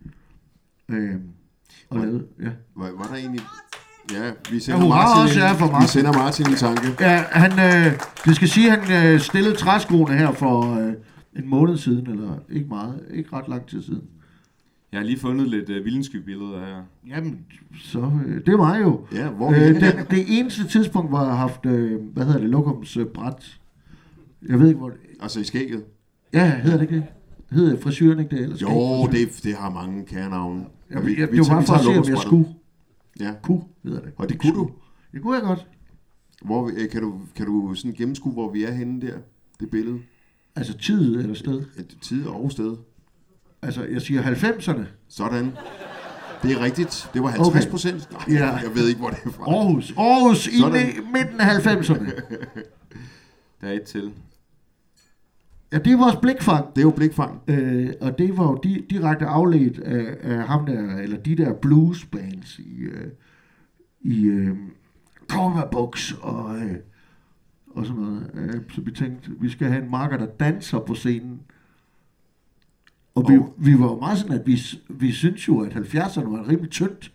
Og lavede, ja. Var der egentlig... Ja, vi sender Martin en tanke. Ja, det skal sige, at han stillede træskoene her for en måned siden, eller ikke ret lang tid siden. Jeg har lige fundet lidt Vildensky-billeder her. Jamen, så det er mig jo. Ja, hvor det eneste tidspunkt, hvor jeg har haft, lokumsbræt. Jeg ved ikke, hvor det... Altså i skægget? Ja, hedder det ikke det? Hedder frisyren ikke det? Eller jo, det har mange kærnavne. Det var bare for at se, om jeg skulle. Ja. Hedder det. Og det kunne du? Det kunne jeg godt. Hvor, kan du sådan gennemskue, hvor vi er henne der? Det billede? Altså tid eller sted? Tid og sted. Altså, jeg siger 90'erne. Sådan. Det er rigtigt. Det var 50%. Okay. Ja. Jeg ved ikke, hvor det er fra. Aarhus i midten af 90'erne. Der er et til. Ja, det er vores blikfang. Det er jo blikfang. Og det var jo direkte afledt af ham der, eller de der bluesbands i Korvabuks og sådan noget. Så vi tænkte, vi skal have en marker, der danser på scenen. Og vi var jo meget sådan, at vi synes jo, at 70'erne var rimelig tyndt.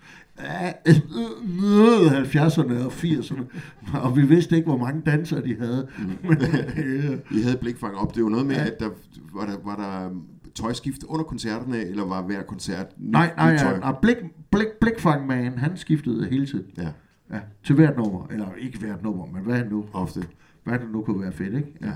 70'erne og 80'erne. Og vi vidste ikke, hvor mange dansere de havde. Vi havde blikfang op. Det var noget med, at der var der tøjskift under koncerterne, eller var hver koncert Nej, blikfangmanden, han skiftede hele tiden. Ja, til hvert nummer. Eller ikke hvert nummer, men hvad han nu. Ofte. Hvad det nu kunne være fedt, ikke? Ja.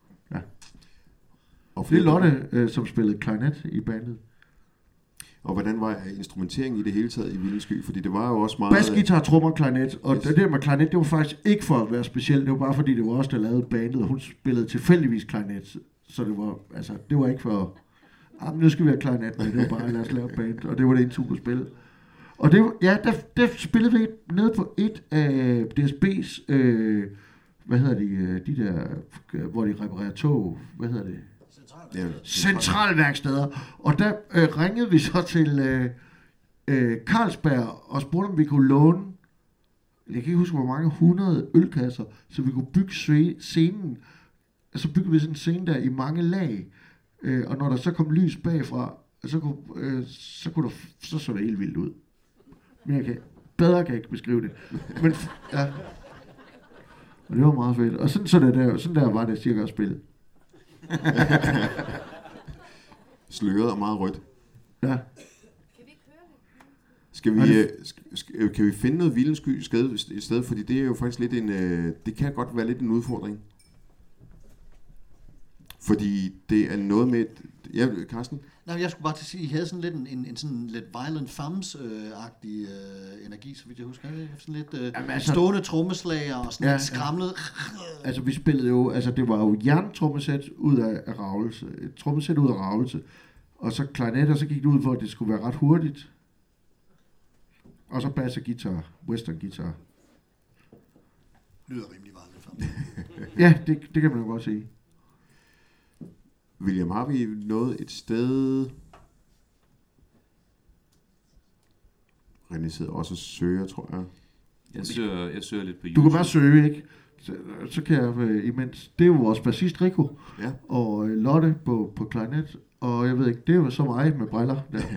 Og det er Lotte, som spillede klarinet i bandet. Og hvordan var instrumenteringen i det hele taget i Vildensky? Fordi det var jo også meget... Basgitar, trommer, klarinet. Og det der med klarinet, det var faktisk ikke for at være specielt. Det var bare fordi, det var også der lavede bandet, og hun spillede tilfældigvis klarinet. Så det var ikke for... nu skal vi have klarinet, men det var bare, lad os lave band. Og det var det en super spil. Og det var, der spillede vi nede på et af DSB's... hvad hedder de der, hvor de reparerer tog? Hvad hedder det? Centralværksteder. Og der ringede vi så til Carlsberg og spurgte, om vi kunne låne, jeg kan ikke huske, hvor mange 100 ølkasser, så vi kunne bygge scenen. Og så byggede vi sådan en scene der i mange lag. Og når der så kom lys bagfra, så så det helt vildt ud. Men bedre kan jeg ikke beskrive det. Men ja. Og det var meget fedt. Og sådan der var det cirka at spille. Sløret og meget rødt. Ja. Kan vi finde noget Vildensky i stedet? Fordi det er jo faktisk lidt det kan godt være lidt en udfordring. Fordi det er noget med... Ja, Carsten? Nej, jeg skulle bare til at sige, at I havde sådan lidt en sådan lidt Violent Femmes-agtig energi, så vidt jeg husker. Sådan lidt stående trommeslager og sådan lidt skramlet. Altså vi spillede jo, det var jo jerntrommesæt ud af Ravelse, et trommesæt ud af Ravelse, og så klarinet, og så gik det ud for, at det skulle være ret hurtigt. Og så bass og guitar, western guitar. Lyder rimelig Violent Femmes. Ja, det kan man jo godt sige. William, har vi noget et sted... René sidder også og søger, tror jeg. Jeg søger lidt på YouTube. Du kan bare søge, ikke? Så kan jeg imens... Det er jo vores bassist Rico, og Lotte på klarinet, og jeg ved ikke, det er jo så mig med briller.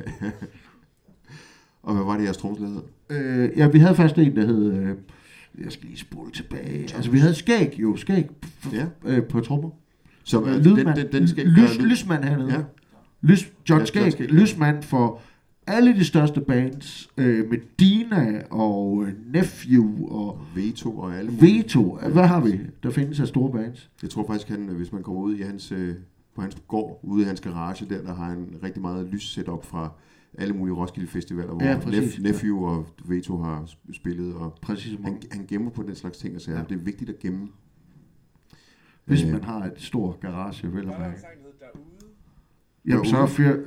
Og hvad var det, jeres trommeslager hed? Ja, vi havde faktisk en, der hed... jeg skal lige spole tilbage. Altså, vi havde skæg på trommer. Så Lysmand hernede. Ja. John Skæg, lysmand for alle de største bands, Medina og Nephew og Veto og alle mulige. Veto, hvad har vi? Der findes af store bands. Jeg tror faktisk, hvis man kommer ud i på hans gård, ude i hans garage, der har han rigtig meget lys setup fra alle mulige Roskilde Festivaler, hvor Nephew og Veto har spillet, og han gemmer på den slags ting, og så det er vigtigt at gemme. Hvis man har et stort garage, vel og mærke. Jamen så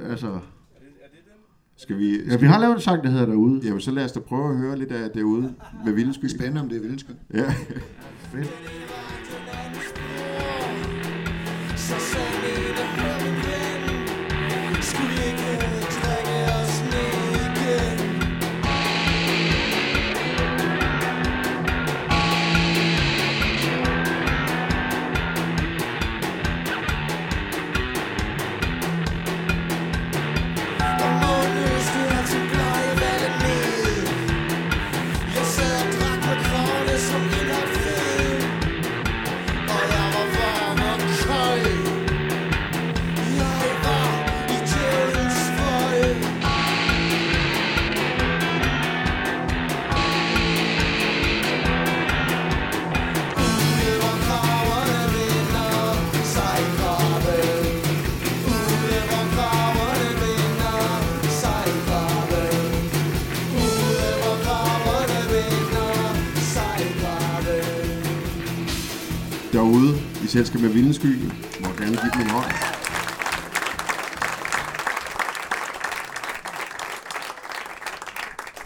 skal vi... Ja, vi har lavet en sang, der hedder Derude. Jamen så lad os da prøve at høre lidt af Derude med Vildensky. Spændende om det er Vildensky. Ja. Fedt. Derude i selskab med Vildensky, må jeg gerne give dem en hånd.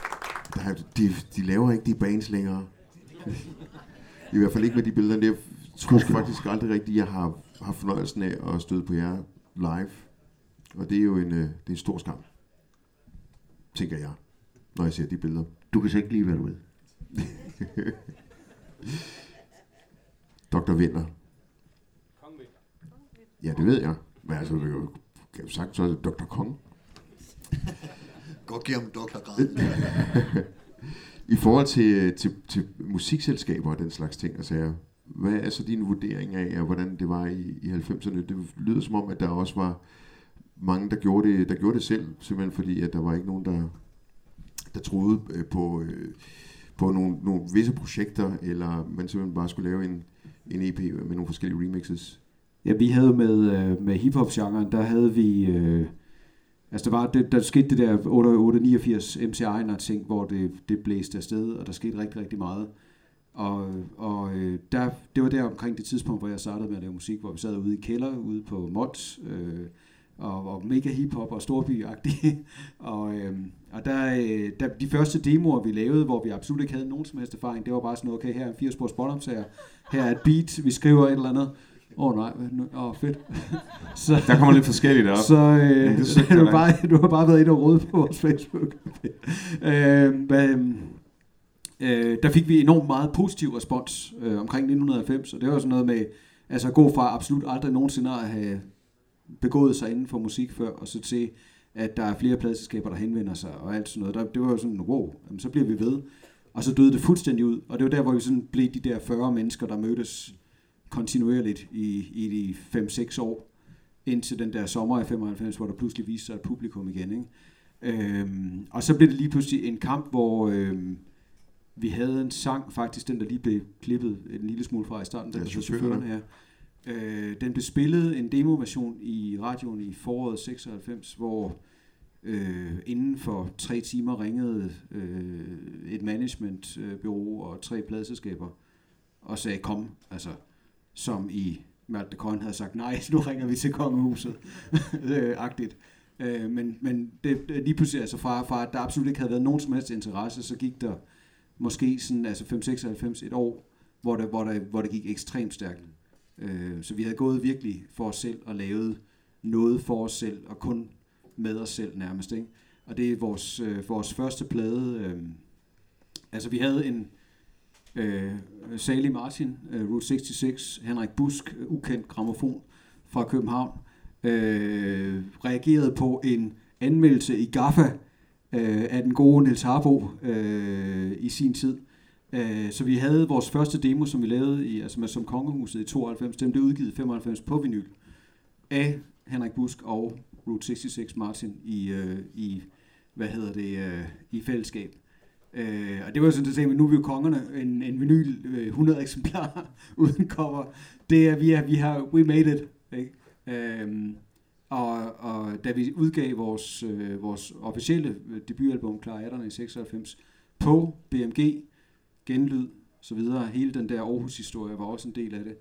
De laver ikke de bands længere. I hvert fald ikke med de billeder. tror faktisk aldrig rigtigt, jeg har haft fornøjelsen af at støde på jer live. Og det er jo det er en stor skam, tænker jeg, når jeg ser de billeder. Du kan så ikke lige være ude. Dr. Vinder. Kong Vinder. Ja, det ved jeg. Men altså, kan du sagt, så er det Dr. Kong. Godt give ham doktorgraden. I forhold til musikselskaber og den slags ting, altså, hvad er så din vurdering af, hvordan det var i 90'erne? Det lyder som om, at der også var mange, der gjorde det selv, simpelthen fordi, at der var ikke nogen, der troede på nogle visse projekter, eller man simpelthen bare skulle lave en EP med nogle forskellige remixes. Ja, vi havde med hiphop-genren, der havde vi... der skete det der 89 MC Ejner ting, hvor det blæste afsted, og der skete rigtig, rigtig meget. Og det var der omkring det tidspunkt, hvor jeg startede med at lave musik, hvor vi sad ude i kælder, ude på Mods, og mega hiphop og storby-agtige. Og der de første demoer, vi lavede, hvor vi absolut ikke havde nogen som helst erfaring, det var bare sådan noget, okay, her er en 4-spors båndoptager, her er et beat, vi skriver et eller andet. Nej, fedt. Så, der kommer lidt forskelligt op. Så du har bare været inde og råde på vores Facebook. Der fik vi enormt meget positiv respons omkring 1990, og det var sådan noget med, altså at gå fra absolut aldrig nogensinde at have begået sig inden for musik før, og så til, at der er flere pladeselskaber, der henvender sig, og alt sådan noget. Det var jo sådan, wow, så bliver vi ved. Og så døde det fuldstændig ud, og det var der, hvor vi sådan blev de der 40 mennesker, der mødtes kontinuerligt i de 5-6 år, indtil den der sommer i 95, hvor der pludselig viste sig et publikum igen. Ikke? Og så blev det lige pludselig en kamp, hvor vi havde en sang, faktisk den, der lige blev klippet en lille smule fra i starten, den der chaufførerne her. Den blev spillet en demoversion i radioen i foråret 96, hvor inden for 3 timer ringede et managementbureau og 3 pladeselskaber og sagde kom, altså som i Malte Coyne havde sagt nej, nu ringer vi til kongehuset agtigt. Men det lige pludselig, altså fra at der absolut ikke havde været nogen som helst interesse, så gik der måske sådan, altså 5-96 et år, hvor det gik ekstremt stærkt. Så vi havde gået virkelig for os selv og lavet noget for os selv, og kun med os selv nærmest, ikke? Og det er vores første plade. Altså vi havde en Sally Martin, Route 66, Henrik Busk, ukendt grammofon fra København, reagerede på en anmeldelse i Gaffa af den gode Niels Harbo i sin tid. Så vi havde vores første demo, som vi lavede som Kongehuset i 92, den blev udgivet i 95 på vinyl af Henrik Busk og Route 66 Martin i fællesskab. Og det var sådan, at nu er vi jo kongerne, en vinyl 100 eksemplarer uden cover. Det er, we made it. Ikke? Og da vi udgav vores officielle debutalbum, Klar 18'erne i 96, på BMG, Genlyd, så videre, hele den der Aarhus-historie var også en del af det.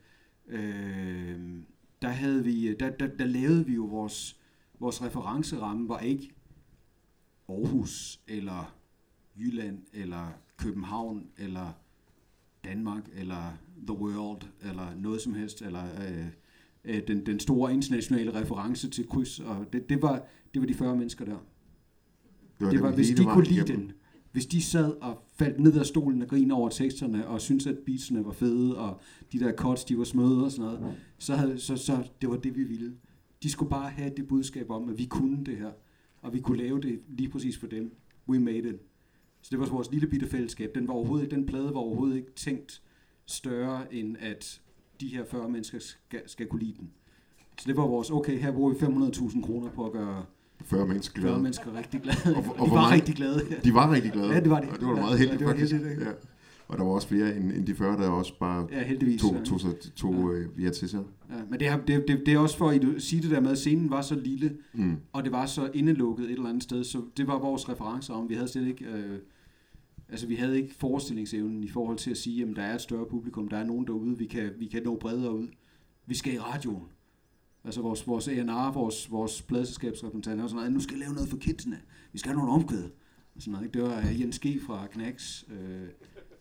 Der lavede vi jo vores referenceramme, var ikke Aarhus, eller Jylland, eller København, eller Danmark, eller The World, eller noget som helst, eller den store internationale reference til kryds, og det var de 40 mennesker der. Det var, hvis de kunne lide den, hvis de sad og faldt ned af stolen og grinede over teksterne, og syntes, at beatsene var fede, og de der cuts, de var smøde og sådan noget, så det var det, vi ville. De skulle bare have det budskab om, at vi kunne det her, og vi kunne lave det lige præcis for dem. We made it. Så det var vores lille bitte fællesskab. Den plade var overhovedet ikke tænkt større, end at de her 40 mennesker skal kunne lide den. Så det var vores, okay, her bruger vi 500.000 kroner på at gøre 40 mennesker rigtig glade. Og de var rigtig glade. De var rigtig glade. Ja, det var de. Og det var meget heldigt, faktisk. Heldigt, ja. Og der var også flere end de 40, der også bare tog via til sig. Ja, men det er også for at sige det der med, at scenen var så lille, og det var så indelukket et eller andet sted, så det var vores referencer om. Vi havde slet ikke... vi havde ikke forestillingsevnen i forhold til at sige, at der er et større publikum, der er nogen derude, vi kan nå bredere ud. Vi skal i radioen. Altså vores A&R, vores pladselskabsrepræsentanter, og sådan noget, nu skal jeg lave noget for kidsene. Vi skal have nogle omkvæd. Og sådan noget, ikke? Det var Jens G. fra Knacks,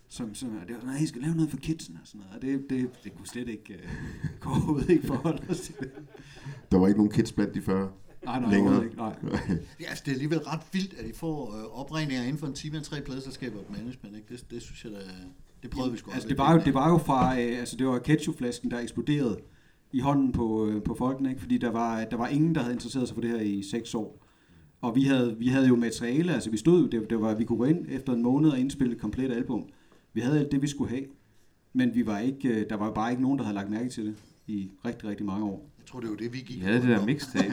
som det var, nej, I skal lave noget for kidsen og sådan noget. Og det kunne slet ikke, kunne overhovedet ikke forholde os til det. Der var ikke nogen kids blandt de 40 længere? Ikke, nej. Ja, altså, det er alligevel ret vildt, at I får opregninger inden for en time af 3 pladselskaber på management, ikke? Det synes jeg da, det prøvede vi sgu. Altså, det var jo fra, det var ketchupflasken, der eksploderede i hånden på folkene, ikke? Fordi der var ingen, der havde interesseret sig for det her i 6 år. Og vi havde jo materiale, altså vi stod jo, vi kunne gå ind efter en måned og indspille et komplet album. Vi havde alt det, vi skulle have, men der var bare ikke nogen, der havde lagt mærke til det i rigtig, rigtig mange år. Jeg tror, det var det, vi gik. Vi havde det der mixtape.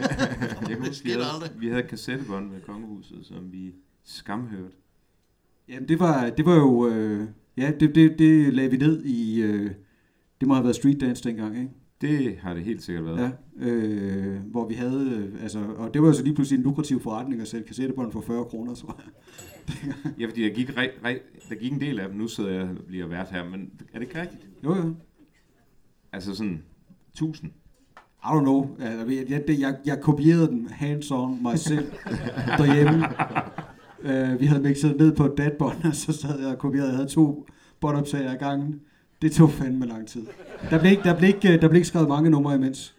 Vi havde kassettebånd med Kongehuset, som vi skamhørte. Jamen det var jo, det lagde vi ned i, det må have været street dance dengang, ikke? Det har det helt sikkert været. Ja, hvor vi havde, og det var jo så lige pludselig en lukrativ forretning at sælge kassettebånd for 40 kroner, tror jeg. Ja, fordi der gik en del af dem, nu sidder jeg og bliver vært her, men er det ikke rigtigt? Jo. Altså sådan 1000? I don't know. Jeg kopierede den hands-on mig selv derhjemme. Vi havde mixet ned på et datbånd, og så sad jeg og kopierede. Jeg havde 2 båndoptager ad gangen. Det tog fandme lang tid. Der blev ikke skrevet mange numre imens.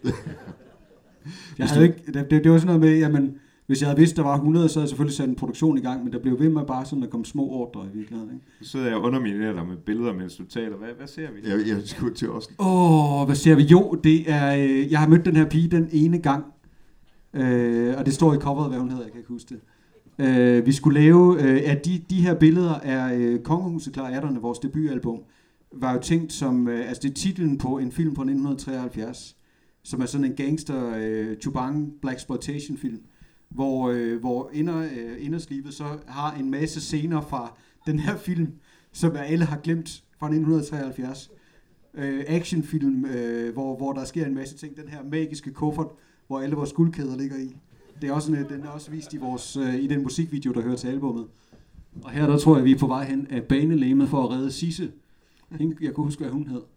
Jeg havde ikke, det var sådan noget med, jamen, hvis jeg havde vidst, der var 100, så havde jeg selvfølgelig sat en produktion i gang, men der blev ved med bare sådan, at komme små ordre i virkeligheden. Ikke? Så sidder jeg og underminerer dig med billeder, mens du taler. Hvad ser vi? Jeg skulle til også. Hvad ser vi? Jo, det er, jeg har mødt den her pige den ene gang, og det står i coveret, hvad hun hedder, jeg kan ikke huske det. Vi skulle lave, at de her billeder er Kongehuset Klar Ærterne, vores debutalbum, var jo tænkt som, det er titlen på en film fra 1973, som er sådan en gangster Chubang blaxploitation film, hvor inderskibet så har en masse scener fra den her film, som alle har glemt fra 1973. Actionfilm, hvor der sker en masse ting. Den her magiske kuffert, hvor alle vores guldkæder ligger i. Det er også den er også vist i den musikvideo, der hører til albummet. Og her der tror jeg, vi er på vej hen af banelæmet for at redde Sisse. Jeg kunne huske, hvad hun hed.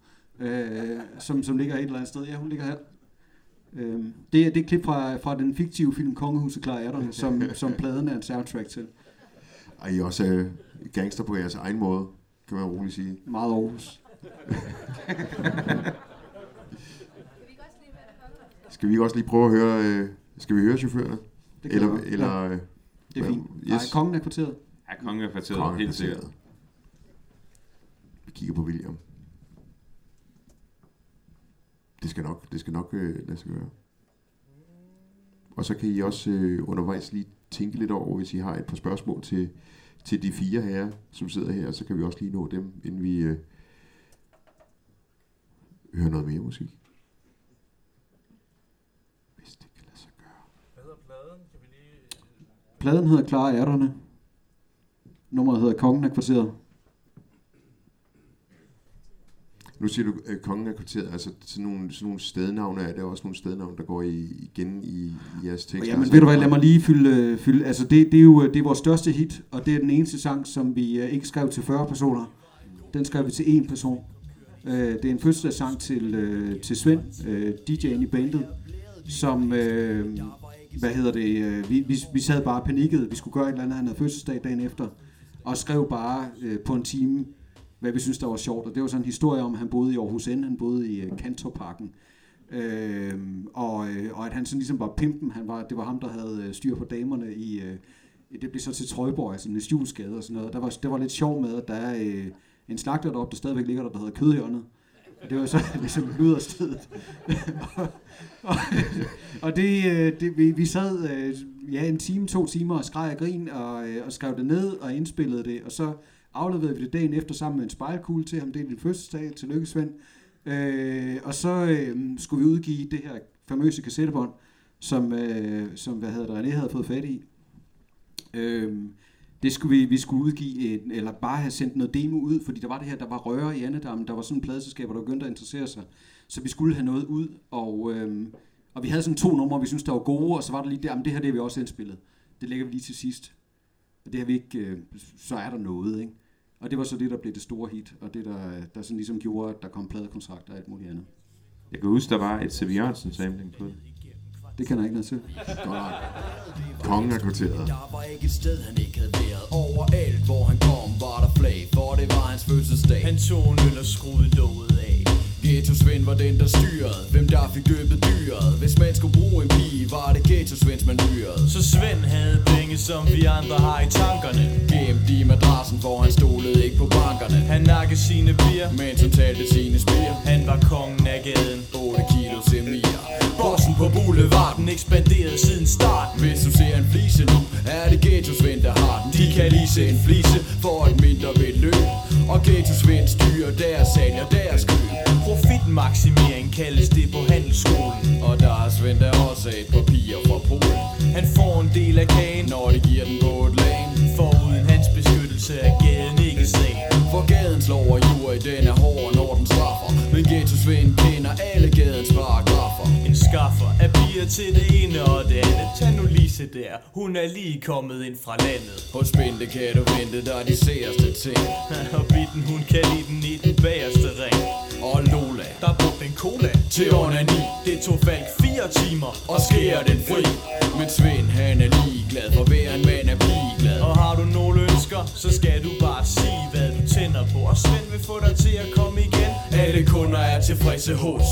Som ligger et eller andet sted. Ja, hun ligger her. Det er et klip fra den fiktive film Kongehuset Klar Ærterne, som pladen er en soundtrack til. Og I er også gangster på jeres egen måde, kan man roligt sige. Meget Aarhus. Skal vi også lige prøve at høre, skal vi høre chaufførerne? Det kan eller det er fint. Yes. Nej, kongen er kvarteret. Ja, kongen er kvarteret, helt sikkert. Vi kigger på William. Det skal nok lade sig gøre. Og så kan I også undervejs lige tænke lidt over, hvis I har et par spørgsmål til de 4 herrer, som sidder her, så kan vi også lige nå dem, inden vi hører noget mere musik. Hvis det kan lade sig gøre. Hvad hedder pladen? Kan vi lige... Pladen hedder Klar Ærterne. Nummeret hedder Kongen er kvarteret. Nu siger du, kongen er kvarteret, altså sådan nogle stednavne, er der også nogle stednavne, der går igen i jeres tekster? Ja, men ved du hvad, lad mig lige fylde altså det er vores største hit, og det er den eneste sang, som vi ikke skrev til 40 personer. Den skrev vi til 1 person. Det er en fødselsdagssang til Svend, DJ'en i bandet, som, vi sad bare panikket, vi skulle gøre et eller andet, han havde fødselsdag dagen efter, og skrev bare på en time, hvad vi synes, der var sjovt. Og det var sådan en historie om, at han boede i Aarhus N, han boede i Kantorparken. Og at han sådan ligesom var pimpen, det var ham, der havde styr på damerne i, det blev så til Trøjborg, altså en Stjulsgade og sådan noget. Der var lidt sjov med, at der er en slagter deroppe, der stadigvæk ligger der hedder Kødhjørnet. Det var så ligesom luderstedet. og vi sad en time, 2 timer og skreg og grin og skrev det ned og indspillede det, og så afleverede vi det dagen efter sammen med en spejlkugle til ham. Det er din fødselsdag. Tillykke, Svend. Og så skulle vi udgive det her famøse kassettebånd, som René havde fået fat i. Det skulle vi skulle udgive, eller bare have sendt noget demo ud, fordi der var det her, der var røre i Annedam, der var sådan en pladeselskaber, der begyndte at interessere sig. Så vi skulle have noget ud, og vi havde sådan 2 numre, vi synes der var gode, og så var der lige det her det har vi også indspillet. Det lægger vi lige til sidst. Og det har vi ikke, så er der noget, ikke? Og det var så det, der blev det store hit, og det, der sådan ligesom gjorde, at der kom pladekontrakter og alt muligt andet. Jeg kan huske, der var et C.V. Jørgensen samling på det. Det kan jeg ikke noget til. Godt. Kongen er kvarteret. Der var ikke et sted, han ikke havde været. Overalt, hvor han kom, var der flag, for det var hans fødselsdag. Han tog en øl og skruede låget af. Ghetto Svend var den der styrede, hvem der fik døbet dyret. Hvis man skulle bruge en pige, var det Ghetto Svends man hyrede. Så Svend havde penge, som vi andre har i tankerne. Gemt i madrassen, for han stolede ikke på bankerne. Han nakkede sine bier, mens han talte sine spir. Han var kongen af gaden. 8 kilo semir. Bossen på boulevarden ekspanderede siden starten. Hvis du ser en flise nu, er det Ghetto Svend der har den. De kan lige se en flise for et mindre beløb. Og Ghetto Svend styrer deres salg og deres køb. Profitmaksimering kaldes det på handelsskolen. Og der er Svend der også et papir fra Polen. Han får en del af kagen, når de giver den på et lag. Foruden hans beskyttelse er gaden ikke sagen. For gadens lov og jure, den er hård, når den straffer. Men Ghetto Svend kender alle gadens paragrafer. En skaffer af bier til det ene og det andet. Tag nu Lise der, hun er lige kommet ind fra landet. Hos Bente kan du vente, der er de særste ting. Og Bitten hun kan lide den i den bagerste ring. Og Lola, der brugte en cola til onani. Det tog Falk 4 timer og skærer den fri. Men Svend han er ligeglad, for hver en mand er pigeglad. Og har du nogle ønsker, så skal du bare sige hvad du tænder på. Og Svend vil få dig til at komme igen. Alle kunder er tilfredse hos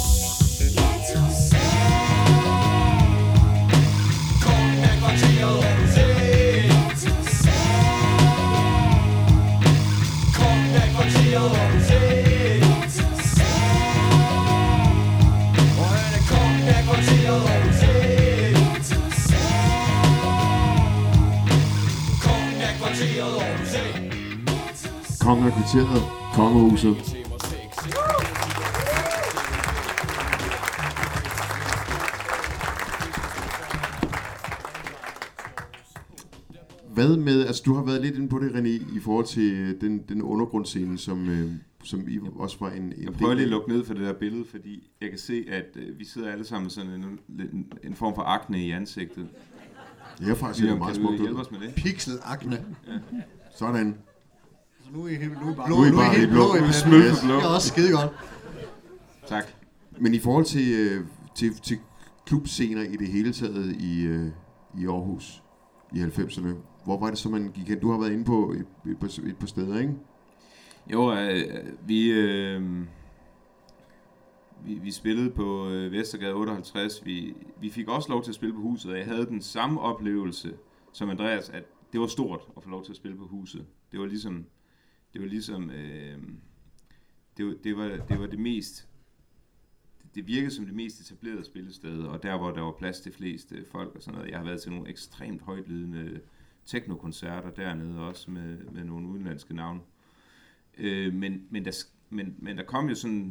kongen af kvarteret Aarhus. Kongen af kvarteret Aarhus. Kongen af kvarteret, kongehuset. Hvad med, altså du har været lidt inde på det, René, i forhold til den undergrundsscene, som I også var en jeg prøver lige at lukke ned for det der billede, fordi jeg kan se, at vi sidder alle sammen med sådan en form for akne i ansigtet. Det er faktisk meget smukt. Kan du hjælpe os med det? Pixel-akne. Ja. Sådan. Så nu er I helt blå. Nu er I bare helt blå. Det er også skide godt. Tak. Men i forhold til klubscener i det hele taget i Aarhus i 90'erne, hvor var det så, man gik hen? Du har været inde på et par steder, ikke? Jo, vi spillede på Vestergade 58. Vi fik også lov til at spille på Huset, og jeg havde den samme oplevelse som Andreas, at det var stort at få lov til at spille på Huset. Det var det mest. Det virkede som det mest etablerede spillested, og der hvor der var plads til flest folk og sådan noget. Jeg har været til nogle ekstremt højtlydende techno-koncerter dernede også med nogle udenlandske navne. Men der kom jo sådan.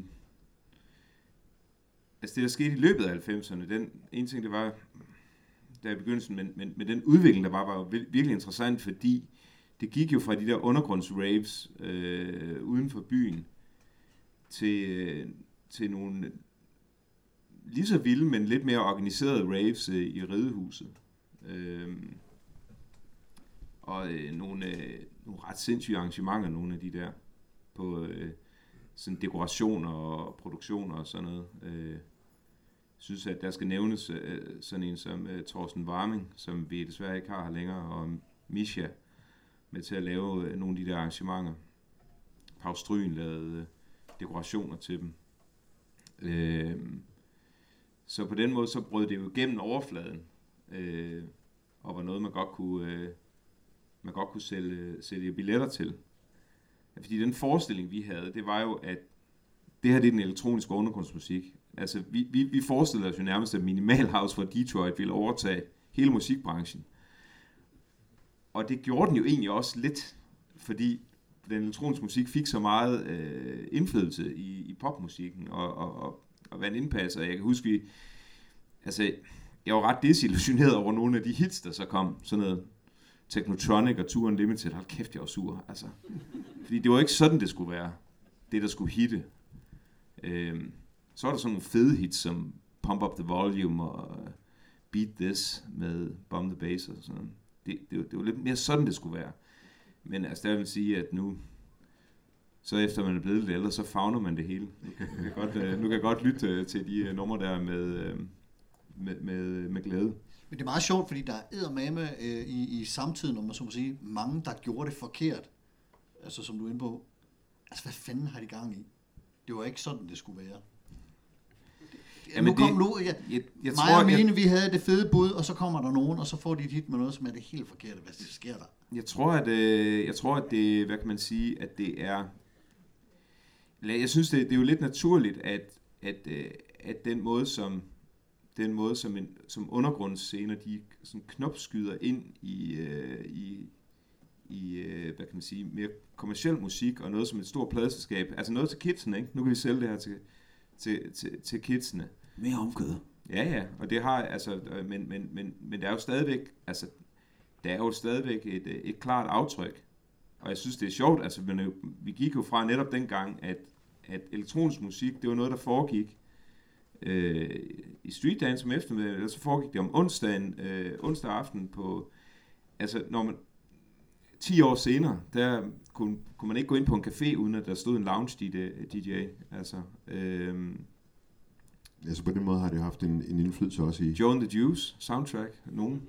Altså det der skete i løbet af 90'erne, den ene ting det var der i begyndelsen, men den udvikling der var jo virkelig interessant, fordi det gik jo fra de der undergrundsraves uden for byen til nogle lige så vilde, men lidt mere organiserede raves i Ridehuset. Og nogle ret sindssyge arrangementer, nogle af de der på sådan dekorationer og produktioner og sådan noget. Jeg synes, at der skal nævnes sådan en som Thorsten Warming, som vi desværre ikke har her længere, og Misha med til at lave nogle af de der arrangementer. Pau Stryen lavede dekorationer til dem. Så på den måde så brød det jo gennem overfladen, og var noget man godt kunne sælge billetter til. Fordi den forestilling vi havde, det var jo at det her det er den elektroniske undergrundsmusik. Altså vi forestillede os jo nærmest at Minimal House fra Detroit ville overtage hele musikbranchen. Og det gjorde den jo egentlig også lidt, fordi den elektroniske musik fik så meget indflydelse i popmusikken og var en indpasser. Jeg kan huske, jeg var ret desillusioneret over nogle af de hits, der så kom. Sådan noget Technotronic og Tour Unlimited. Hold kæft, jeg var sur. Altså. Fordi det var ikke sådan, det skulle være. Det, der skulle hitte. Så var der sådan nogle fede hits, som Pump Up The Volume og Beat This med Bomb The Bass og sådan. Det var lidt mere sådan, det skulle være. Men altså, der vil sige, at nu, så efter man er blevet lidt ældre, så favner man det hele. Nu kan jeg godt lytte til de numre der med glæde. Men det er meget sjovt, fordi der er eddermame i samtiden, om man så må sige, mange, der gjorde det forkert. altså som du er inde på, altså hvad fanden har de gang i? Det var ikke sådan, det skulle være. Jamen, nu kom Lo, jeg mig og mine, vi havde det fede bud, og så kommer der nogen, og så får de et hit med noget, som er det helt forkerte. Hvad sker der? Jeg tror, at det, hvad kan man sige, at det er... Jeg synes, det er jo lidt naturligt, at den måde, som undergrundsscener, de sådan knopskyder ind i hvad kan man sige, mere kommerciel musik, og noget som et stort pladeselskab. Altså noget til kidsene, ikke? Nu kan vi sælge det her til kidsene. Mere omkød. Ja, og det har, altså, men der er jo stadigvæk, altså, der er jo stadigvæk et klart aftryk. Og jeg synes, det er sjovt, altså, vi gik jo fra netop dengang, at elektronisk musik, det var noget, der foregik i street dance om eftermiddagen, eller så foregik det om onsdag aften på, altså, når man 10 år senere, der kunne man ikke gå ind på en café, uden at der stod en lounge DJ. Altså, altså på den måde har det haft en indflydelse også i... Joe and the Juice soundtrack, nogen.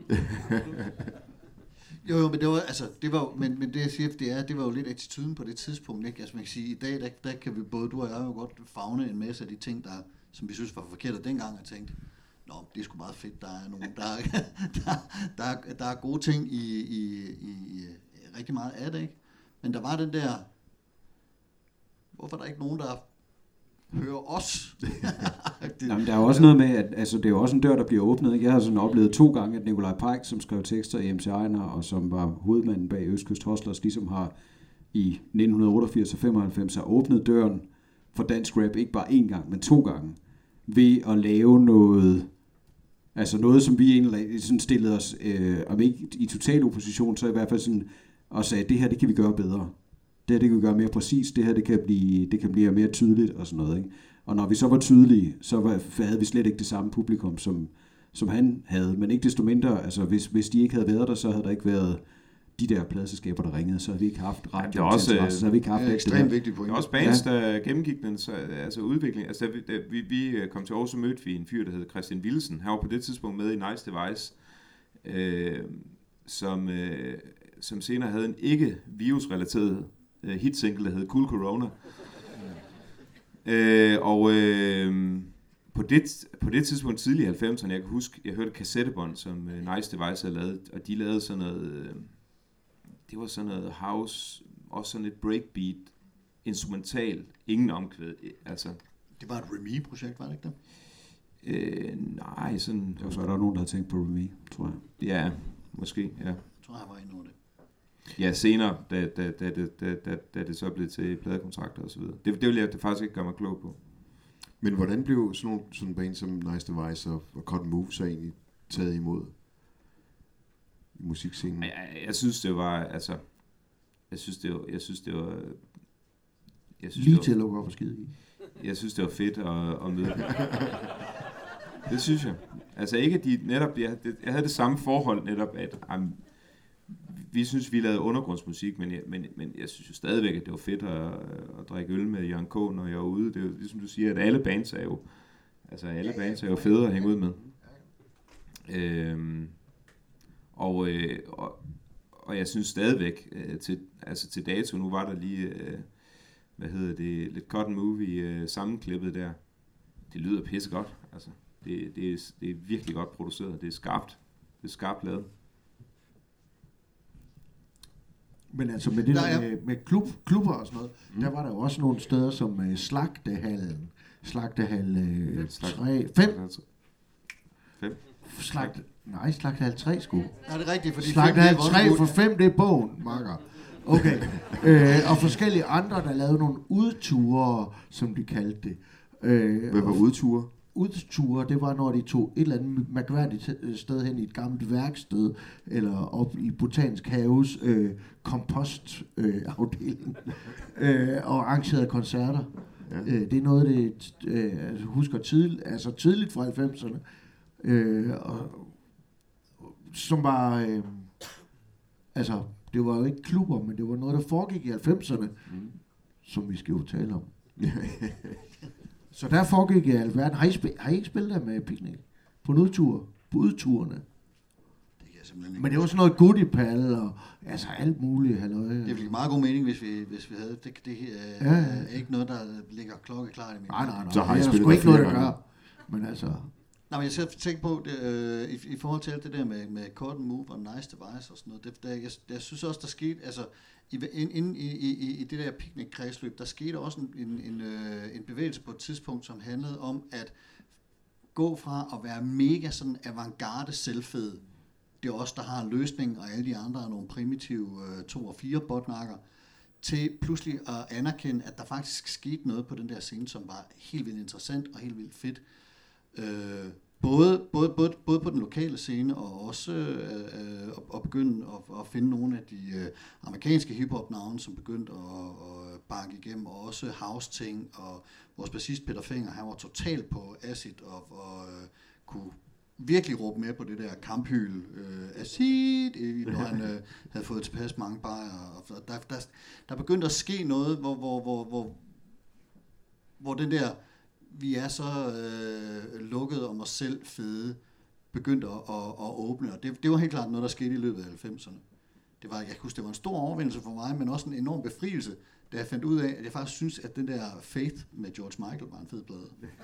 Jo, men det var, altså, det var, men det jeg siger, det var jo lidt attituden på det tidspunkt, ikke? Altså man kan sige, i dag, der kan vi både du og jeg jo godt favne en masse af de ting, som vi synes var forkerte dengang, og tænkte, nå, det er sgu meget fedt, der er nogen, der er gode ting i rigtig meget af det, ikke? Men der var den der, hvorfor er der ikke nogen, der hører os? Jamen, der er også noget med, at altså, det er jo også en dør, der bliver åbnet. Ikke? Jeg har sådan oplevet 2 gange, at Nikolaj Pike, som skrev tekster i MC Ejner, og som var hovedmanden bag Østkyst Hustlers, ligesom har i 1988 og 95 har åbnet døren for dansk rap, ikke bare 1 gang, men 2 gange, ved at lave noget, altså noget, som vi egentlig sådan stillede os, om ikke i total opposition, så i hvert fald sådan, og sagde, det her, det kan vi gøre bedre. Det kan vi gøre mere præcist, det her, det kan blive mere tydeligt og sådan noget, ikke? Og når vi så var tydelige, så havde vi slet ikke det samme publikum, som han havde, men ikke desto mindre, altså hvis de ikke havde været der, så havde der ikke været de der pladeselskaber, der ringede, så havde vi ikke haft ret til interesse, så havde vi ikke haft ekstremt vigtigt point. Der er også bands, der gennemgik den altså udvikling. Altså da vi kom til Aarhus, så mødte vi en fyr, der hed Christian Wilson. Han var på det tidspunkt med i Nice Device, som senere havde en ikke virusrelateret hitsingle, der hed Cool Corona. På det tidspunkt tidlig i 90'erne, jeg kan huske, jeg hørte kassettebånd, som Nice Device havde lavet, og de lavede sådan noget, det var sådan noget house, også sådan et breakbeat, instrumental, ingen omkvæd, altså. Det var et Remy-projekt, var det ikke det? Nej, sådan... Så er der nogen, der har tænkt på Remy, tror jeg. Ja, måske, ja. Jeg tror, jeg var inde over det. Ja, senere, da det så blev til pladekontrakter og så videre. Det vil jeg faktisk ikke gøre mig klog på. Men hvordan blev sådan en band som Nice Device og Cotton Move så egentlig taget imod i musikscenen? Jeg synes, det var, altså... Jeg synes, det var... Lige til at lukke op for skide i. Jeg synes, det var fedt at møde dem. Det synes jeg. Altså ikke, at de netop... Jeg havde det samme forhold netop, at... Vi synes, vi lavede undergrundsmusik, men jeg synes jo stadigvæk, at det var fedt at drikke øl med Jørgen K., når jeg var ude. Det er jo ligesom du siger, at alle bands er jo fede at hænge ud med. Og jeg synes stadigvæk, til dato, nu var der lige, lidt Cotton Movie sammenklippet der. Det lyder pisse godt. Altså, det er virkelig godt produceret. Det er skarpt. Det er skarpt lavet. Men altså med det med klubber og sådan noget, der var der jo også nogle steder som Slagtehallen, Slagtehal 3, 5. Slagtehal 3 sgu. Nej, det er rigtigt, fordi Slagtehal 3 for 5, det er bogen, makker. Okay. Og forskellige andre, der lavede nogle udture, som de kaldte det. Hvad var udture? Udture, det var, når de tog et eller andet mærkværdigt sted hen i et gammelt værksted, eller op i Botanisk Haves kompostafdeling, og arrangerede koncerter. Ja. Det er noget, det husker tidligt fra 90'erne, som var, det var jo ikke klubber, men det var noget, der foregik i 90'erne, som vi skal jo tale om. Så der foregik i alverden. Har I ikke spillet der med Picnic? På en udtur? På udturene? Det kan jeg simpelthen ikke. Men det var sådan noget goodiepal og altså alt muligt halløj. Det ville give meget god mening, hvis vi havde det her. Ja. Er ikke noget, der ligger klokkeklart i min. Nej. Så har jeg det er spillet sgu ikke noget, der flere gør. Men altså... Nej, men jeg skal tænke på, i forhold til alt det der med Cotton Move og Nice Device og sådan noget, jeg synes også, der skete, altså i det der picnic-kredsløb, der skete også en bevægelse på et tidspunkt, som handlede om at gå fra at være mega sådan avantgarde selvfed, det er os, der har løsningen, og alle de andre er nogle primitive 2 og 4 botnakker, til pludselig at anerkende, at der faktisk skete noget på den der scene, som var helt vildt interessant og helt vildt fedt. Både på den lokale scene og også at begynde at finde nogle af de amerikanske hiphop-navne, som begyndte at banke igennem, og også house-ting, og vores bassist Peter Fenger, han var totalt på acid og kunne virkelig råbe med på det der kamphyl acid, når han havde fået tilpas mange bajer. Der begyndte at ske noget, hvor den der vi er så lukket om os selv fede, begyndte at åbne, og det var helt klart noget, der skete i løbet af 90'erne. Jeg kan huske, det var en stor overvindelse for mig, men også en enorm befrielse, da jeg fandt ud af, at jeg faktisk synes, at den der Faith med George Michael var en fed plade.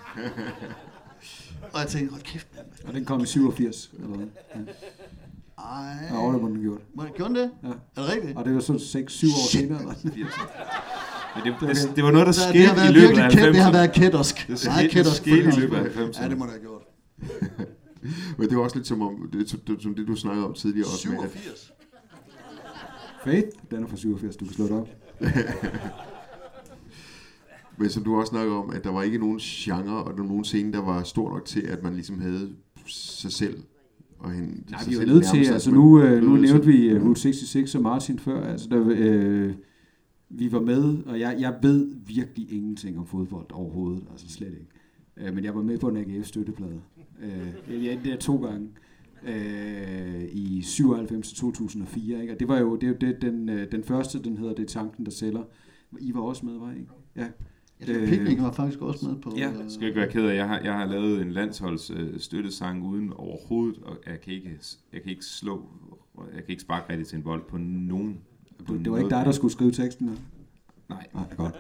Og jeg tænkte, hold kæft, mand. Og den kom i 87, eller hvad? Ej. Ja, det må den gjort. Gjorde den det? Ja. Er det rigtigt? Og det var sådan 6-7 år senere, eller? Men det var noget, der skete i løbet af 90'erne. Det har været kættersk. Det skete i løbet af 90'erne. Ja, det må det have gjort. Men det var også lidt som det du snakkede om tidligere. 87. Faith, den er fra 87, du kan slå det op. Men som du også snakkede om, at der var ikke nogen genre og nogen scene, der var stor nok til, at man ligesom havde sig selv. Og nej, vi var nødt til, altså nu nævnte vi Route 66 og Martin før, altså der, vi var med, og jeg ved virkelig ingenting om fodbold overhovedet, altså slet ikke. Men jeg var med på en AGF støtteplade. Det er 2 gange. I 97-2004, ikke? Og det var jo den første, den hedder Det Tanken, der sælger. I var også med, var I ikke? Ja. Picnic var faktisk også med på... Ja, skal ikke være ked af. Jeg har lavet en landsholds støttesang uden overhovedet, og jeg kan ikke sparke rigtigt til en bold på nogen. Det var ikke dig, der skulle skrive teksten, med? Nej. Nej, godt.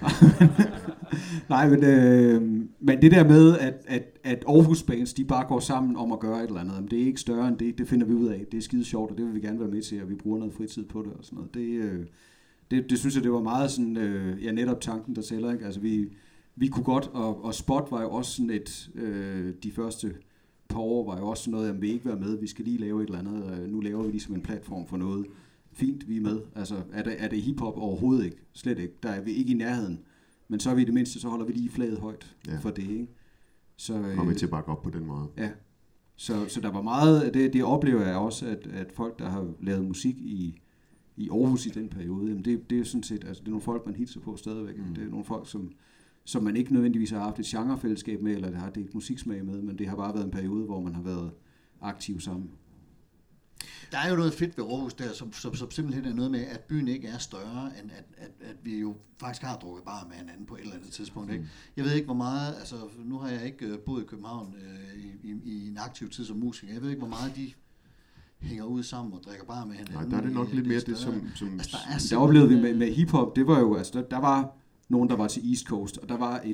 Nej, men det der med, at Aarhus Bands, de bare går sammen om at gøre et eller andet, det er ikke større end det finder vi ud af. Det er skide sjovt, og det vil vi gerne være med til, og vi bruger noget fritid på det og sådan noget. Det synes jeg, det var meget sådan, netop tanken, der sælger, ikke? Altså vi kunne godt, og Spot var jo også sådan de første par år var jo også sådan noget, at vi ikke være med, vi skal lige lave et eller andet, nu laver vi ligesom en platform for noget. Fint, vi er med. Altså, er det hiphop overhovedet ikke? Slet ikke. Der er vi ikke i nærheden. Men så er vi i det mindste, så holder vi lige flaget højt for det, ikke? Så, og vi til at bakke op på den måde. Ja. Så der var meget, det oplever jeg også, at folk, der har lavet musik i Aarhus i den periode, jamen det er sådan set, altså det er nogle folk, man hilser på stadigvæk. Det er nogle folk, som man ikke nødvendigvis har haft et genrefællesskab med, eller har delt musiksmag med, men det har bare været en periode, hvor man har været aktiv sammen. Der er jo noget fedt ved Aarhus der, som simpelthen er noget med, at byen ikke er større, end at vi jo faktisk har drukket bare med hinanden på et eller andet tidspunkt. Ikke? Jeg ved ikke, hvor meget, altså nu har jeg ikke boet i København i en aktiv tid som musiker, jeg ved ikke, hvor meget de hænger ud sammen og drikker bare med hinanden. Nej, der er det nok lidt mere det, som altså, der oplevede vi med hiphop, det var jo, altså der var nogen, der var til East Coast, og der var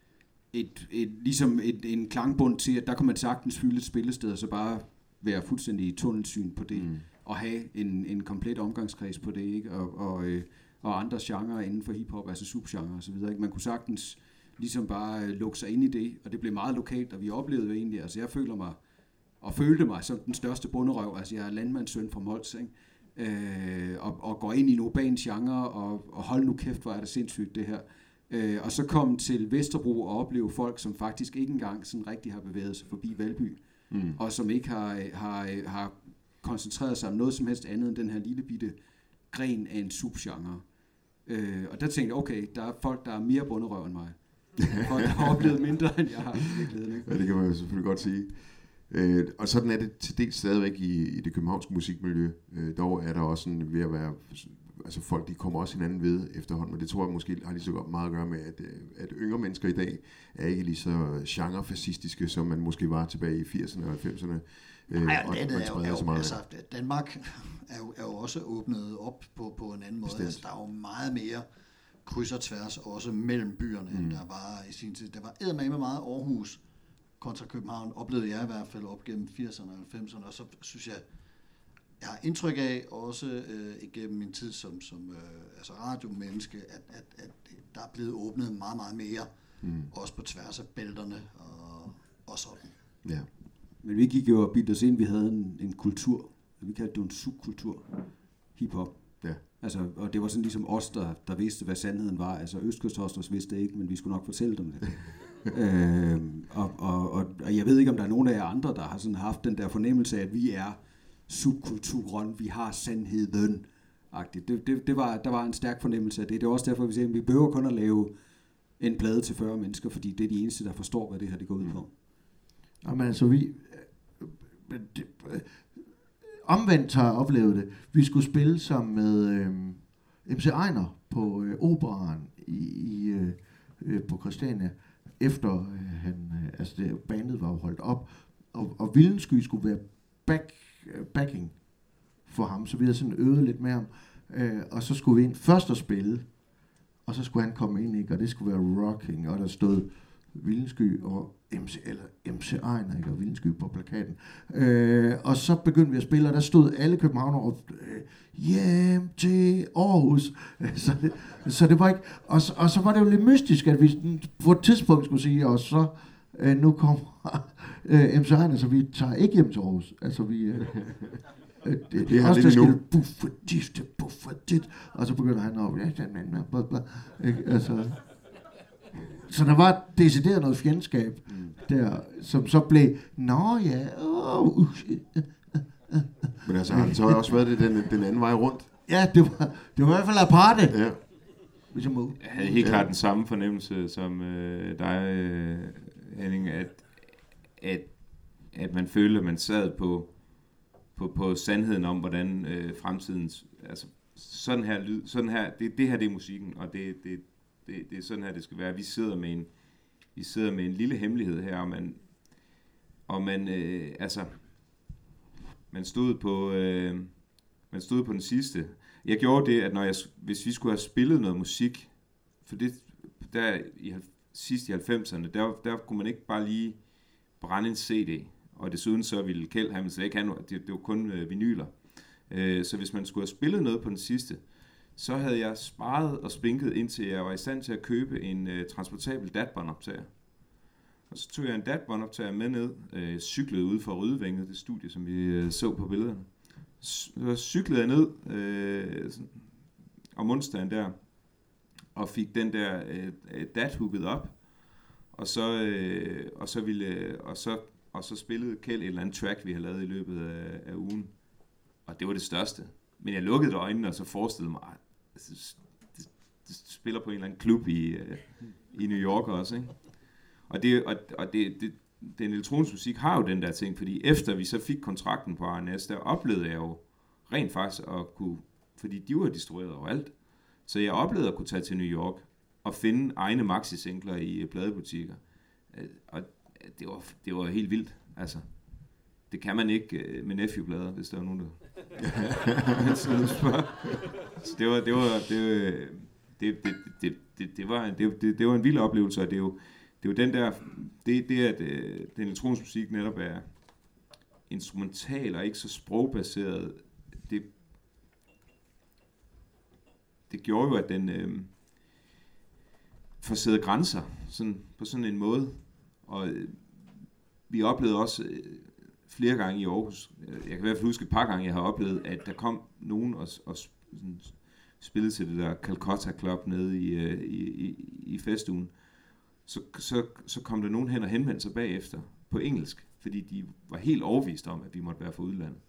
ligesom en klangbund til, at der kunne man sagtens fylde et spillested, og så bare være fuldstændig i tunnelsyn på det, og have en komplet omgangskreds på det, ikke? Og andre genrer inden for hiphop, altså subgenre og så videre, ikke? Man kunne sagtens ligesom bare lukke sig ind i det, og det blev meget lokalt, og vi oplevede jo egentlig, altså jeg følte mig som den største bunderøv, altså jeg er landmandssøn fra Mols, ikke? Og går ind i en urban genre, og hold nu kæft, hvor er det sindssygt det her. Og så kom til Vesterbro og opleve folk, som faktisk ikke engang sådan rigtig har bevæget sig forbi Valby, og som ikke har koncentreret sig om noget som helst andet end den her lille bitte gren af en subgenre. Og der tænkte jeg, okay, der er folk, der er mere bunderøv end mig. Folk, der har oplevet mindre, end jeg har i virkeligheden. Ja, det kan man jo selvfølgelig godt sige. Og sådan er det til dels stadigvæk i det københavnske musikmiljø. Dog er der også sådan ved at være altså folk de kommer også hinanden ved efterhånden, og det tror jeg måske har lige så meget at gøre med, at yngre mennesker i dag er ikke lige så genrefascistiske, som man måske var tilbage i 80'erne og 90'erne. Altså, Danmark er jo også åbnet op på en anden måde. Altså, der er jo meget mere kryds og tværs også mellem byerne, end der var i sin tid. Der var eddermame meget Aarhus kontra København, oplevede jeg i hvert fald op gennem 80'erne og 90'erne, og så synes jeg har indtryk af, også igennem min tid som altså radiomenneske, at der er blevet åbnet meget, meget mere, også på tværs af bælterne og sådan. Ja. Men vi gik jo og bildte os ind, vi havde en kultur, vi kaldte det en subkultur, hiphop. Ja. Altså, og det var sådan ligesom os, der vidste, hvad sandheden var. Altså, Østkystosters vidste det ikke, men vi skulle nok fortælle dem det. Og jeg ved ikke, om der er nogen af jer andre, der har sådan haft den der fornemmelse af, at vi er subkulturen, vi har sandheden. Der var en stærk fornemmelse af det. Det er også derfor, vi siger, at vi behøver kun at lave en plade til 40 mennesker, fordi det er de eneste, der forstår, hvad det her det går ud på. Jamen altså, omvendt har jeg oplevet det. Vi skulle spille sammen med MC Ejner på Operaen på Christiania, efter bandet var holdt op, og Vildensky skulle være backing for ham, så vi havde sådan øvet lidt med ham, og så skulle vi ind først at spille, og så skulle han komme ind, ikke? Og det skulle være rocking, og der stod Vildensky og MC Ejner, ikke? Og Vildensky på plakaten. Og så begyndte vi at spille, og der stod alle københavnere og hjem til Aarhus. Så det var ikke... Og så var det jo lidt mystisk, at vi på et tidspunkt skulle sige, og så nu kommer MC Ejner, så vi tager ikke hjem til Aarhus. Altså vi... det er også der skal bufferdit, og så begynder han at... Altså... Så der var decideret noget fjendskab der, som så blev, nå ja, Men altså, har det så også været det den anden vej rundt? Ja, det var i hvert fald aparte. Ja. Jeg havde helt klart den samme fornemmelse som dig, Henning, at man følte, at man sad på sandheden om, hvordan fremtidens, altså sådan her lyd, sådan her, det her det er musikken, og det er sådan her, det skal være. Vi sidder med en lille hemmelighed her, og man stod på den sidste. Jeg gjorde det, at hvis vi skulle have spillet noget musik, for det der sidst i 90'erne, der kunne man ikke bare lige brænde en CD, og desuden så ville Kjeld have slet ikke det var kun vinyler. Så hvis man skulle have spillet noget på den sidste, så havde jeg sparet og spinket, indtil jeg var i stand til at købe en transportabel DAT-båndoptager. Og så tog jeg en DAT-båndoptager med ned, cyklede ud fra Rydevænget, det studie, som vi så på billederne. Så cyklede jeg ned om onsdagen der, og fik den der DAT hooket op, og så spillede Kjeld et eller andet track, vi havde lavet i løbet af ugen. Og det var det største. Men jeg lukkede øjnene, og så forestillede mig, at det spiller på en eller anden klub i New York også, ikke? Og den elektroniske musik har jo den der ting, fordi efter vi så fik kontrakten på RNS, der oplevede jeg jo rent faktisk at kunne, fordi de var distribueret overalt, så jeg oplevede at kunne tage til New York og finde egne maxi-singler i pladebutikker. Og det var helt vildt, altså. Det kan man ikke med Nephew-plader, hvis der er nogen, der... Så det var en vild oplevelse, og det er jo den der... Det at den elektroniske musik netop er instrumental og ikke så sprogbaseret, det gjorde jo, at den forsættede grænser på sådan en måde. Og vi oplevede også... flere gange i Aarhus. Jeg kan i hvert fald huske et par gange, jeg har oplevet, at der kom nogen og spillede til det der Calcutta Club nede i festugen. Så kom der nogen hen og henvendte sig bagefter på engelsk, fordi de var helt overbevist om, at vi måtte være fra udlandet.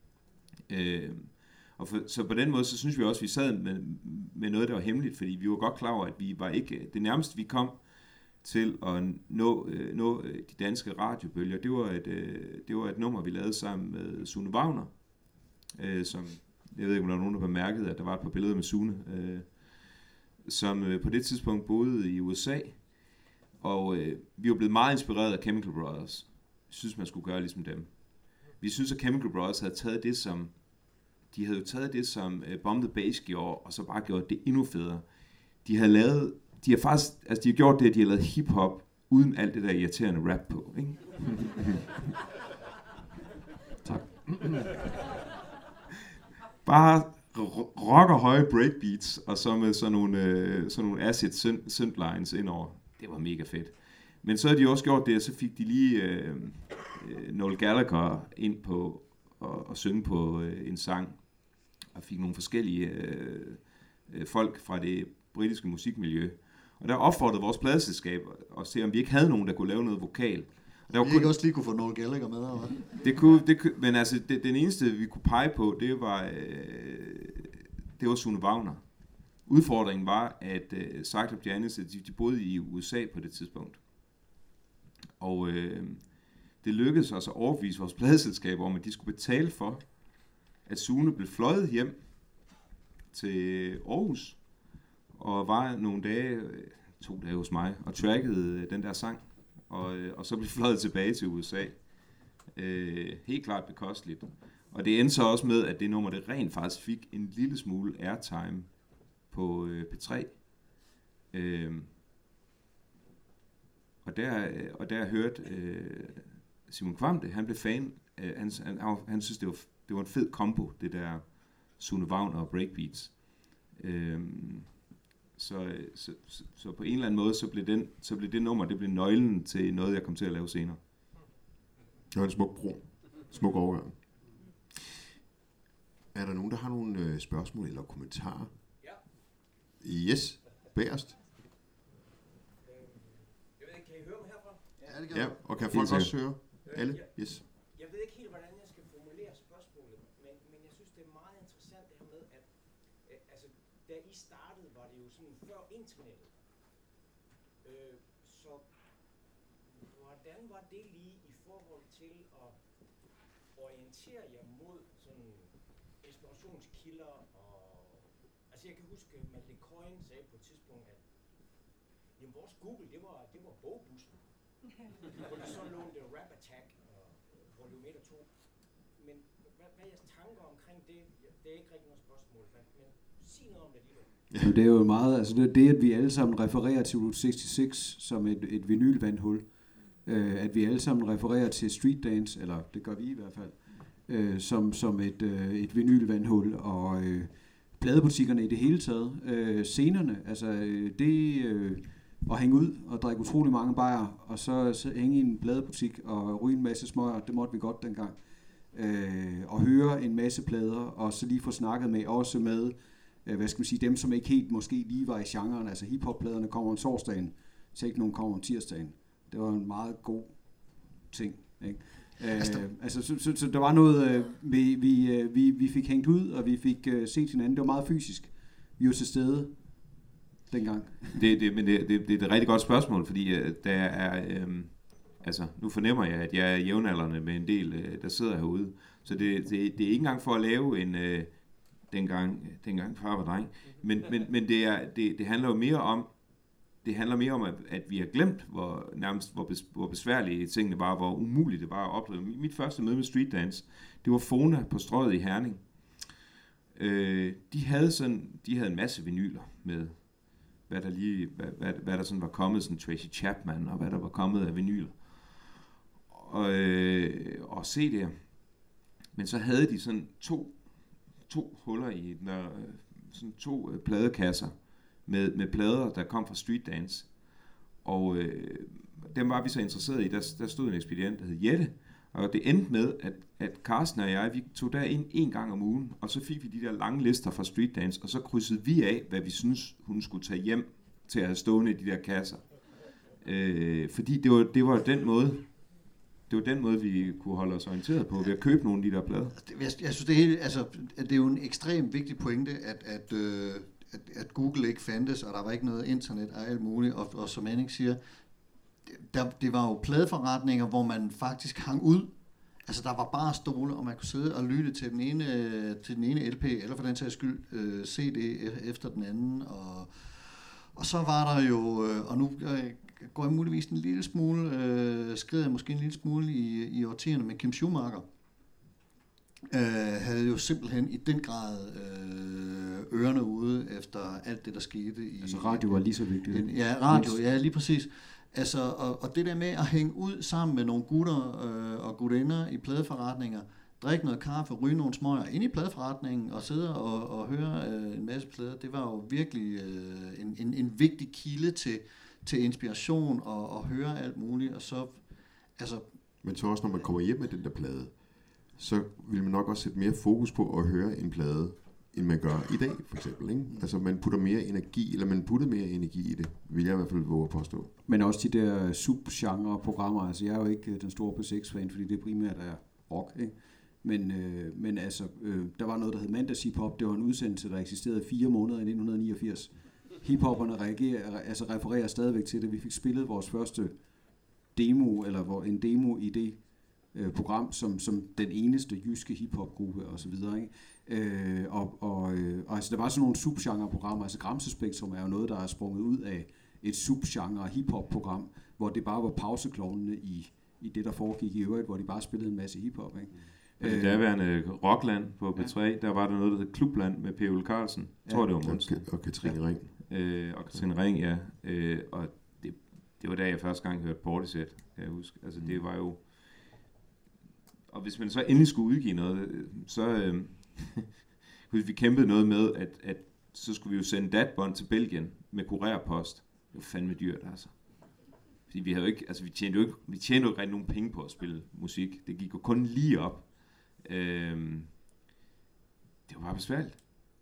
Så på den måde, så synes vi også, at vi sad med noget, der var hemmeligt, fordi vi var godt klar over, at vi var ikke... Det nærmeste, vi kom til at nå de danske radiobølger, det var et nummer, vi lavede sammen med Sune Wagner, som jeg ved ikke, om der var nogen, der bemærkede, at der var et par billeder med Sune, som på det tidspunkt boede i USA, og vi var blevet meget inspireret af Chemical Brothers. Vi synes, man skulle gøre ligesom dem. Vi synes, at Chemical Brothers havde taget det som, Bomb the Bass gjorde, og så bare gjort det endnu federe. De har gjort det, at de har lavet hip-hop, uden alt det der irriterende rap på, ikke? Tak. Bare rock og høje breakbeats, og så med sådan nogle acid synth-lines indover. Det var mega fedt. Men så havde de også gjort det, og så fik de lige Noel Gallagher ind på og synge på en sang, og fik nogle forskellige folk fra det britiske musikmiljø. Og der opfordrede vores pladeselskab at se, om vi ikke havde nogen, der kunne lave noget vokal. Og der var ikke også lige kunne få Noel Gallagher med, eller hvad? Men altså, den eneste, vi kunne pege på, det var Sune Wagner. Udfordringen var, at Cyclop Janis, de boede i USA på det tidspunkt. Og det lykkedes os at overbevise vores pladeselskab om, at de skulle betale for, at Sune blev fløjet hjem til Aarhus, og var nogle dage, 2 dage hos mig, og trackede den der sang, og så blev fløjet tilbage til USA. Helt klart bekosteligt. Og det endte så også med, at det nummer, det rent faktisk fik en lille smule airtime på P3. Og der hørte Simon Kvam det. Han blev fan. Han synes, det var en fed kombo, det der Sune Wagner og breakbeats. Så på en eller anden måde, så blev det nummer, det blev nøglen til noget, jeg kom til at lave senere. Det var en smuk bro. Smuk overgang. Er der nogen, der har nogle spørgsmål eller kommentarer? Ja. Yes, bagerst. Jeg ved ikke, kan I høre mig herfra? Ja, det kan Ja, og kan folk også høre? Alle? Yes. Jeg ved ikke helt, hvordan jeg skal formulere spørgsmålet, men jeg synes, det er meget interessant det her med, at altså, da I startede, var det jo sådan før internettet. Så hvordan var det lige i forhold til at orientere jer mod sådan inspirationskilder og... Altså jeg kan huske, at Madeleine Coyne sagde på et tidspunkt, at jamen, vores Google, det var bogbussen. Hvor de så lånte Rap Attack og Volumeter 2. Men hvad er jeres tanker omkring det? Det er ikke rigtig noget spørgsmål, men sig noget om det alligevel. Ja, det er jo meget, altså det at vi alle sammen refererer til Route 66 som et vinylvandhul, at vi alle sammen refererer til Street Dance, eller det gør vi i hvert fald, som et vinylvandhul, og pladebutikkerne i det hele taget, scenerne, altså at hænge ud og drikke utrolig mange bajer, og så hænge i en pladebutik og ryge en masse smøger, det måtte vi godt dengang, og høre en masse plader, og så lige få snakket med, også med, hvad skal man sige, dem som ikke helt måske lige var i genren, altså hiphop-pladerne kommer om torsdagen, technoen kommer om tirsdagen. Det var en meget god ting, ikke? Så der var noget, vi fik hængt ud, og vi fik set hinanden. Det var meget fysisk. Vi var til stede dengang. Det er et rigtig godt spørgsmål, fordi der er... altså, nu fornemmer jeg, at jeg er jævnaldrende med en del, der sidder herude. Så det er ikke engang for at lave en... dengang far var dreng. Men det handler jo mere om... Det handler mere om, at vi har glemt, hvor besværlige tingene var, hvor umuligt det var at opdrive. Mit første møde med Street Dance, det var Fona på Strøget i Herning. De havde en masse vinyler med, hvad der sådan var kommet, sådan Tracy Chapman, og hvad der var kommet af vinyler. Og CD'er. Men så havde de sådan to huller i den der, sådan 2 pladekasser, med plader, der kom fra Street Dance. Og dem var vi så interesserede i. Der stod en ekspedient, der hed Jette. Og det endte med, at Carsten og jeg, vi tog derind 1 gang om ugen, og så fik vi de der lange lister fra Street Dance, og så krydsede vi af, hvad vi synes hun skulle tage hjem til at have stående i de der kasser. Fordi det var den måde, vi kunne holde os orienteret på, ved at købe nogle af de der plader. Jeg synes, det er jo en ekstremt vigtig pointe, at Google ikke fandtes, og der var ikke noget internet og alt muligt, og som Henning siger, det var jo pladeforretninger, hvor man faktisk hang ud. Altså, der var bare stole, og man kunne sidde og lytte til den ene LP, eller for den sags skyld CD efter den anden. Og så var der jo, og nu går jeg muligvis en lille smule, skrider jeg måske en lille smule i årtierne, men Kim Schumacher havde jo simpelthen i den grad ørerne ude efter alt det, der skete. Altså radio var lige så vigtigt. Ja, radio, ja, lige præcis. Altså, og det der med at hænge ud sammen med nogle gutter og gutinder i pladeforretninger, drikke noget kaffe, ryge nogle smøger ind i pladeforretningen og sidde og høre en masse plader, det var jo virkelig en vigtig kilde til inspiration og høre alt muligt. Og så, altså, men så også, når man kommer hjem med den der plade, så vil man nok også sætte mere fokus på at høre en plade, end man gør i dag, for eksempel. Ikke? Altså, man putter mere energi, eller man putter mere energi i det, vil jeg i hvert fald våge at påstå. Men også de der subgenre-programmer, altså jeg er jo ikke den store P6-fan, fordi det primært er rock, ikke? Men altså, der var noget, der hed Mandags Hip-Hop, det var en udsendelse, der eksisterede 4 måneder i 1989. Hip-hopperne refererer stadigvæk til det. Vi fik spillet vores første demo, eller en demo i det program, som den eneste jyske hip-hop-gruppe og så videre, ikke? Altså der var sådan nogle subgenre-programmer, altså Gramsespektrum er jo noget, der er sprunget ud af et subgenre hip-hop-program, hvor det bare var pauseklovnene i det, der foregik i øvrigt, hvor de bare spillede en masse hip-hop, ikke? Det daværende Rockland på P3, der var der noget, der hed Klubland med P.O. Carlsen. Jeg tror, det var Monsen. Og Katrine Ring. Og Katrine Ring, ja. Og det var da jeg første gang hørte Portishead, kan jeg huske. Altså det var jo... Og hvis man så endelig skulle udgive noget, så... vi kæmpede noget med, at så skulle vi jo sende datbånd til Belgien med kurerpost. Det var fandme dyrt, altså. Fordi vi havde jo ikke, altså vi tjente jo ikke rigtig nogen penge på at spille musik. Det gik jo kun lige op. Det var bare besværligt.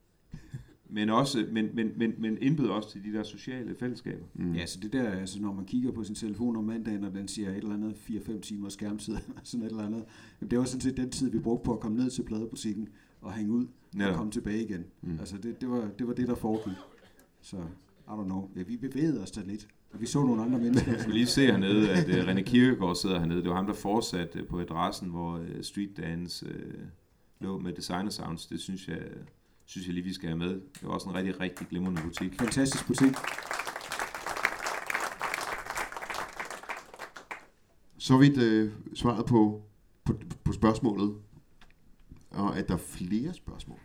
men indbød også til de der sociale fællesskaber. Ja, så det der, altså når man kigger på sin telefon om mandagen, og den siger et eller andet 4-5 timer skærmtid, sådan et eller andet. Det var sådan set den tid, vi brugte på at komme ned til pladebutikken og hænge ud og komme tilbage igen. Altså det var det, der foregik. Så, I don't know. Ja, vi bevægede os da lidt. Og vi så nogle andre mennesker. Jeg skal lige se hernede, at René Kirkegaard sidder hernede. Det var ham, der fortsatte på adressen, hvor Street Dance lå med Designer Sounds. Det synes jeg lige, vi skal have med. Det var også en rigtig, rigtig glimrende butik. Fantastisk butik. Så vidt svaret på spørgsmålet. Og at der er flere spørgsmål.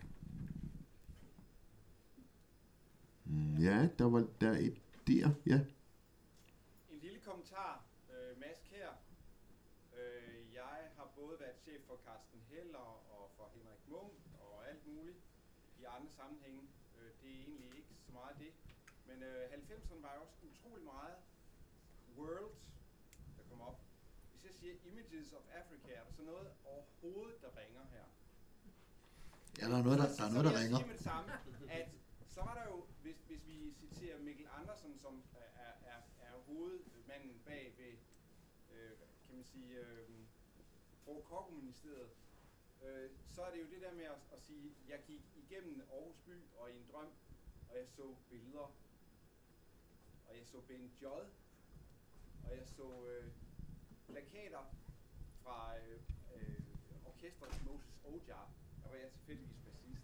Ja, der er et der, ja. En lille kommentar. Mads Kjær. Jeg har både været chef for Carsten Heller og for Henrik Munk og alt muligt i andre sammenhænge. Det er egentlig ikke så meget det. Men 90'erne var jo også utrolig meget world, der kom op. Hvis jeg siger Images of Africa, er der så noget overhovedet, der ringer her? Ja, der er noget, der ringer. Med det samme, at så var der jo, hvis vi citerer Mikkel Andersen, som er hovedmanden bag ved, kan man sige, Rokokoministeriet, så er det jo det der med at sige, jeg gik igennem Aarhus by og i en drøm, og jeg så billeder, og jeg så Ben J, og jeg så plakater fra orkestret Moses Ojar. Der var jeg tilfældigvis bassist.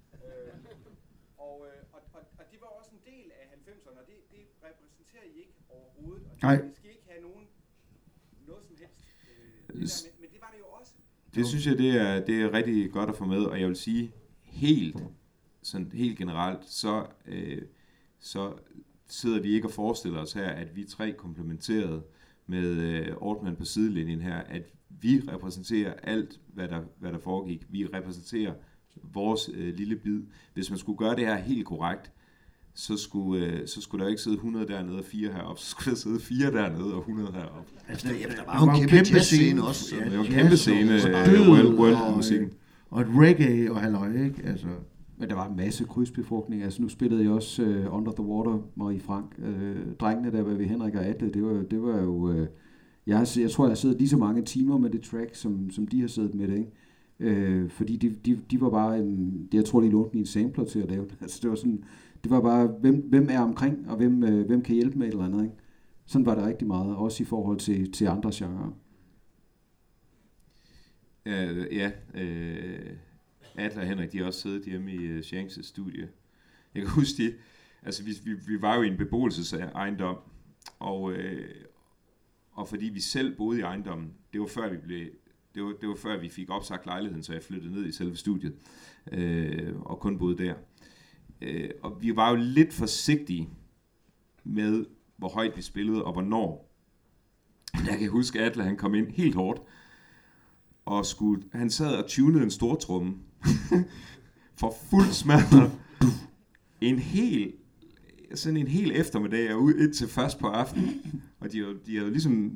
Og det var også en del af 90'erne, og det repræsenterer I ikke overhovedet. Og det skal ikke have noget som helst. Men det var det jo også. Det synes jeg, det er rigtig godt at få med, og jeg vil sige helt generelt, så sidder vi ikke og forestiller os her, at vi tre komplementerede med Ortmann på sidelinjen her, at vi repræsenterer alt, hvad der foregik. Vi repræsenterer vores lille bid. Hvis man skulle gøre det her helt korrekt, så skulle der ikke sidde 100 dernede og 4 heroppe, så skulle der sidde 4 dernede og 100 heroppe. Altså, der var jo en kæmpe jazzscene også. Det var en kæmpe scene, world-musikken. Og et reggae og halløj, ikke? Altså. Men der var en masse krydsbefrugtning. Altså nu spillede jeg også Under the Water, Marie Frank. Drengene der ved Henrik og Atle, det var jo... Jeg tror, jeg har siddet lige så mange timer med det track, som de har siddet med det, ikke? Fordi de var bare... jeg tror, de lånte mine sampler til at lave det. Altså det var sådan... Det var bare, hvem er omkring, og hvem kan hjælpe med et eller andet, ikke? Sådan var det rigtig meget, også i forhold til andre genrer. Adler og Henrik, de har også siddet hjemme i Shanks' studie. Jeg kan huske det. Altså, vi var jo i en beboelsesejendom, og fordi vi selv boede i ejendommen, det var før vi fik opsagt lejligheden, så jeg flyttede ned i selve studiet, og kun boede der. Og vi var jo lidt forsigtige med, hvor højt vi spillede, og hvornår. Jeg kan huske, at Adler, han kom ind helt hårdt, og han sad og tunede en stortromme for fuld smadret en hel eftermiddag og ud indtil først på aftenen. Og de havde ligesom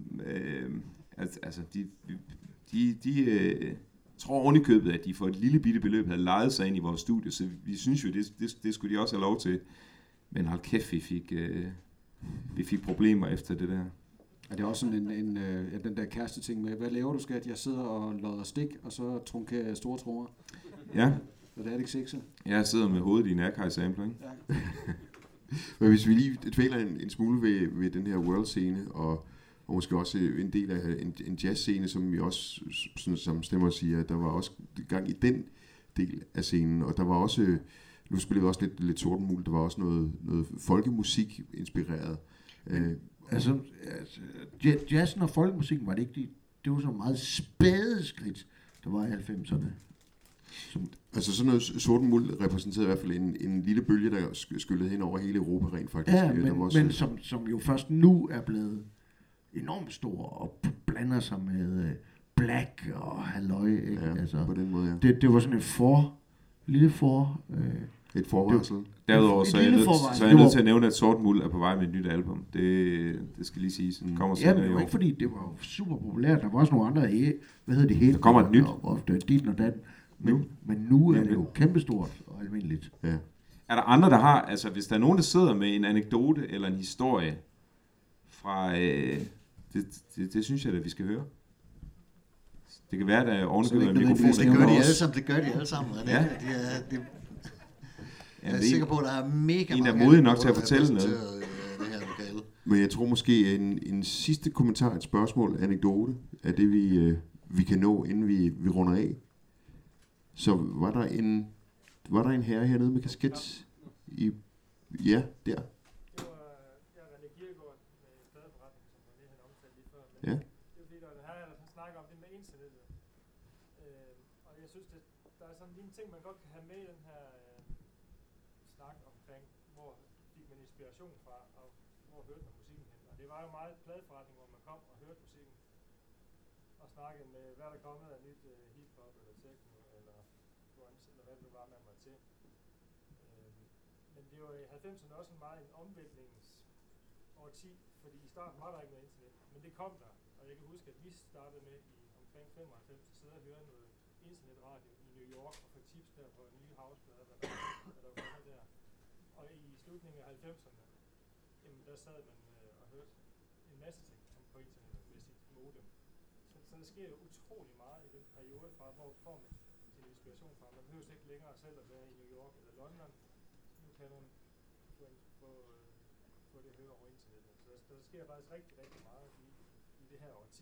tror ovenikøbet, at de for et lille bitte beløb havde lejet sig ind i vores studie, så vi synes jo, det skulle de også have lov til. Men hold kæft, vi fik problemer efter det der. Er det også sådan den der kæreste ting med, hvad laver du, skat? Jeg sidder og lodder stik, og så trunker jeg store trommer. Ja. Så det er det ikke sexet? Jeg sidder med hovedet i en Akai-sampler, ikke? Ja. Men hvis vi lige dvæler en smule ved den her world-scene, og måske også en del af en jazz-scene, som vi også, som stemmer siger, der var også gang i den del af scenen, og der var også, nu spillede vi også lidt Sortenmuld, der var også noget folkemusik inspireret. Altså, jazzen og folkemusikken var det ikke, det var så meget spæde skridt, der var i 90'erne. Altså sådan noget Sortenmuld repræsenterede i hvert fald en lille bølge, der skyllede hen over hele Europa rent faktisk. Ja, men som jo først nu er blevet enormt stor og blander sig med black og halløj. Ikke? Ja, altså, på den måde, ja. Det var sådan et et forvarsel. Derudover så er jeg nødt til at nævne, at Sortenmuld er på vej med et nyt album. Det skal lige sige, sådan kommer senere i år. Ja, men ikke fordi det var jo super populært. Der var også nogle andre, hvad hedder det, der kommer et nyt. Og dit og dat. Men nu er det jo kæmpestort og almindeligt. Ja. Er der andre, der har, altså hvis der er nogen, der sidder med en anekdote eller en historie fra, det synes jeg da, vi skal høre. Det kan være, der er ovenikøbet en mikrofon. Det gør de alle sammen. Ja. Jeg er sikker på, at der er mega mange. En er modig nok til at fortælle noget. Det her lokale. Men jeg tror måske, en sidste kommentar, et spørgsmål, anekdote, er det, vi kan nå, inden vi runder af. Så var der en herre hernede med kasket i... Ja, der. Ja. Det er fordi, der her er sådan snakker om det med internettet. Og jeg synes, der er sådan en ting, man godt kan have med i den her snak omkring, hvor fik man inspiration fra, og hvor hørte man musikken hen. Og det var jo meget pladeforretning, hvor man kom og hørte musikken, og snakkede med, hvad der kommet af nyt hiphop, eller techno, eller grunge, eller hvad det var, man var til. Men det var i 90'erne også en omvæltningsårti, fordi i starten var der ikke noget internet, men det kom der. Og jeg kan huske, at vi startede med i omkring 95 at sidde og høre noget internetradio i New York og få tips der på nye houseplader, hvad der var kommet der. Og i slutningen af 90'erne, jamen der sad man og hørte en masse ting på internettet med sit modem. Så der sker jo utrolig meget i den periode fra, hvor får man sin inspiration fra. Man behøver ikke længere selv at være i New York eller London. Nu kan man få det at høre over internettet. Så der sker faktisk rigtig, rigtig meget i det her årti.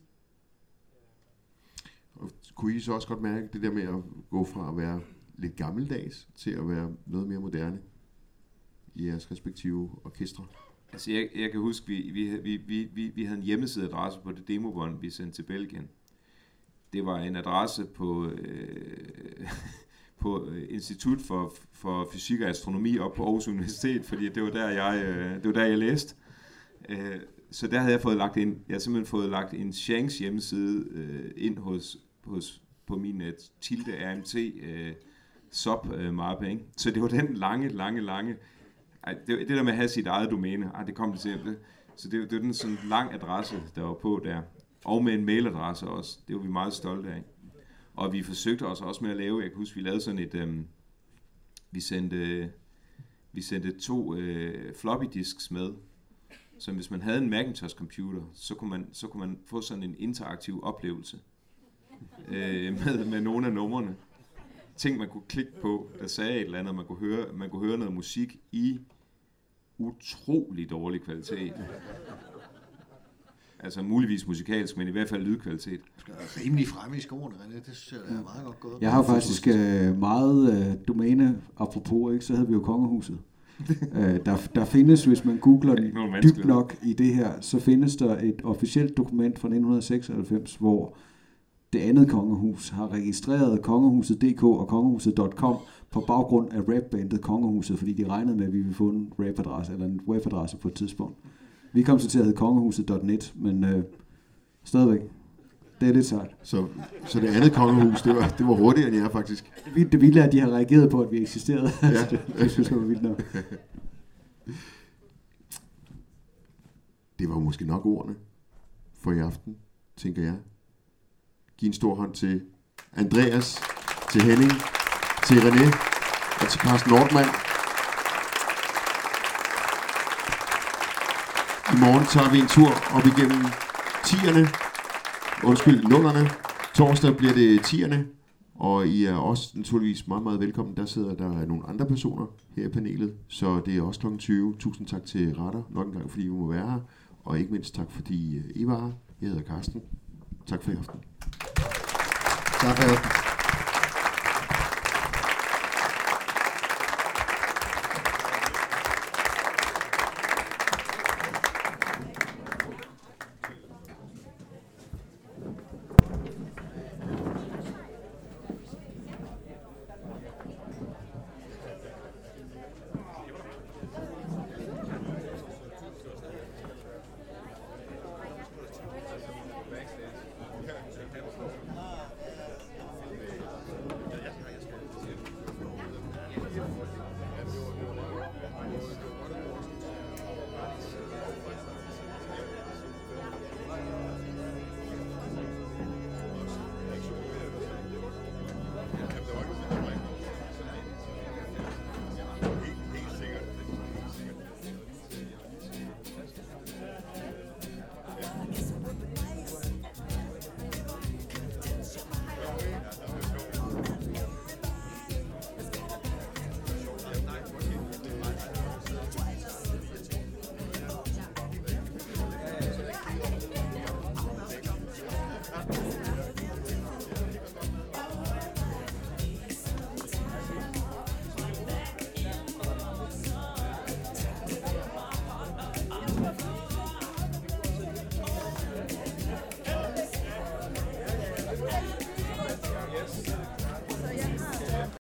Og kunne I så også godt mærke det der med at gå fra at være lidt gammeldags til at være noget mere moderne i jeres respektive orkestre? Altså jeg kan huske, vi havde en hjemmesideadresse på det demobånd, vi sendte til Belgien. Det var en adresse på Institut for Fysik og Astronomi op på Aarhus Universitet, fordi det var der jeg læste. Så der havde jeg simpelthen fået lagt en Shanks hjemmeside ind på min Tilde RMT sub-mappe, ikke? Så det var den lange det der med at have sit eget domæne, det kom det til. Så det var den sådan lang adresse, der var på der. Og med en mailadresse også. Det var vi meget stolte af. Og vi forsøgte også med at lave, jeg kan huske, vi lavede sådan et, vi sendte 2 floppy disks med. Så hvis man havde en Macintosh computer, så kunne man få sådan en interaktiv oplevelse med nogle af numrene. Ting man kunne klikke på, der sagde et eller andet, man kunne høre noget musik i utrolig dårlig kvalitet. Altså muligvis musikalsk, men i hvert fald lydkvalitet. Rimelig fremme i skoene, René. Det synes jeg er meget godt gået. Jeg har faktisk meget domæne, apropos, ikke, så havde vi jo Kongehuset. Der findes, hvis man googler dybt nok i det her, så findes der et officielt dokument fra 1996, hvor det andet kongehus har registreret kongehuset.dk og kongehuset.com på baggrund af rapbandet Kongehuset, fordi de regnede med, at vi ville få en rapadresse eller en webadresse på et tidspunkt. Vi kom så til at hedde kongehuset.net, men stadigvæk. Det er lidt sejt. Så det andet kongehus, det var hurtigere end jeg faktisk. Det vilde er, at de har reageret på, at vi eksisterede. Ja. Det synes jeg var vildt nok. Det var måske nok ordene for i aften, tænker jeg. Giv en stor hånd til Andreas, til Henning, til René og til Carsten Nordmann. I morgen tager vi en tur op igennem 0'erne. Torsdag bliver det 10'erne, og I er også naturligvis meget, meget velkommen. Der sidder der nogle andre personer her i panelet, så det er også kl. 20. Tusind tak til Radar nok en gang, fordi I må være her, og ikke mindst tak, fordi I var her. Jeg hedder Carsten. Tak for i aften. Tak for i aften.